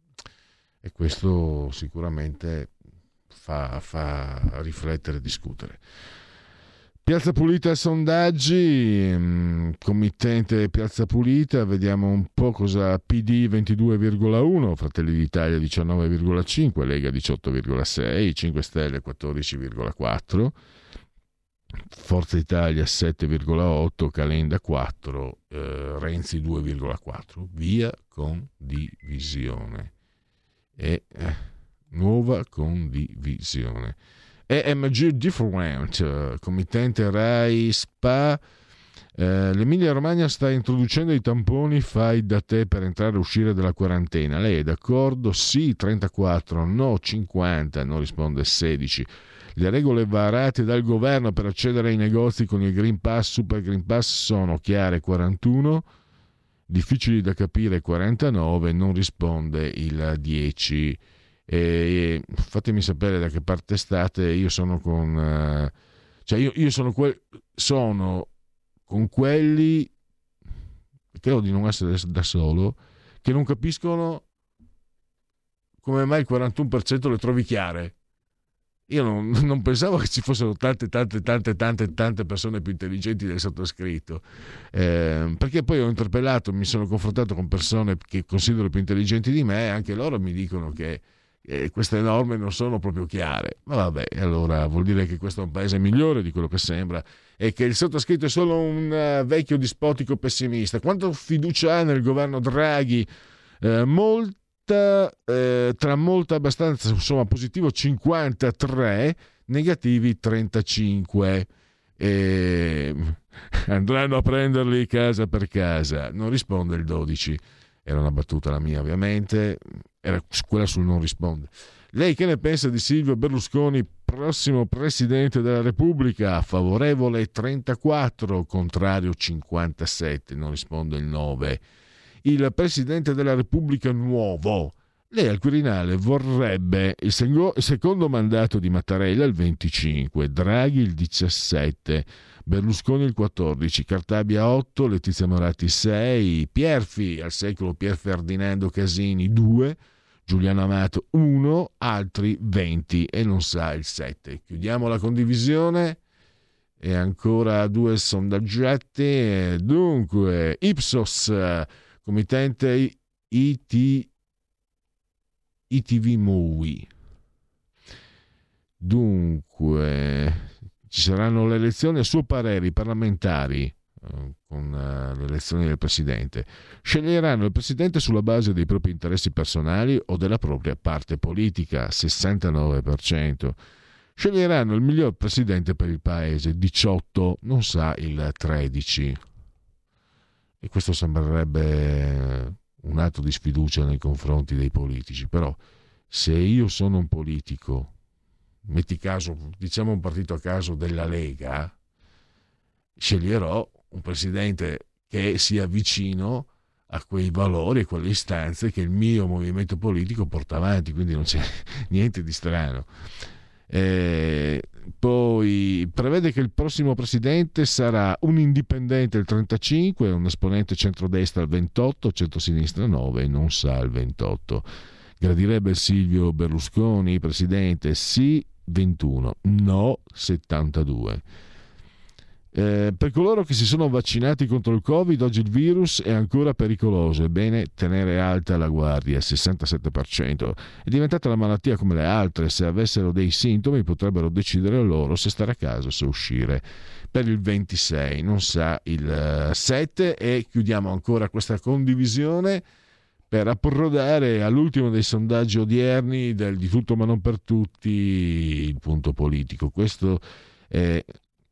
e questo sicuramente fa riflettere e discutere. Piazza Pulita sondaggi, committente Piazza Pulita, vediamo un po' cosa. PD 22,1, Fratelli d'Italia 19,5, Lega 18,6, 5 Stelle 14,4, Forza Italia 7,8, Calenda 4, Renzi 2,4. Via condivisione e nuova condivisione. EMG Different, committente Rai SPA. L'Emilia Romagna sta introducendo i tamponi fai da te per entrare e uscire dalla quarantena. Lei è d'accordo? Sì 34, no 50, non risponde 16. Le regole varate dal governo per accedere ai negozi con il Green Pass, Super Green Pass, sono chiare 41, difficili da capire 49, non risponde il 10. E fatemi sapere da che parte state. Io sono con io sono con quelli, credo di non essere da solo, che non capiscono come mai il 41% le trovi chiare. Io non pensavo che ci fossero tante persone più intelligenti del sottoscritto, perché poi ho interpellato, mi sono confrontato con persone che considero più intelligenti di me, e anche loro mi dicono che queste norme non sono proprio chiare. Ma vabbè, allora vuol dire che questo è un paese migliore di quello che sembra, e che il sottoscritto è solo un vecchio dispotico pessimista. Quanto fiducia ha nel governo Draghi? Molta, abbastanza, insomma, positivo 53, negativi 35. Andranno a prenderli casa per casa. Non risponde il 12. Era una battuta la mia, ovviamente, era quella sul non risponde. Lei che ne pensa di Silvio Berlusconi, prossimo Presidente della Repubblica? Favorevole 34, contrario 57, non risponde il 9. Il Presidente della Repubblica nuovo. Lei al Quirinale vorrebbe il secondo mandato di Mattarella il 25, Draghi il 17, Berlusconi il 14, Cartabia 8, Letizia Moratti 6, Pierfi al secolo Pier Ferdinando Casini 2, Giuliano Amato 1, altri 20 e non sa il 7. Chiudiamo la condivisione e ancora 2 sondaggetti. Dunque, Ipsos, committente ITV MUI. Dunque, ci saranno le elezioni, a suo parere i parlamentari con le elezioni del presidente sceglieranno il presidente sulla base dei propri interessi personali o della propria parte politica, 69%. Sceglieranno il miglior presidente per il paese, 18%, non sa il 13%. E questo sembrerebbe un atto di sfiducia nei confronti dei politici. Però se io sono un politico, metti caso, diciamo un partito a caso della Lega, sceglierò un presidente che sia vicino a quei valori e quelle istanze che il mio movimento politico porta avanti, quindi non c'è niente di strano. Poi prevede che il prossimo presidente sarà un indipendente il 35, un esponente centrodestra il 28, centrosinistra 9, non sa il 28. Gradirebbe Silvio Berlusconi presidente? Sì 21, no 72. Per coloro che si sono vaccinati contro il Covid, oggi il virus è ancora pericoloso, è bene tenere alta la guardia, 67%. È diventata la malattia come le altre, se avessero dei sintomi potrebbero decidere loro se stare a casa o se uscire. Per il 26, non sa il 7. E chiudiamo ancora questa condivisione per approdare all'ultimo dei sondaggi odierni del Di tutto ma non per tutti, il punto politico. Questo è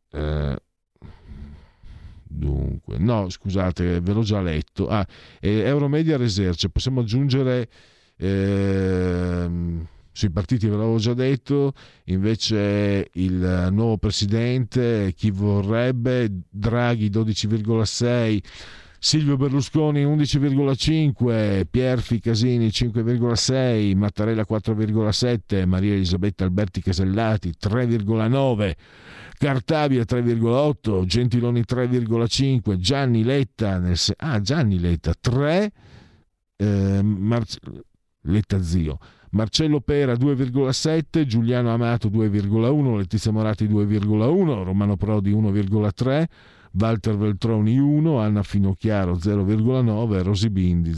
dunque, no scusate, ve l'ho già letto. Euromedia Research, possiamo aggiungere sui partiti, ve l'avevo già detto. Invece il nuovo presidente, chi vorrebbe, Draghi 12,6, Silvio Berlusconi 11,5, Pierfi Casini 5,6, Mattarella 4,7, Maria Elisabetta Alberti Casellati 3,9, Cartabia 3,8, Gentiloni 3,5, Gianni Letta 3, Letta zio, Marcello Pera 2,7, Giuliano Amato 2,1, Letizia Moratti 2,1, Romano Prodi 1,3, Walter Veltroni 1, Anna Finocchiaro 0,9, Rosy Bindi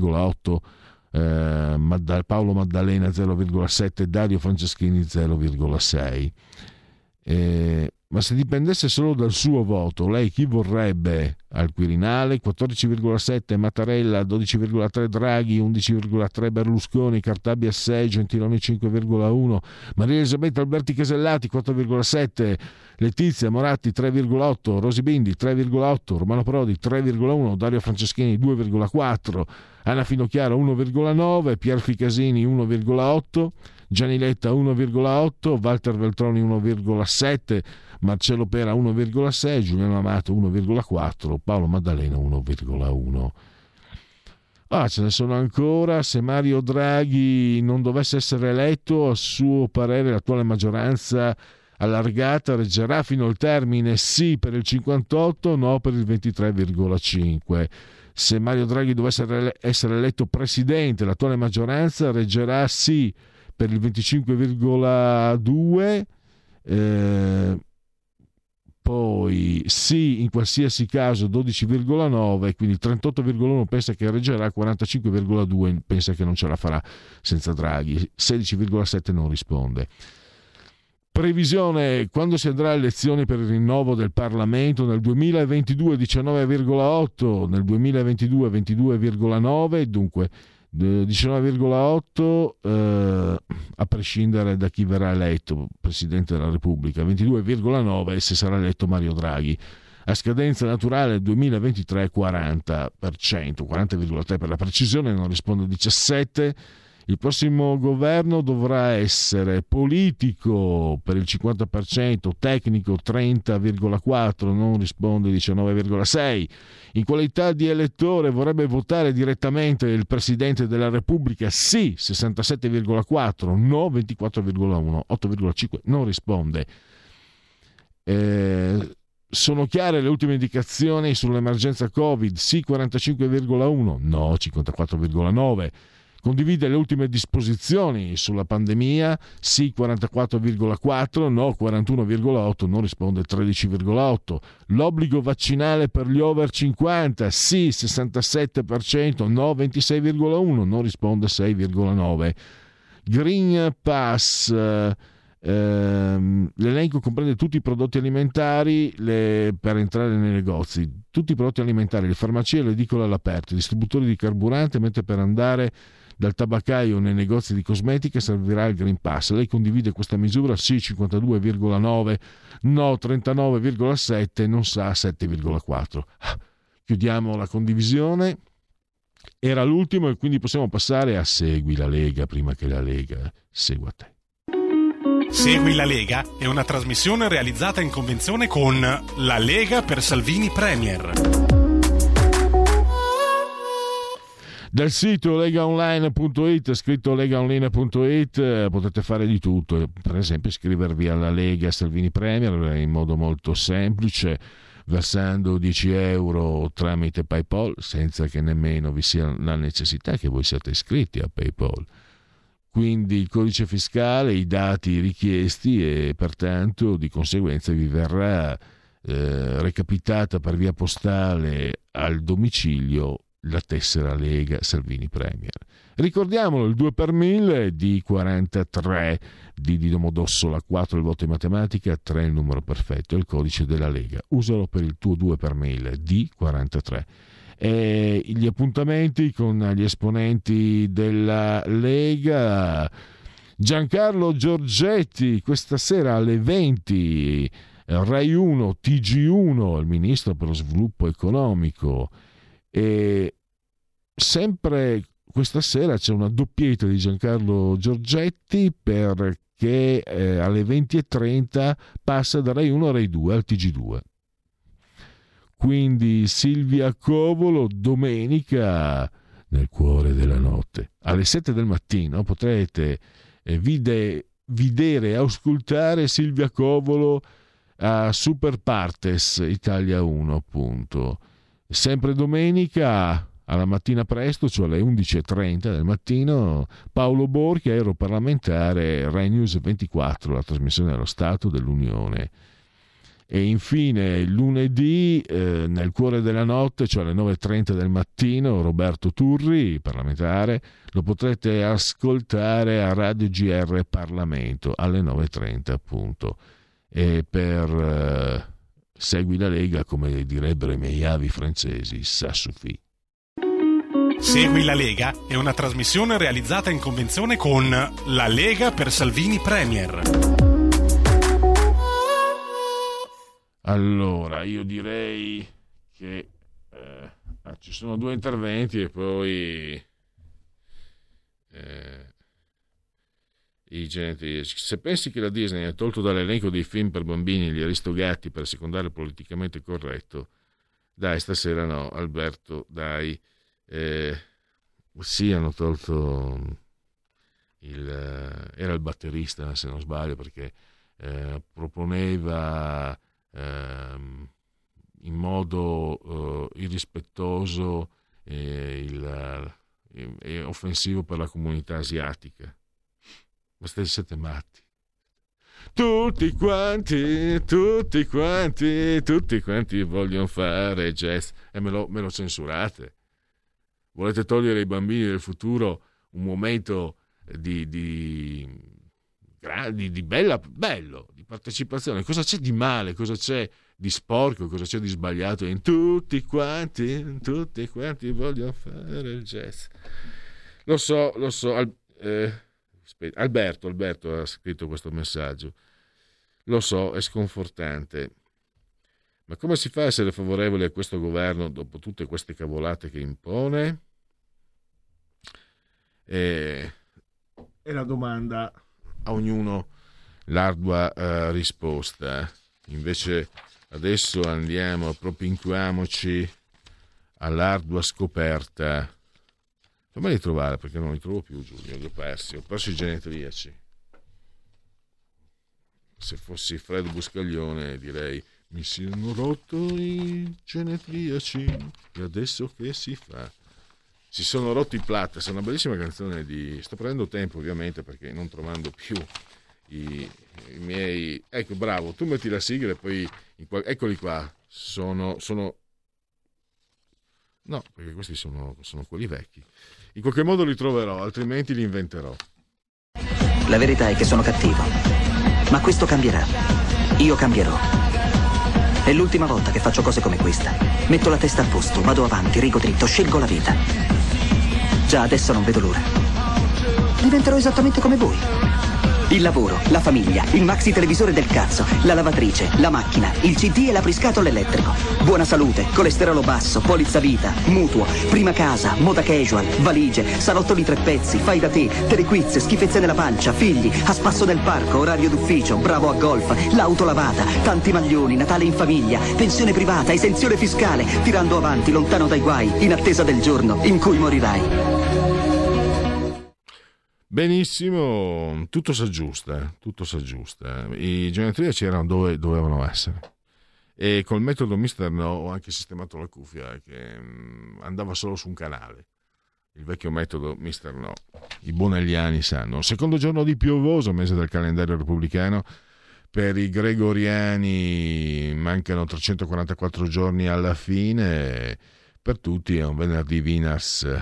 0,8, Paolo Maddalena 0,7, Dario Franceschini 0,6. Ma se dipendesse solo dal suo voto, lei chi vorrebbe al Quirinale? 14,7 Mattarella, 12,3 Draghi, 11,3 Berlusconi, Cartabia 6, Gentiloni 5,1, Maria Elisabetta Alberti Casellati 4,7, Letizia Moratti 3,8, Rosy Bindi 3,8, Romano Prodi 3,1, Dario Franceschini 2,4, Anna Finocchiaro 1,9, Pierfi Casini 1,8, Gianni Letta 1,8, Walter Veltroni 1,7, Marcello Pera 1,6, Giuliano Amato 1,4, Paolo Maddalena 1,1. Ce ne sono ancora. Se Mario Draghi non dovesse essere eletto, a suo parere l'attuale maggioranza allargata reggerà fino al termine? Sì per il 58, no per il 23,5. Se Mario Draghi dovesse essere eletto presidente, l'attuale maggioranza reggerà sì per il 25,2, poi sì in qualsiasi caso 12,9, quindi 38,1 pensa che reggerà, 45,2 pensa che non ce la farà senza Draghi, 16,7 non risponde. Previsione: quando si andrà a elezioni per il rinnovo del Parlamento? Nel 2022 19,8, nel 2022 22,9, dunque 19,8 a prescindere da chi verrà eletto Presidente della Repubblica, 22,9 se sarà eletto Mario Draghi. A scadenza naturale 2023 40%, 40,3 per la precisione, non risponde 17. Il prossimo governo dovrà essere politico per il 50%, tecnico 30,4, non risponde 19,6. In qualità di elettore vorrebbe votare direttamente il Presidente della Repubblica? Sì, 67,4, no 24,1, 8,5 non risponde. Sono chiare le ultime indicazioni sull'emergenza Covid? Sì 45,1, no 54,9. Condivide le ultime disposizioni sulla pandemia? Sì 44,4, no 41,8, non risponde 13,8. L'obbligo vaccinale per gli over 50? Sì 67%, no 26,1, non risponde 6,9. Green Pass, l'elenco comprende tutti i prodotti alimentari per entrare nei negozi, tutti i prodotti alimentari, le farmacie e le edicole all'aperto, i distributori di carburante, mentre per andare dal tabaccaio nei negozi di cosmetica servirà il Green Pass. Lei condivide questa misura? Sì 52,9, no 39,7, non sa 7,4. Chiudiamo la condivisione. Era l'ultimo e quindi possiamo passare a Segui la Lega prima che la Lega segua te. Segui la Lega è una trasmissione realizzata in convenzione con La Lega per Salvini Premier. Dal sito legaonline.it, scritto legaonline.it, potete fare di tutto, per esempio iscrivervi alla Lega Salvini Premier in modo molto semplice, versando 10 euro tramite PayPal, senza che nemmeno vi sia la necessità che voi siate iscritti a PayPal. Quindi il codice fiscale, i dati richiesti e pertanto di conseguenza vi verrà recapitata per via postale al domicilio la tessera Lega Salvini Premier. Ricordiamolo, il 2 per 1000 di 43 di Domodossola, 4 il voto in matematica, 3 il numero perfetto, è il codice della Lega. Usalo per il tuo 2 per 1000 di 43. E gli appuntamenti con gli esponenti della Lega. Giancarlo Giorgetti questa sera alle 20, Rai 1 TG1, il ministro per lo sviluppo economico. E sempre questa sera c'è una doppietta di Giancarlo Giorgetti perché alle 20:30 passa da Rai 1 a Rai 2 al TG2. Quindi Silvia Covolo domenica nel cuore della notte alle 7 del mattino potrete vedere e auscultare Silvia Covolo a Super Partes Italia 1, appunto. Sempre domenica alla mattina presto, cioè alle 11:30 del mattino, Paolo Borchia, europarlamentare, Rai News 24, la trasmissione dello Stato dell'Unione. E infine lunedì nel cuore della notte, cioè alle 9:30 del mattino, Roberto Turri, parlamentare, lo potrete ascoltare a Radio GR Parlamento alle 9:30 appunto. E per Segui la Lega, come direbbero i miei avi francesi, ça suffit. Segui la Lega è una trasmissione realizzata in convenzione con La Lega per Salvini Premier. Allora, io direi che ci sono due interventi e poi i genetriaci. Se pensi che la Disney ha tolto dall'elenco dei film per bambini gli Aristogatti per secondare politicamente corretto, dai, stasera no, Alberto, dai. Sì, hanno tolto era il batterista, se non sbaglio, perché proponeva in modo irrispettoso e offensivo per la comunità asiatica. Ma siete matti. Tutti quanti vogliono fare jazz e me lo censurate. Volete togliere ai bambini del futuro un momento di bello, di partecipazione? Cosa c'è di male? Cosa c'è di sporco? Cosa c'è di sbagliato in tutti quanti vogliono fare il jazz? Lo so. Alberto ha scritto questo messaggio. Lo so, è sconfortante. Ma come si fa a essere favorevoli a questo governo dopo tutte queste cavolate che impone? E la domanda a ognuno l'ardua risposta. Invece adesso propinquiamoci all'ardua scoperta. Fammi ritrovare, perché non li trovo più, Giulio, li ho persi i genetriaci. Se fossi Fred Buscaglione direi: mi sono rotto i genetriaci e adesso che si fa? Si sono rotti i Platters, è una bellissima canzone sto prendendo tempo ovviamente perché non trovando più i miei. Ecco, bravo, tu metti la sigla e poi eccoli qua, sono no, perché questi sono quelli vecchi. In qualche modo li troverò, altrimenti li inventerò. La verità è che sono cattivo, ma questo cambierà. Io cambierò. È l'ultima volta che faccio cose come questa. Metto la testa a posto, vado avanti, rigo dritto, scelgo la vita. Già adesso non vedo l'ora. Diventerò esattamente come voi. Il lavoro, la famiglia, il maxi televisore del cazzo, la lavatrice, la macchina, il CD e l'apriscatole elettrico. Buona salute, colesterolo basso, polizza vita, mutuo, prima casa, moda casual, valigie, salottoli 3 pezzi, fai da te, telequiz, schifezze nella pancia, figli, a spasso nel parco, orario d'ufficio, bravo a golf, l'auto lavata, tanti maglioni, Natale in famiglia, pensione privata, esenzione fiscale, tirando avanti, lontano dai guai, in attesa del giorno in cui morirai. Benissimo, tutto si aggiusta. I genetriaci erano dove dovevano essere. E col metodo Mister No ho anche sistemato la cuffia che andava solo su un canale. Il vecchio metodo Mister No. I bonelliani sanno. Secondo giorno di piovoso, mese del calendario repubblicano. Per i gregoriani mancano 344 giorni alla fine. Per tutti è un venerdì Vinas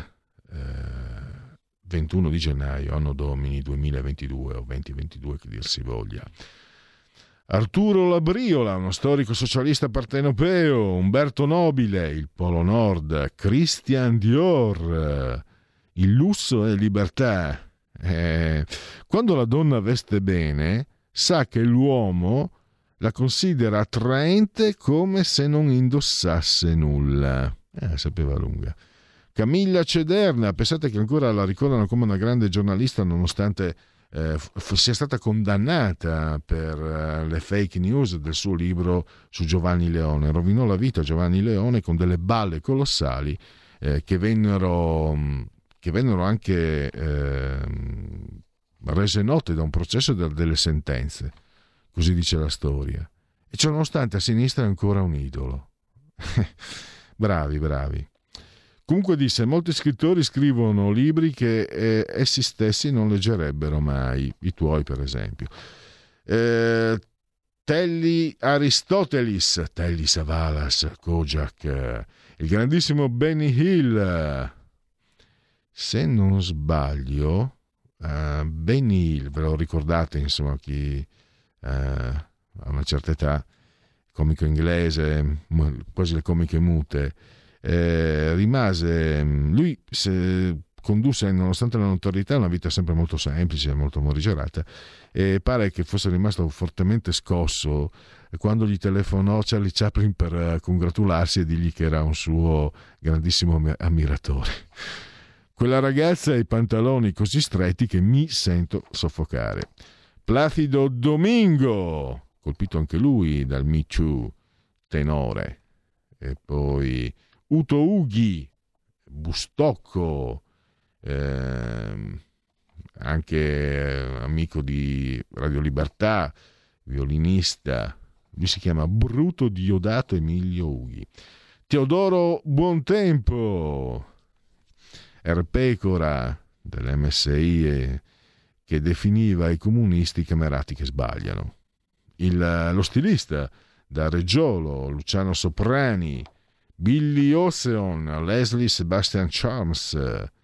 21 di gennaio, anno domini 2022 o 2022 che dir si voglia. Arturo Labriola, uno storico socialista partenopeo, Umberto Nobile, il Polo Nord, Christian Dior, il lusso e libertà. Quando la donna veste bene, sa che l'uomo la considera attraente come se non indossasse nulla. Sapeva lunga. Camilla Cederna, pensate che ancora la ricordano come una grande giornalista nonostante sia stata condannata per le fake news del suo libro su Giovanni Leone. Rovinò la vita a Giovanni Leone con delle balle colossali che vennero anche rese note da un processo delle sentenze, così dice la storia. E ciò nonostante a sinistra è ancora un idolo. bravi. Comunque disse, molti scrittori scrivono libri che essi stessi non leggerebbero mai, i tuoi per esempio. Aristoteles, Telly Savalas, Kojak, il grandissimo Benny Hill. Se non sbaglio, Benny Hill, ve lo ricordate, insomma, chi ha una certa età, comico inglese, quasi le comiche mute, lui condusse, nonostante la notorietà, una vita sempre molto semplice, molto morigerata, e pare che fosse rimasto fortemente scosso quando gli telefonò Charlie Chaplin per congratularsi e dirgli che era un suo grandissimo ammiratore. Quella ragazza ha i pantaloni così stretti che mi sento soffocare. Placido Domingo, colpito anche lui dal Me Too, tenore. E poi Uto Ughi, Bustocco, anche amico di Radio Libertà, violinista. Lui si chiama Bruto Diodato Emilio Ughi. Teodoro Buontempo, Erpecora dell'MSI, che definiva i comunisti camerati che sbagliano. Lo stilista da Reggiolo, Luciano Soprani, Billy Ocean, Leslie Sebastian Charms,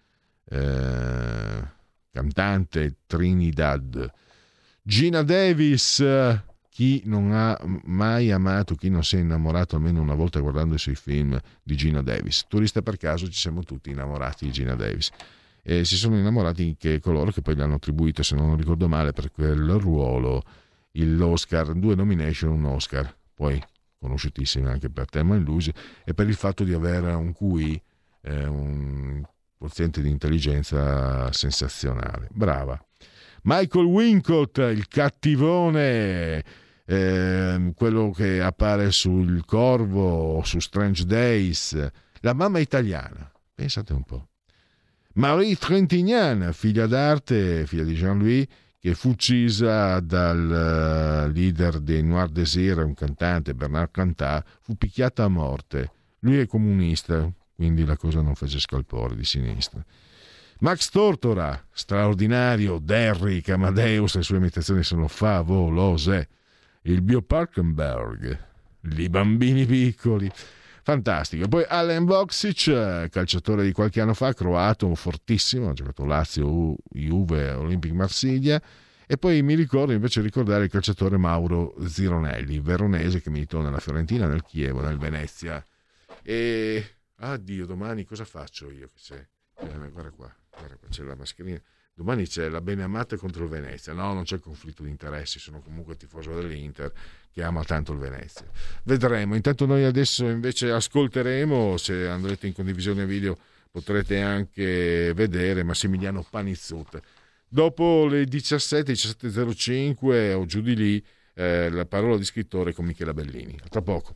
cantante Trinidad, Gina Davis. Chi non ha mai amato, chi non si è innamorato almeno una volta guardando i suoi film di Gina Davis? Turista per caso, ci siamo tutti innamorati di Gina Davis. E si sono innamorati anche coloro che poi gli hanno attribuito, se non ricordo male, per quel ruolo l'Oscar, 2 nomination, un Oscar, poi conosciutissime anche per Thelma and Louise e per il fatto di avere un QI, un quoziente di intelligenza sensazionale. Brava. Michael Wincott, il cattivone, quello che appare sul Corvo, su Strange Days, la mamma italiana, pensate un po'. Marie Trintignant, figlia d'arte, figlia di Jean-Louis, che fu uccisa dal leader dei Noir Désir, un cantante, Bernard Cantat, fu picchiata a morte. Lui è comunista, quindi la cosa non fece scalpore, di sinistra. Max Tortora, straordinario, Derrick, Amadeus, le sue imitazioni sono favolose. Il Bio Parkenberg, i bambini piccoli, fantastico. Poi Alen Boksic, calciatore di qualche anno fa, croato, fortissimo, ha giocato Lazio, Juve, Olympic Marsiglia. E poi mi ricordo invece ricordare il calciatore Mauro Zironelli, veronese, che militò nella Fiorentina, nel Chievo, nel Venezia. E addio, domani cosa faccio io? Guarda qua, c'è la mascherina. Domani c'è la Beneamate contro il Venezia. No, non c'è conflitto di interessi, sono comunque tifoso dell'Inter che ama tanto il Venezia. Vedremo. Intanto noi adesso invece ascolteremo, se andrete in condivisione video potrete anche vedere Massimiliano Panizzut. Dopo le 17:05 o giù di lì, la parola di scrittore con Michela Bellini. A tra poco.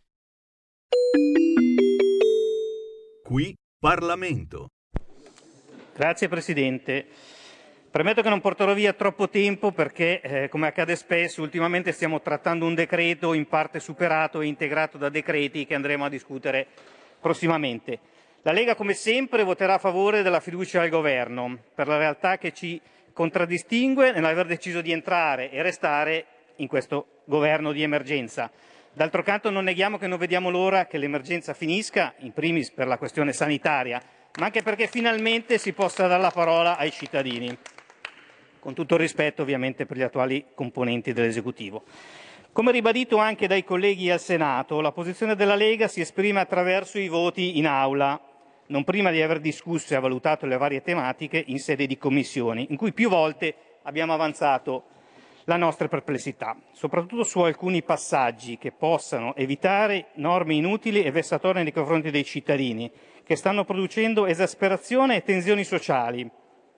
Qui Parlamento. Grazie Presidente. Premetto che non porterò via troppo tempo perché, come accade spesso, ultimamente stiamo trattando un decreto in parte superato e integrato da decreti che andremo a discutere prossimamente. La Lega, come sempre, voterà a favore della fiducia al Governo, per la realtà che ci contraddistingue nell'aver deciso di entrare e restare in questo governo di emergenza. D'altro canto non neghiamo che non vediamo l'ora che l'emergenza finisca, in primis per la questione sanitaria, ma anche perché finalmente si possa dare la parola ai cittadini, con tutto il rispetto ovviamente per gli attuali componenti dell'esecutivo. Come ribadito anche dai colleghi al Senato, la posizione della Lega si esprime attraverso i voti in aula, non prima di aver discusso e valutato le varie tematiche in sede di commissioni, in cui più volte abbiamo avanzato la nostra perplessità, soprattutto su alcuni passaggi che possano evitare norme inutili e vessatorie nei confronti dei cittadini, che stanno producendo esasperazione e tensioni sociali,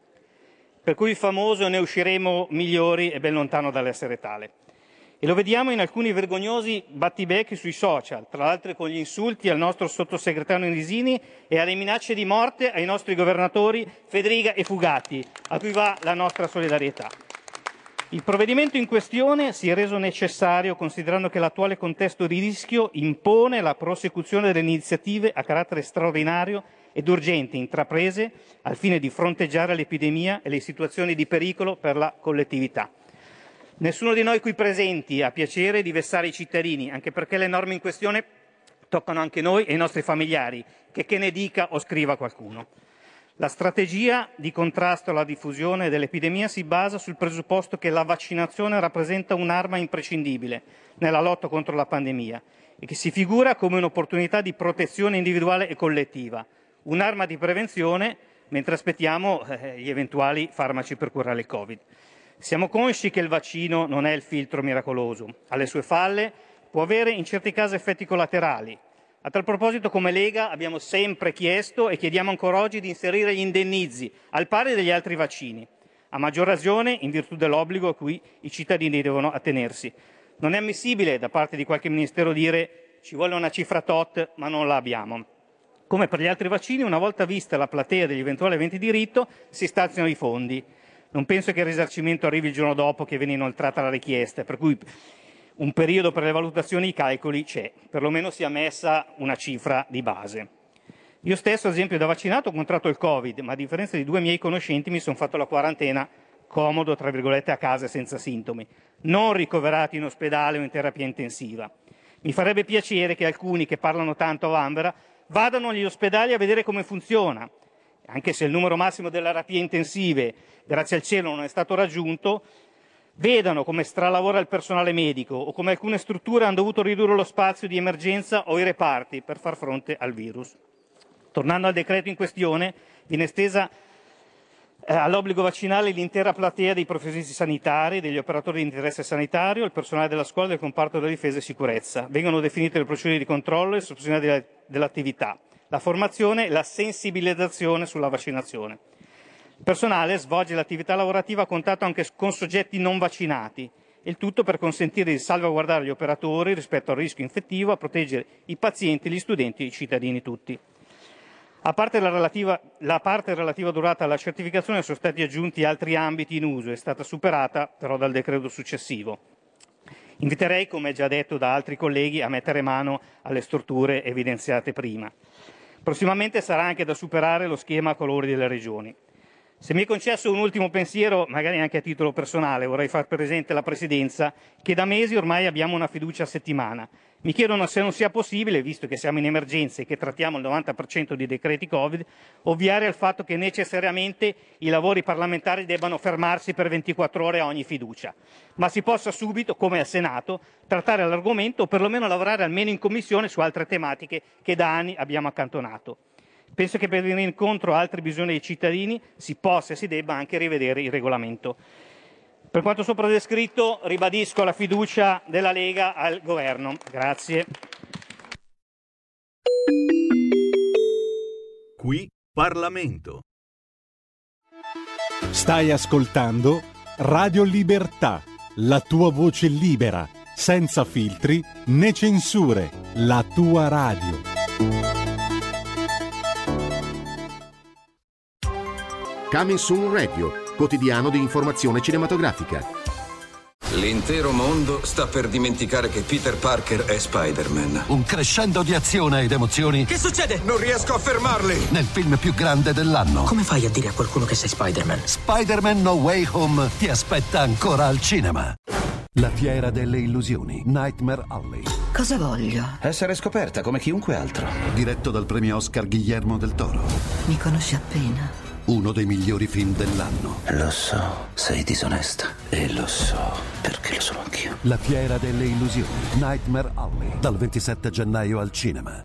per cui il famoso "ne usciremo migliori" è ben lontano dall'essere tale. E lo vediamo in alcuni vergognosi battibecchi sui social, tra l'altro con gli insulti al nostro sottosegretario Nisini e alle minacce di morte ai nostri governatori Fedriga e Fugatti, a cui va la nostra solidarietà. Il provvedimento in questione si è reso necessario considerando che l'attuale contesto di rischio impone la prosecuzione delle iniziative a carattere straordinario ed urgente intraprese al fine di fronteggiare l'epidemia e le situazioni di pericolo per la collettività. Nessuno di noi qui presenti ha piacere di vessare i cittadini, anche perché le norme in questione toccano anche noi e i nostri familiari, che ne dica o scriva qualcuno. La strategia di contrasto alla diffusione dell'epidemia si basa sul presupposto che la vaccinazione rappresenta un'arma imprescindibile nella lotta contro la pandemia e che si figura come un'opportunità di protezione individuale e collettiva, un'arma di prevenzione mentre aspettiamo gli eventuali farmaci per curare il Covid. Siamo consci che il vaccino non è il filtro miracoloso, alle sue falle, può avere in certi casi effetti collaterali. A tal proposito, come Lega, abbiamo sempre chiesto e chiediamo ancora oggi di inserire gli indennizzi al pari degli altri vaccini, a maggior ragione in virtù dell'obbligo a cui i cittadini devono attenersi. Non è ammissibile da parte di qualche ministero dire ci vuole una cifra tot ma non la abbiamo. Come per gli altri vaccini, una volta vista la platea degli eventuali aventi diritto, si stanziano i fondi. Non penso che il risarcimento arrivi il giorno dopo che viene inoltrata la richiesta, per cui un periodo per le valutazioni e i calcoli c'è, perlomeno sia messa una cifra di base. Io stesso, ad esempio, da vaccinato ho contratto il Covid, ma a differenza di 2 miei conoscenti mi sono fatto la quarantena comodo, tra virgolette, a casa senza sintomi, non ricoverato in ospedale o in terapia intensiva. Mi farebbe piacere che alcuni che parlano tanto a vanvera vadano agli ospedali a vedere come funziona, anche se il numero massimo delle terapie intensive, grazie al cielo, non è stato raggiunto, vedano come stralavora il personale medico o come alcune strutture hanno dovuto ridurre lo spazio di emergenza o i reparti per far fronte al virus. Tornando al decreto in questione, viene estesa all'obbligo vaccinale l'intera platea dei professionisti sanitari, degli operatori di interesse sanitario, il personale della scuola e del comparto della difesa e sicurezza. Vengono definite le procedure di controllo e sospensione dell'attività, la formazione e la sensibilizzazione sulla vaccinazione. Il personale svolge l'attività lavorativa a contatto anche con soggetti non vaccinati, il tutto per consentire di salvaguardare gli operatori rispetto al rischio infettivo, a proteggere i pazienti, gli studenti e i cittadini tutti. A parte la parte relativa durata alla certificazione, sono stati aggiunti altri ambiti in uso, è stata superata però dal decreto successivo. Inviterei, come già detto da altri colleghi, a mettere mano alle storture evidenziate prima. Prossimamente sarà anche da superare lo schema a colori delle regioni. Se mi è concesso un ultimo pensiero, magari anche a titolo personale, vorrei far presente alla Presidenza che da mesi ormai abbiamo una fiducia a settimana. Mi chiedono se non sia possibile, visto che siamo in emergenza e che trattiamo il 90% di decreti Covid, ovviare al fatto che necessariamente i lavori parlamentari debbano fermarsi per 24 ore a ogni fiducia, ma si possa subito, come al Senato, trattare l'argomento o perlomeno lavorare almeno in commissione su altre tematiche che da anni abbiamo accantonato. Penso che per venire incontro a altri bisogni dei cittadini si possa e si debba anche rivedere il regolamento. Per quanto sopra descritto, ribadisco la fiducia della Lega al Governo. Grazie. Qui Parlamento. Stai ascoltando Radio Libertà, la tua voce libera, senza filtri né censure, la tua radio. Coming Soon Radio, quotidiano di informazione cinematografica. L'intero mondo sta per dimenticare che Peter Parker è Spider-Man. Un crescendo di azione ed emozioni. Che succede? Non riesco a fermarli! Nel film più grande dell'anno. Come fai a dire a qualcuno che sei Spider-Man? Spider-Man No Way Home ti aspetta ancora al cinema. La fiera delle illusioni, Nightmare Alley. Cosa voglio? Essere scoperta come chiunque altro. Diretto dal premio Oscar Guillermo del Toro. Mi conosci appena. uno dei migliori film dell'anno. Lo so, sei disonesta. E lo so, perché lo sono anch'io. La fiera delle illusioni. Nightmare Alley. Dal 27 gennaio al cinema.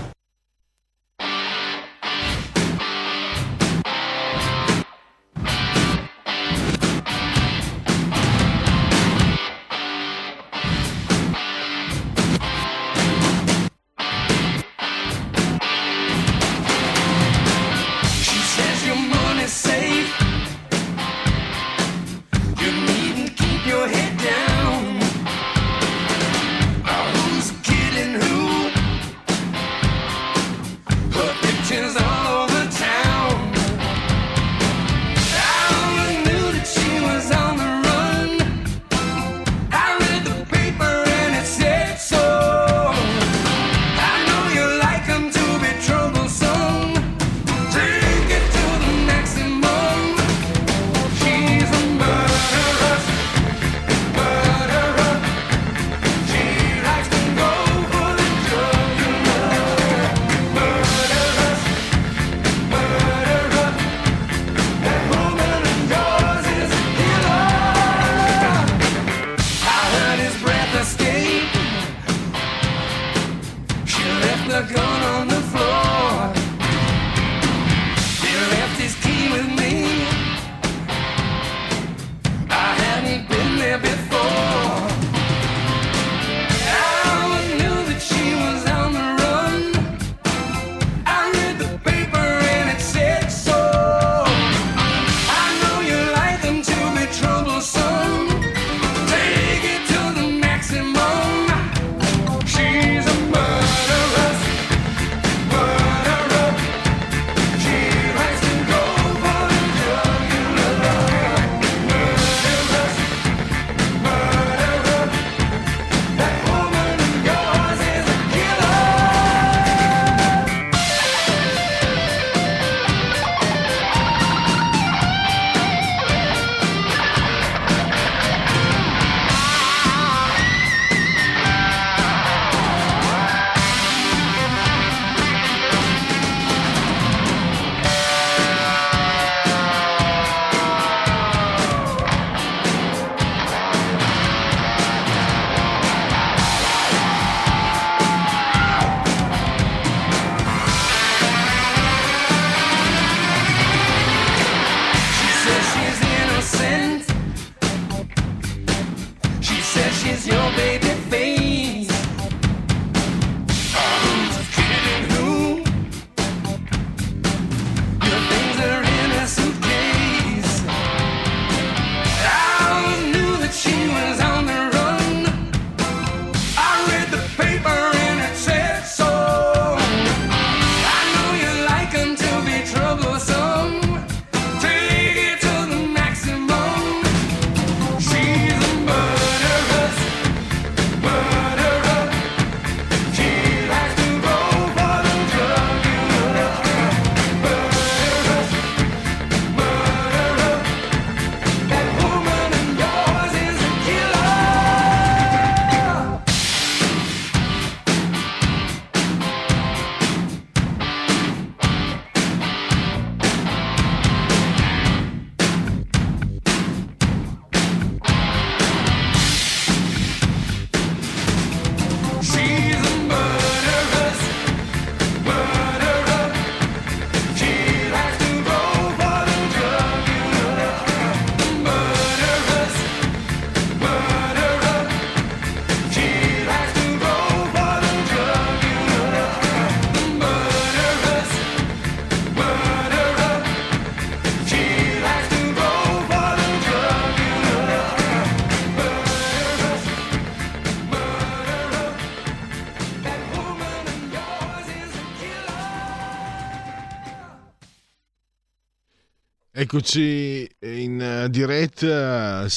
Eccoci in diretta,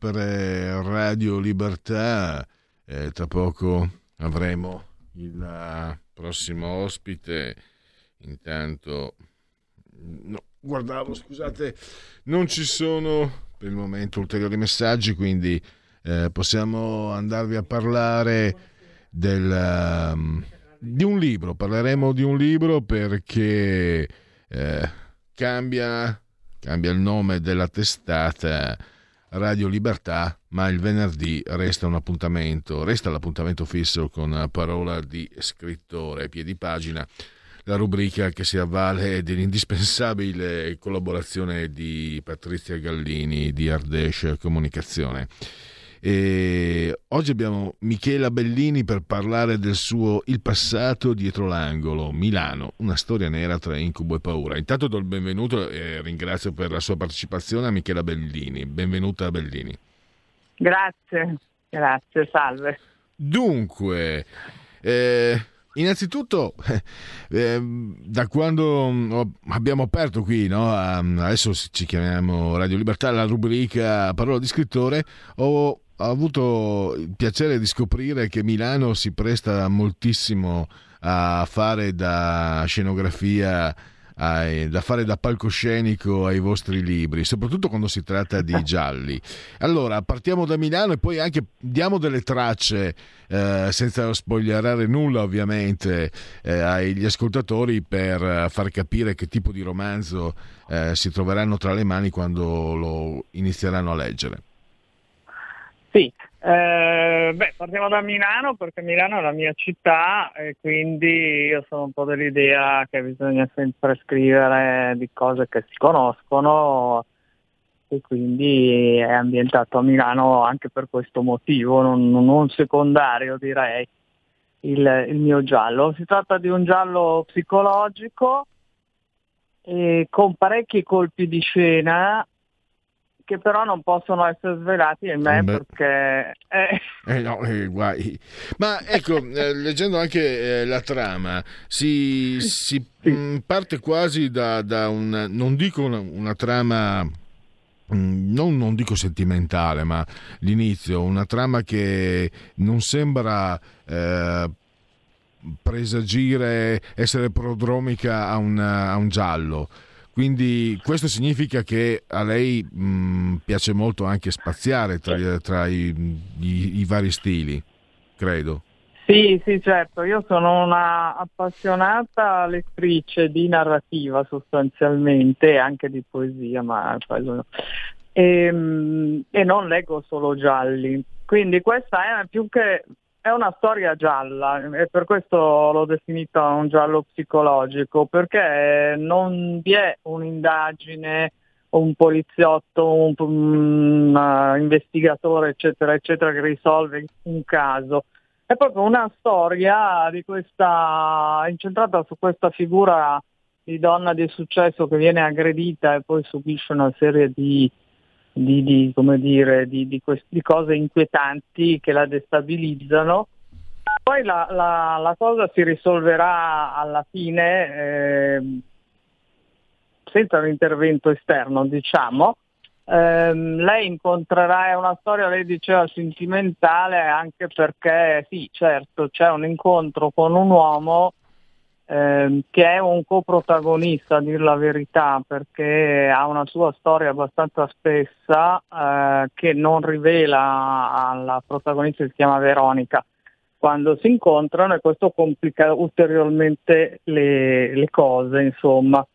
sempre Radio Libertà. Tra poco avremo il prossimo ospite. Intanto, no, guardavo, scusate, non ci sono per il momento ulteriori messaggi, quindi possiamo andarvi a parlare di un libro. Parleremo di un libro perché cambia il nome della testata Radio Libertà, ma il venerdì resta l'appuntamento fisso con Parola di Scrittore, piedipagina, la rubrica che si avvale dell'indispensabile collaborazione di Patrizia Gallini di Ardèche Comunicazione. E oggi abbiamo Michela Bellini per parlare del suo Il passato dietro l'angolo, Milano, una storia nera tra incubo e paura. Intanto do il benvenuto e ringrazio per la sua partecipazione a Michela Bellini. Benvenuta Bellini. Grazie, salve. Dunque, innanzitutto, da quando abbiamo aperto qui, no? Adesso ci chiamiamo Radio Libertà, la rubrica Parola di Scrittore, ho avuto il piacere di scoprire che Milano si presta moltissimo a fare da scenografia, da fare da palcoscenico ai vostri libri, soprattutto quando si tratta di gialli. Allora, partiamo da Milano e poi anche diamo delle tracce, senza spoilerare nulla ovviamente, agli ascoltatori, per far capire che tipo di romanzo si troveranno tra le mani quando lo inizieranno a leggere. Sì, partiamo da Milano, perché Milano è la mia città e quindi io sono un po' dell'idea che bisogna sempre scrivere di cose che si conoscono, e quindi è ambientato a Milano anche per questo motivo, non secondario direi, il mio giallo. Si tratta di un giallo psicologico con parecchi colpi di scena che però non possono essere svelati perché guai. Ma ecco, leggendo anche la trama si parte quasi da un, non dico una trama, non dico sentimentale, ma l'inizio, una trama che non sembra presagire, essere prodromica a un giallo. Quindi questo significa che a lei piace molto anche spaziare tra i vari stili, credo. Sì, certo. Io sono una appassionata lettrice di narrativa sostanzialmente, anche di poesia, ma e non leggo solo gialli. Quindi questa è una storia gialla, e per questo l'ho definita un giallo psicologico, perché non vi è un'indagine, un poliziotto, un investigatore, eccetera, eccetera, che risolve un caso. È proprio una storia incentrata su questa figura di donna di successo che viene aggredita e poi subisce una serie di cose inquietanti che la destabilizzano. Poi la cosa si risolverà alla fine senza un intervento esterno, diciamo. Lei incontrerà, è una storia, lei diceva, sentimentale, anche perché sì, certo, c'è un incontro con un uomo che è un coprotagonista, a dir la verità, perché ha una sua storia abbastanza spessa che non rivela alla protagonista, che si chiama Veronica, quando si incontrano, e questo complica ulteriormente le cose, insomma.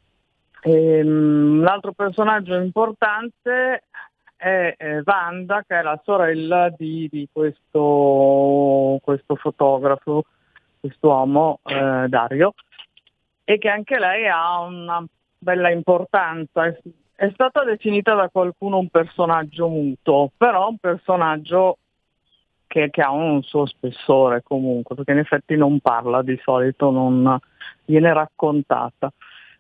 Un altro personaggio importante è Wanda, che è la sorella di questo fotografo, quest'uomo Dario, e che anche lei ha una bella importanza. È stata definita da qualcuno un personaggio muto, però un personaggio che ha un suo spessore comunque, perché in effetti non parla di solito, non viene raccontata.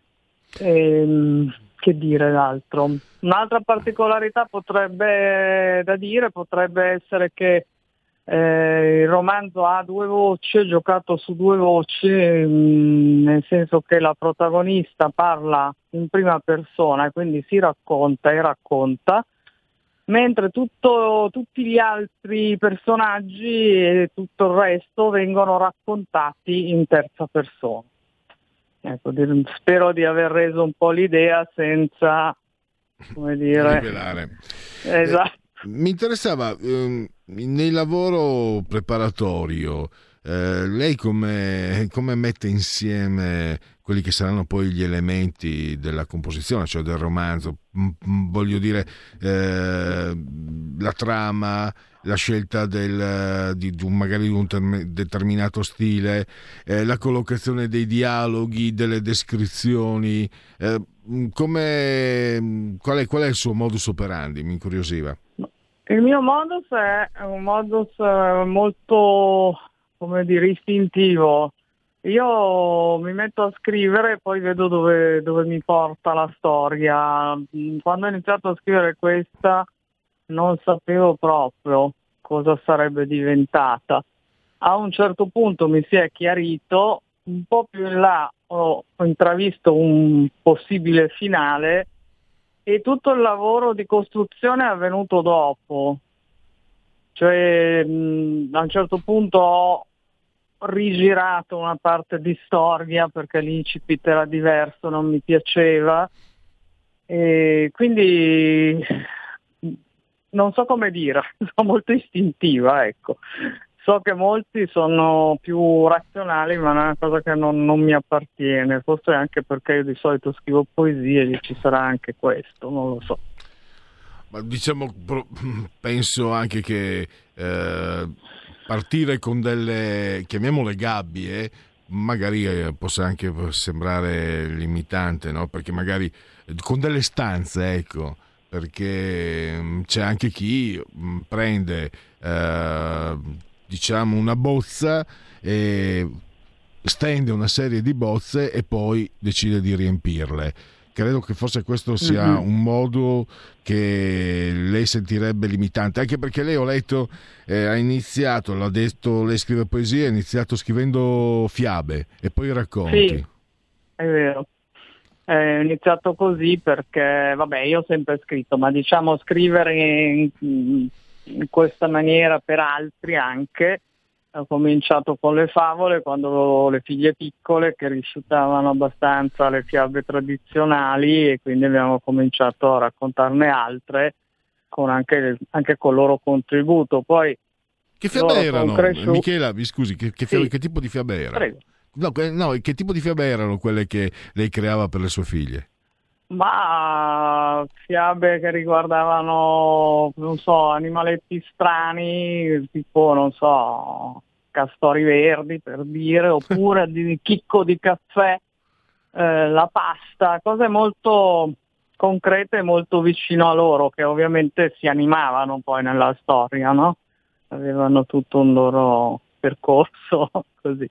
Che dire d'altro? Un'altra particolarità potrebbe essere che il romanzo ha due voci, è giocato su due voci, nel senso che la protagonista parla in prima persona e quindi si racconta e racconta, mentre tutti gli altri personaggi e tutto il resto vengono raccontati in terza persona. Ecco, spero di aver reso un po' l'idea senza, rivelare. Esatto. Mi interessava nel lavoro preparatorio lei come mette insieme quelli che saranno poi gli elementi della composizione, cioè del romanzo? Voglio dire, la trama, la scelta magari di un determinato stile, la collocazione dei dialoghi, delle descrizioni, qual è il suo modus operandi? Mi incuriosiva. Il mio modus è un modus molto, come dire, istintivo. Io mi metto a scrivere e poi vedo dove mi porta la storia. Quando ho iniziato a scrivere questa non sapevo proprio cosa sarebbe diventata. A un certo punto mi si è chiarito, un po' più in là ho intravisto un possibile finale e tutto il lavoro di costruzione è avvenuto dopo. Cioè, a un certo punto ho rigirato una parte di storia perché l'incipit era diverso, non mi piaceva, e quindi non so come dire, sono molto istintiva, ecco. So che molti sono più razionali, ma è una cosa che non mi appartiene, forse anche perché io di solito scrivo poesie e ci sarà anche questo, non lo so. Ma diciamo, penso anche che partire con delle, chiamiamole gabbie, magari possa anche sembrare limitante, no? Perché magari con delle stanze, ecco, perché c'è anche chi prende diciamo una bozza e stende una serie di bozze e poi decide di riempirle. Credo che forse questo sia un modo che lei sentirebbe limitante, anche perché lei, ho letto, ha iniziato, l'ha detto, lei scrive poesie, ha iniziato scrivendo fiabe e poi racconti. Sì, è vero. Ho iniziato così perché, vabbè, io ho sempre scritto, ma diciamo scrivere in questa maniera per altri anche. Ho cominciato con le favole quando avevo le figlie piccole che rifiutavano abbastanza le fiabe tradizionali e quindi abbiamo cominciato a raccontarne altre con anche col loro contributo. Poi che fiabe erano? Michela, mi scusi, che tipo di fiabe erano? Prego. No, che tipo di fiabe erano quelle che lei creava per le sue figlie? Ma fiabe che riguardavano, non so, animaletti strani, tipo, non so, castori verdi per dire, oppure di chicco di caffè, la pasta, cose molto concrete e molto vicino a loro, che ovviamente si animavano poi nella storia, no? Avevano tutto un loro percorso, così.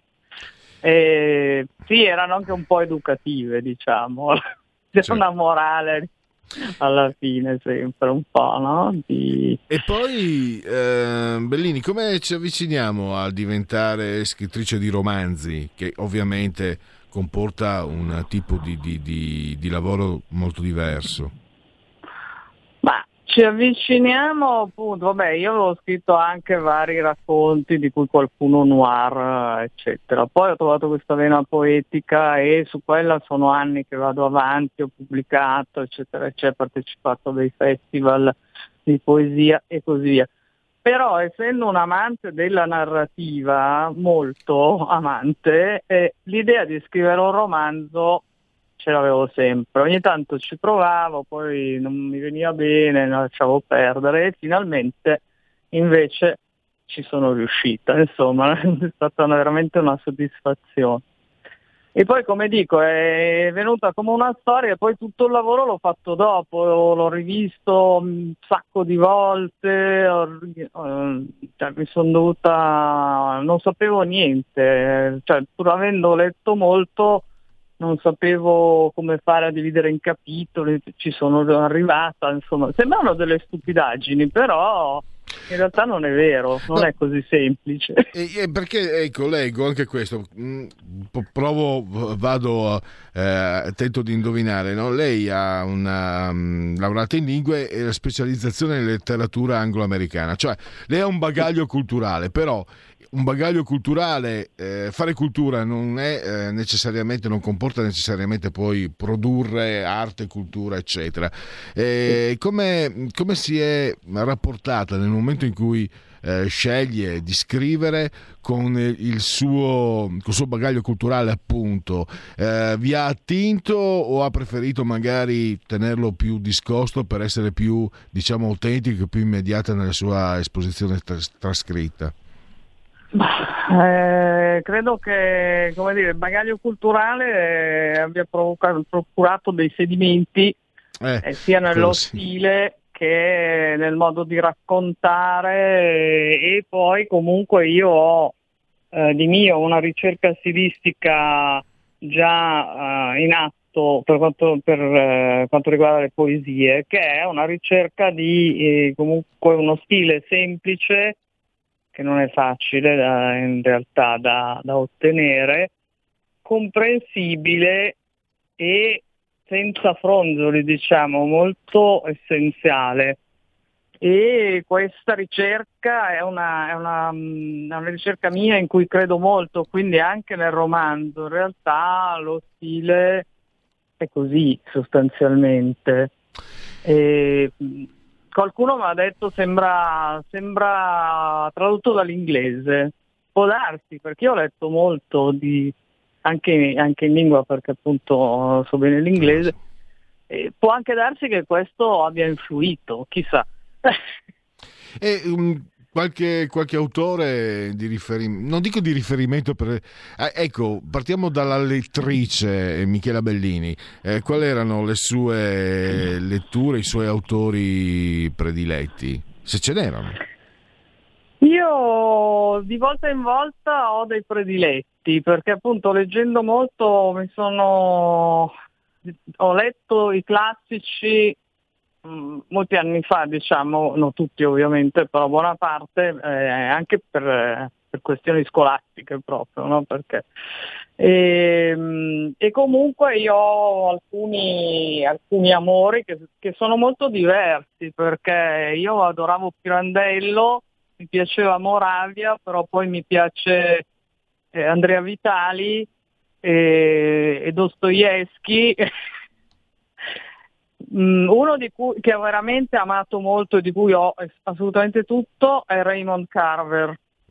E sì, erano anche un po' educative, diciamo. C'è una morale alla fine sempre un po', no? E poi Bellini, come ci avviciniamo a diventare scrittrice di romanzi, che ovviamente comporta un tipo di lavoro molto diverso? Ma ci avviciniamo, appunto, vabbè, io avevo scritto anche vari racconti, di cui qualcuno noir, eccetera. Poi ho trovato questa vena poetica e su quella sono anni che vado avanti, ho pubblicato, eccetera, eccetera, partecipato a dei festival di poesia e così via. Però essendo un amante della narrativa, molto amante, l'idea di scrivere un romanzo ce l'avevo sempre. Ogni tanto ci provavo, poi non mi veniva bene, la lasciavo perdere e finalmente invece ci sono riuscita. Insomma, è stata veramente una soddisfazione. E poi, come dico, è venuta come una storia e poi tutto il lavoro l'ho fatto dopo, l'ho rivisto un sacco di volte, mi sono dovuta, non sapevo niente, cioè pur avendo letto molto non sapevo come fare a dividere in capitoli, ci sono arrivata, insomma, sembrano delle stupidaggini, però in realtà non è vero, non è così semplice. Perché, ecco, leggo anche questo, tento di indovinare, no? Lei ha una laureata in lingue e la specializzazione in letteratura anglo-americana, cioè lei ha un bagaglio culturale, però un bagaglio culturale, fare cultura non è necessariamente, non comporta necessariamente poi produrre arte, cultura, eccetera. Come si è rapportata nel momento in cui sceglie di scrivere con il suo bagaglio culturale, appunto, vi ha attinto o ha preferito magari tenerlo più discosto per essere più, diciamo, autentico e più immediata nella sua esposizione trascritta? Credo che, come dire, il bagaglio culturale abbia procurato dei sedimenti sia nello stile che nel modo di raccontare, e poi comunque io ho di mio una ricerca stilistica già in atto per quanto riguarda le poesie, che è una ricerca di comunque uno stile semplice, che non è facile in realtà da ottenere, comprensibile e senza fronzoli, diciamo, molto essenziale. E questa ricerca è una ricerca mia in cui credo molto, quindi anche nel romanzo in realtà lo stile è così sostanzialmente. Qualcuno mi ha detto sembra tradotto dall'inglese. Può darsi, perché io ho letto molto anche in lingua, perché appunto so bene l'inglese. Può anche darsi che questo abbia influito, chissà. Qualche autore di riferimento, non dico di riferimento, ecco, partiamo dalla lettrice Michela Bellini. Quali erano le sue letture, i suoi autori prediletti, se ce n'erano? Io di volta in volta ho dei prediletti, perché appunto leggendo molto ho letto i classici molti anni fa, diciamo, non tutti ovviamente, però buona parte, anche per questioni scolastiche proprio, no? Perché e comunque io ho alcuni amori che sono molto diversi, perché io adoravo Pirandello, mi piaceva Moravia, però poi mi piace Andrea Vitali e Dostoevskij. Uno che ho veramente amato molto e di cui ho assolutamente tutto è Raymond Carver,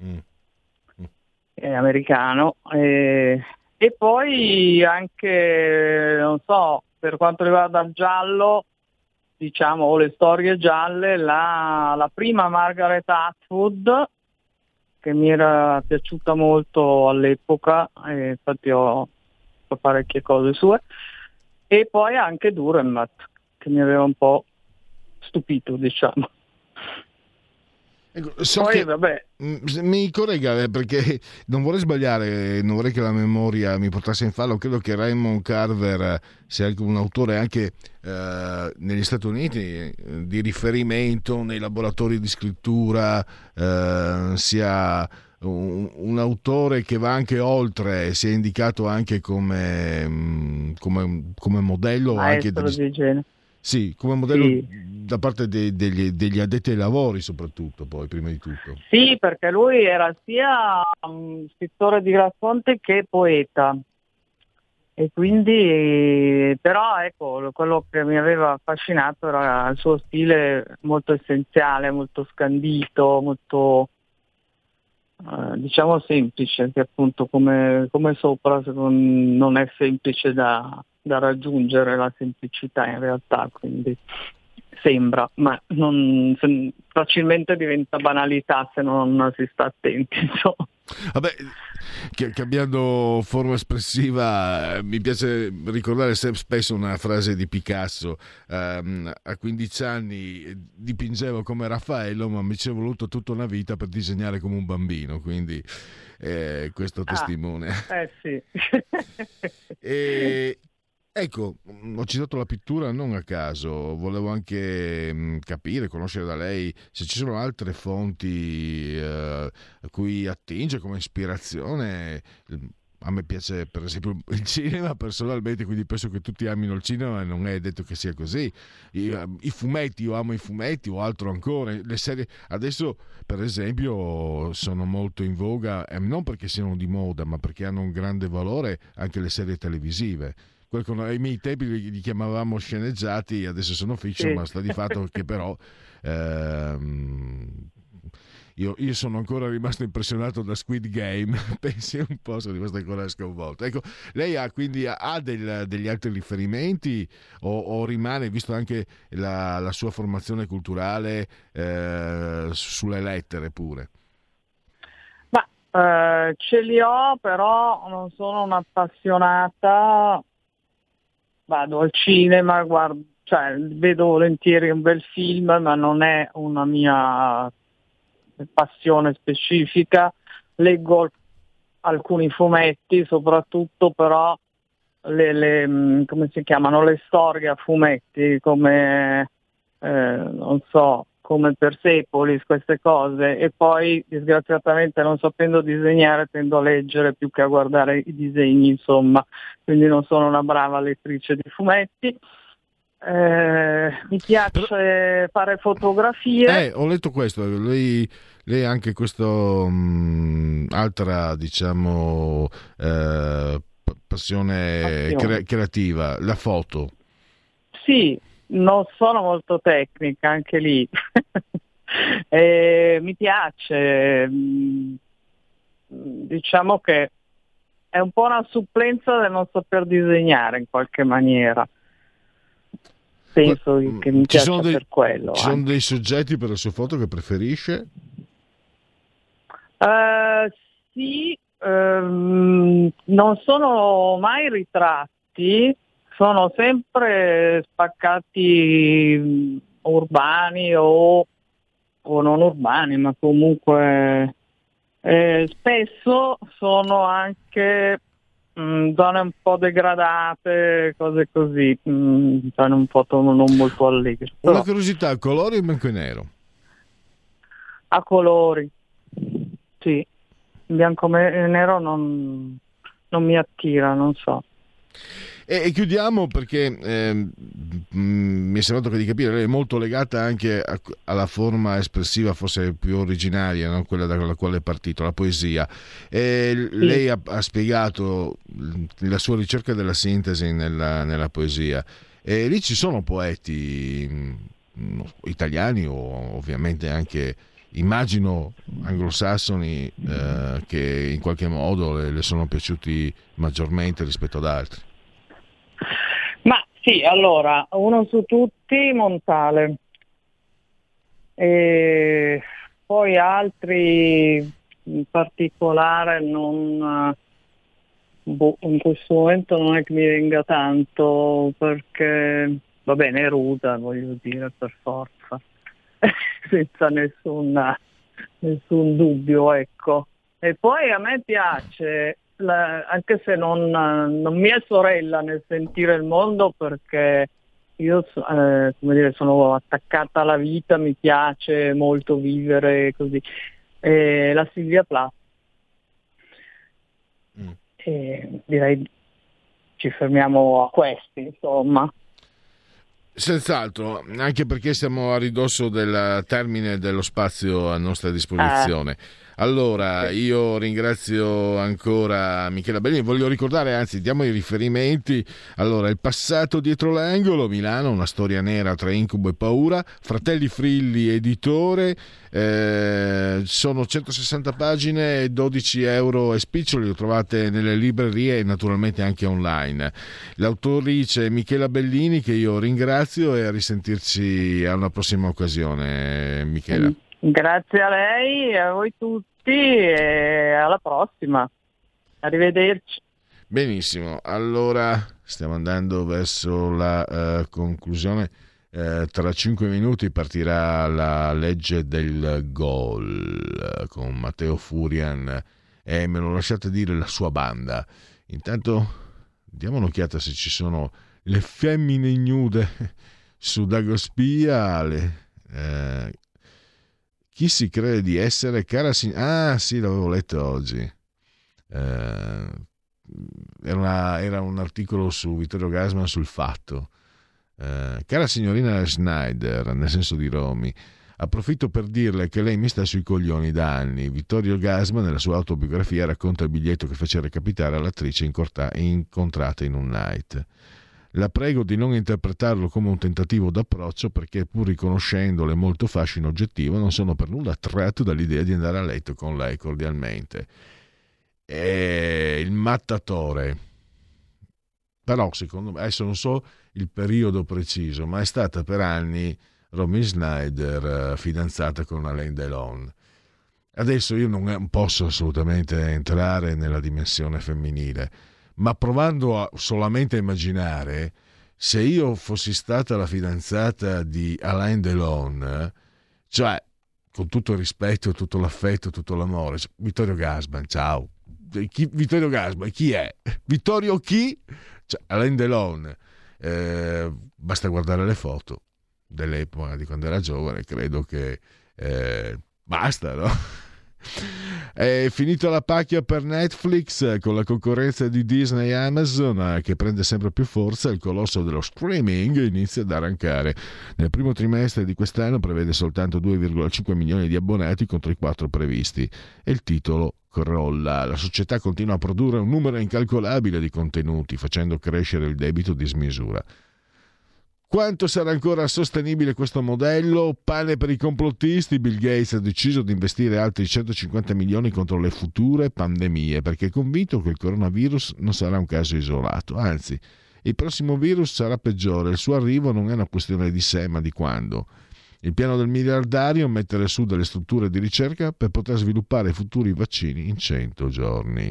è americano, e poi anche, non so, per quanto riguarda il giallo, diciamo, o le storie gialle, la prima Margaret Atwood, che mi era piaciuta molto all'epoca, e infatti ho parecchie cose sue, e poi anche Dürrenmatt, che mi aveva un po' stupito, diciamo. Ecco, poi, vabbè. Mi corregga, perché non vorrei sbagliare, non vorrei che la memoria mi portasse in fallo. Credo che Raymond Carver sia anche un autore anche negli Stati Uniti di riferimento nei laboratori di scrittura, sia un autore che va anche oltre, si è indicato anche come modello, maestro anche di genere. Sì, come modello da parte degli addetti ai lavori, soprattutto, poi prima di tutto. Sì, perché lui era sia scrittore di racconti che poeta, e quindi, però ecco, quello che mi aveva affascinato era il suo stile molto essenziale, molto scandito, molto diciamo semplice, che appunto come sopra non è semplice da raggiungere la semplicità in realtà, quindi sembra, ma facilmente diventa banalità se non si sta attenti, insomma. Vabbè, cambiando forma espressiva, mi piace ricordare spesso una frase di Picasso. A 15 anni dipingevo come Raffaello, ma mi ci è voluto tutta una vita per disegnare come un bambino, quindi questo testimone. Sì. Ecco, ho citato la pittura non a caso, volevo anche capire, conoscere da lei se ci sono altre fonti a cui attinge come ispirazione. A me piace per esempio il cinema personalmente, quindi penso che tutti amino il cinema, e non è detto che sia così. I fumetti, io amo i fumetti, o altro ancora. Le serie adesso per esempio sono molto in voga, non perché siano di moda, ma perché hanno un grande valore anche le serie televisive. Ai miei tempi li chiamavamo sceneggiati, adesso sono fiction, ma sta di fatto che però io sono ancora rimasto impressionato da Squid Game, pensi un po', sono rimasto ancora sconvolto. Ecco, lei quindi ha degli altri riferimenti o rimane, visto anche la sua formazione culturale, sulle lettere pure? Ce li ho, però non sono un'appassionata, vado al cinema, vedo volentieri un bel film, ma non è una mia passione specifica. Leggo alcuni fumetti, soprattutto però come si chiamano, le storie a fumetti, come non so, come Persepolis, queste cose, e poi disgraziatamente non sapendo disegnare tendo a leggere più che a guardare i disegni, insomma, quindi non sono una brava lettrice di fumetti. Mi piace fare fotografie. Ho letto questo, lei ha anche questo altra, diciamo, passione creativa, la foto. Sì, non sono molto tecnica anche lì. Mi piace, diciamo che è un po' una supplenza del non saper disegnare in qualche maniera. Penso che mi piace per quello. Ci sono dei soggetti per le sue foto che preferisce? Sì, non sono mai ritratti, sono sempre spaccati urbani o non urbani, ma comunque spesso sono anche zone un po' degradate, cose così, zone un po' non molto allegre. Una curiosità, a colori o in bianco e nero? A colori, sì. In bianco e nero non mi attira, non so. E chiudiamo perché mi è sembrato di capire, lei è molto legata anche alla forma espressiva forse più originaria, no? Quella dalla quale è partito, la poesia. Sì. Lei ha spiegato la sua ricerca della sintesi nella poesia, e lì ci sono poeti italiani o ovviamente anche, immagino, anglosassoni che in qualche modo le sono piaciuti maggiormente rispetto ad altri. Ma sì, allora, uno su tutti, Montale, e poi altri in particolare non, in questo momento non è che mi venga tanto, perché va bene, Neruda, voglio dire, per forza, senza nessun dubbio, ecco. E poi a me piace, anche se non mi è sorella nel sentire il mondo, perché io come dire, sono attaccata alla vita, mi piace molto vivere così. La Silvia Plath. Direi ci fermiamo a questi, insomma. Senz'altro, anche perché siamo a ridosso del termine dello spazio a nostra disposizione. Allora, io ringrazio ancora Michela Bellini, voglio ricordare, anzi diamo i riferimenti. Allora, Il passato dietro l'angolo, Milano, una storia nera tra incubo e paura, Fratelli Frilli editore, sono 160 pagine e 12 euro e spiccioli, lo trovate nelle librerie e naturalmente anche online. L'autrice Michela Bellini, che io ringrazio, e a risentirci a una prossima occasione, Michela. Grazie a lei e a voi tutti e alla prossima. Arrivederci. Benissimo, allora stiamo andando verso la conclusione. Tra 5 minuti partirà la legge del gol con Matteo Furian e, me lo lasciate dire, la sua banda. Intanto diamo un'occhiata se ci sono le femmine ignude su Dagospia. Chi si crede di essere, cara signora? Sì, l'avevo letto oggi. Era un articolo su Vittorio Gassman sul Fatto. Cara signorina Schneider, nel senso di Romy, approfitto per dirle che lei mi sta sui coglioni da anni. Vittorio Gassman nella sua autobiografia racconta il biglietto che fece recapitare all'attrice incontrata in un night. La prego di non interpretarlo come un tentativo d'approccio, perché pur riconoscendole molto fascino oggettivo non sono per nulla attratto dall'idea di andare a letto con lei cordialmente. Il mattatore, però secondo me, adesso non so il periodo preciso, ma è stata per anni Romy Schneider fidanzata con Alain Delon. Adesso io non posso assolutamente entrare nella dimensione femminile, ma provando solamente a immaginare, se io fossi stata la fidanzata di Alain Delon, cioè con tutto il rispetto, tutto l'affetto, tutto l'amore, Vittorio Gassman, ciao. Vittorio Gassman, chi è? Vittorio chi? Cioè, Alain Delon, basta guardare le foto dell'epoca di quando era giovane, credo che basta, no? È finita la pacchia per Netflix con la concorrenza di Disney e Amazon che prende sempre più forza. Il colosso dello streaming inizia ad arrancare. Nel primo trimestre di quest'anno prevede soltanto 2,5 milioni di abbonati contro i 4 previsti e il titolo crolla. La società continua a produrre un numero incalcolabile di contenuti, facendo crescere il debito di smisura. Quanto sarà ancora sostenibile questo modello? Pane per i complottisti. Bill Gates ha deciso di investire altri 150 milioni contro le future pandemie perché è convinto che il coronavirus non sarà un caso isolato, anzi il prossimo virus sarà peggiore, il suo arrivo non è una questione di se ma di quando. Il piano del miliardario è mettere su delle strutture di ricerca per poter sviluppare futuri vaccini in 100 giorni.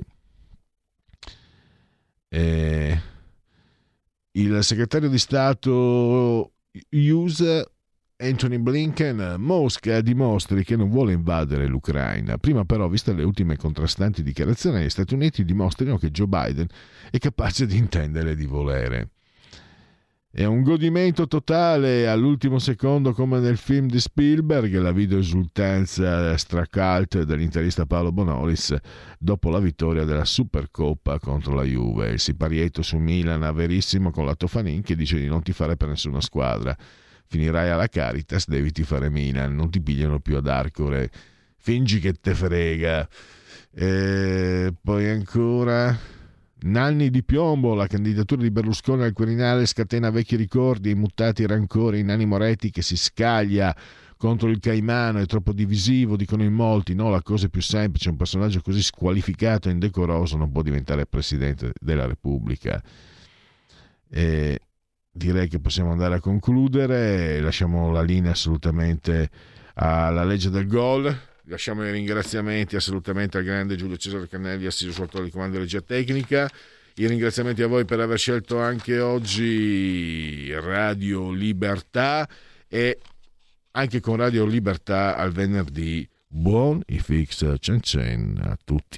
Il segretario di Stato US Anthony Blinken: Mosca dimostri che non vuole invadere l'Ucraina. Prima però, viste le ultime contrastanti dichiarazioni, gli Stati Uniti dimostrino che Joe Biden è capace di intendere e di volere. È un godimento totale all'ultimo secondo, come nel film di Spielberg, la videoesultanza stracalt dell'interista Paolo Bonolis dopo la vittoria della Supercoppa contro la Juve. Il siparietto su Milan a Verissimo con la Tofanin che dice di non tifare per nessuna squadra. Finirai alla Caritas, devi tifare Milan, non ti pigliano più ad Arcore, fingi che te frega. Poi ancora... Nanni di piombo, la candidatura di Berlusconi al Quirinale scatena vecchi ricordi e mutati rancori. Nanni Moretti che si scaglia contro il Caimano è troppo divisivo, dicono in molti. No, la cosa è più semplice, un personaggio così squalificato e indecoroso non può diventare Presidente della Repubblica. E direi che possiamo andare a concludere, lasciamo la linea assolutamente alla legge del gol. Lasciamo i ringraziamenti assolutamente al grande Giulio Cesare Cannelli, assiso sul di comando di regia tecnica. I ringraziamenti a voi per aver scelto anche oggi Radio Libertà, e anche con Radio Libertà al venerdì. Buon IFX Cen a tutti.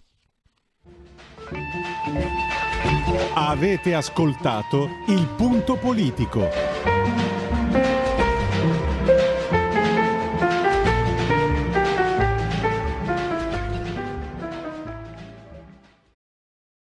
Avete ascoltato Il Punto Politico.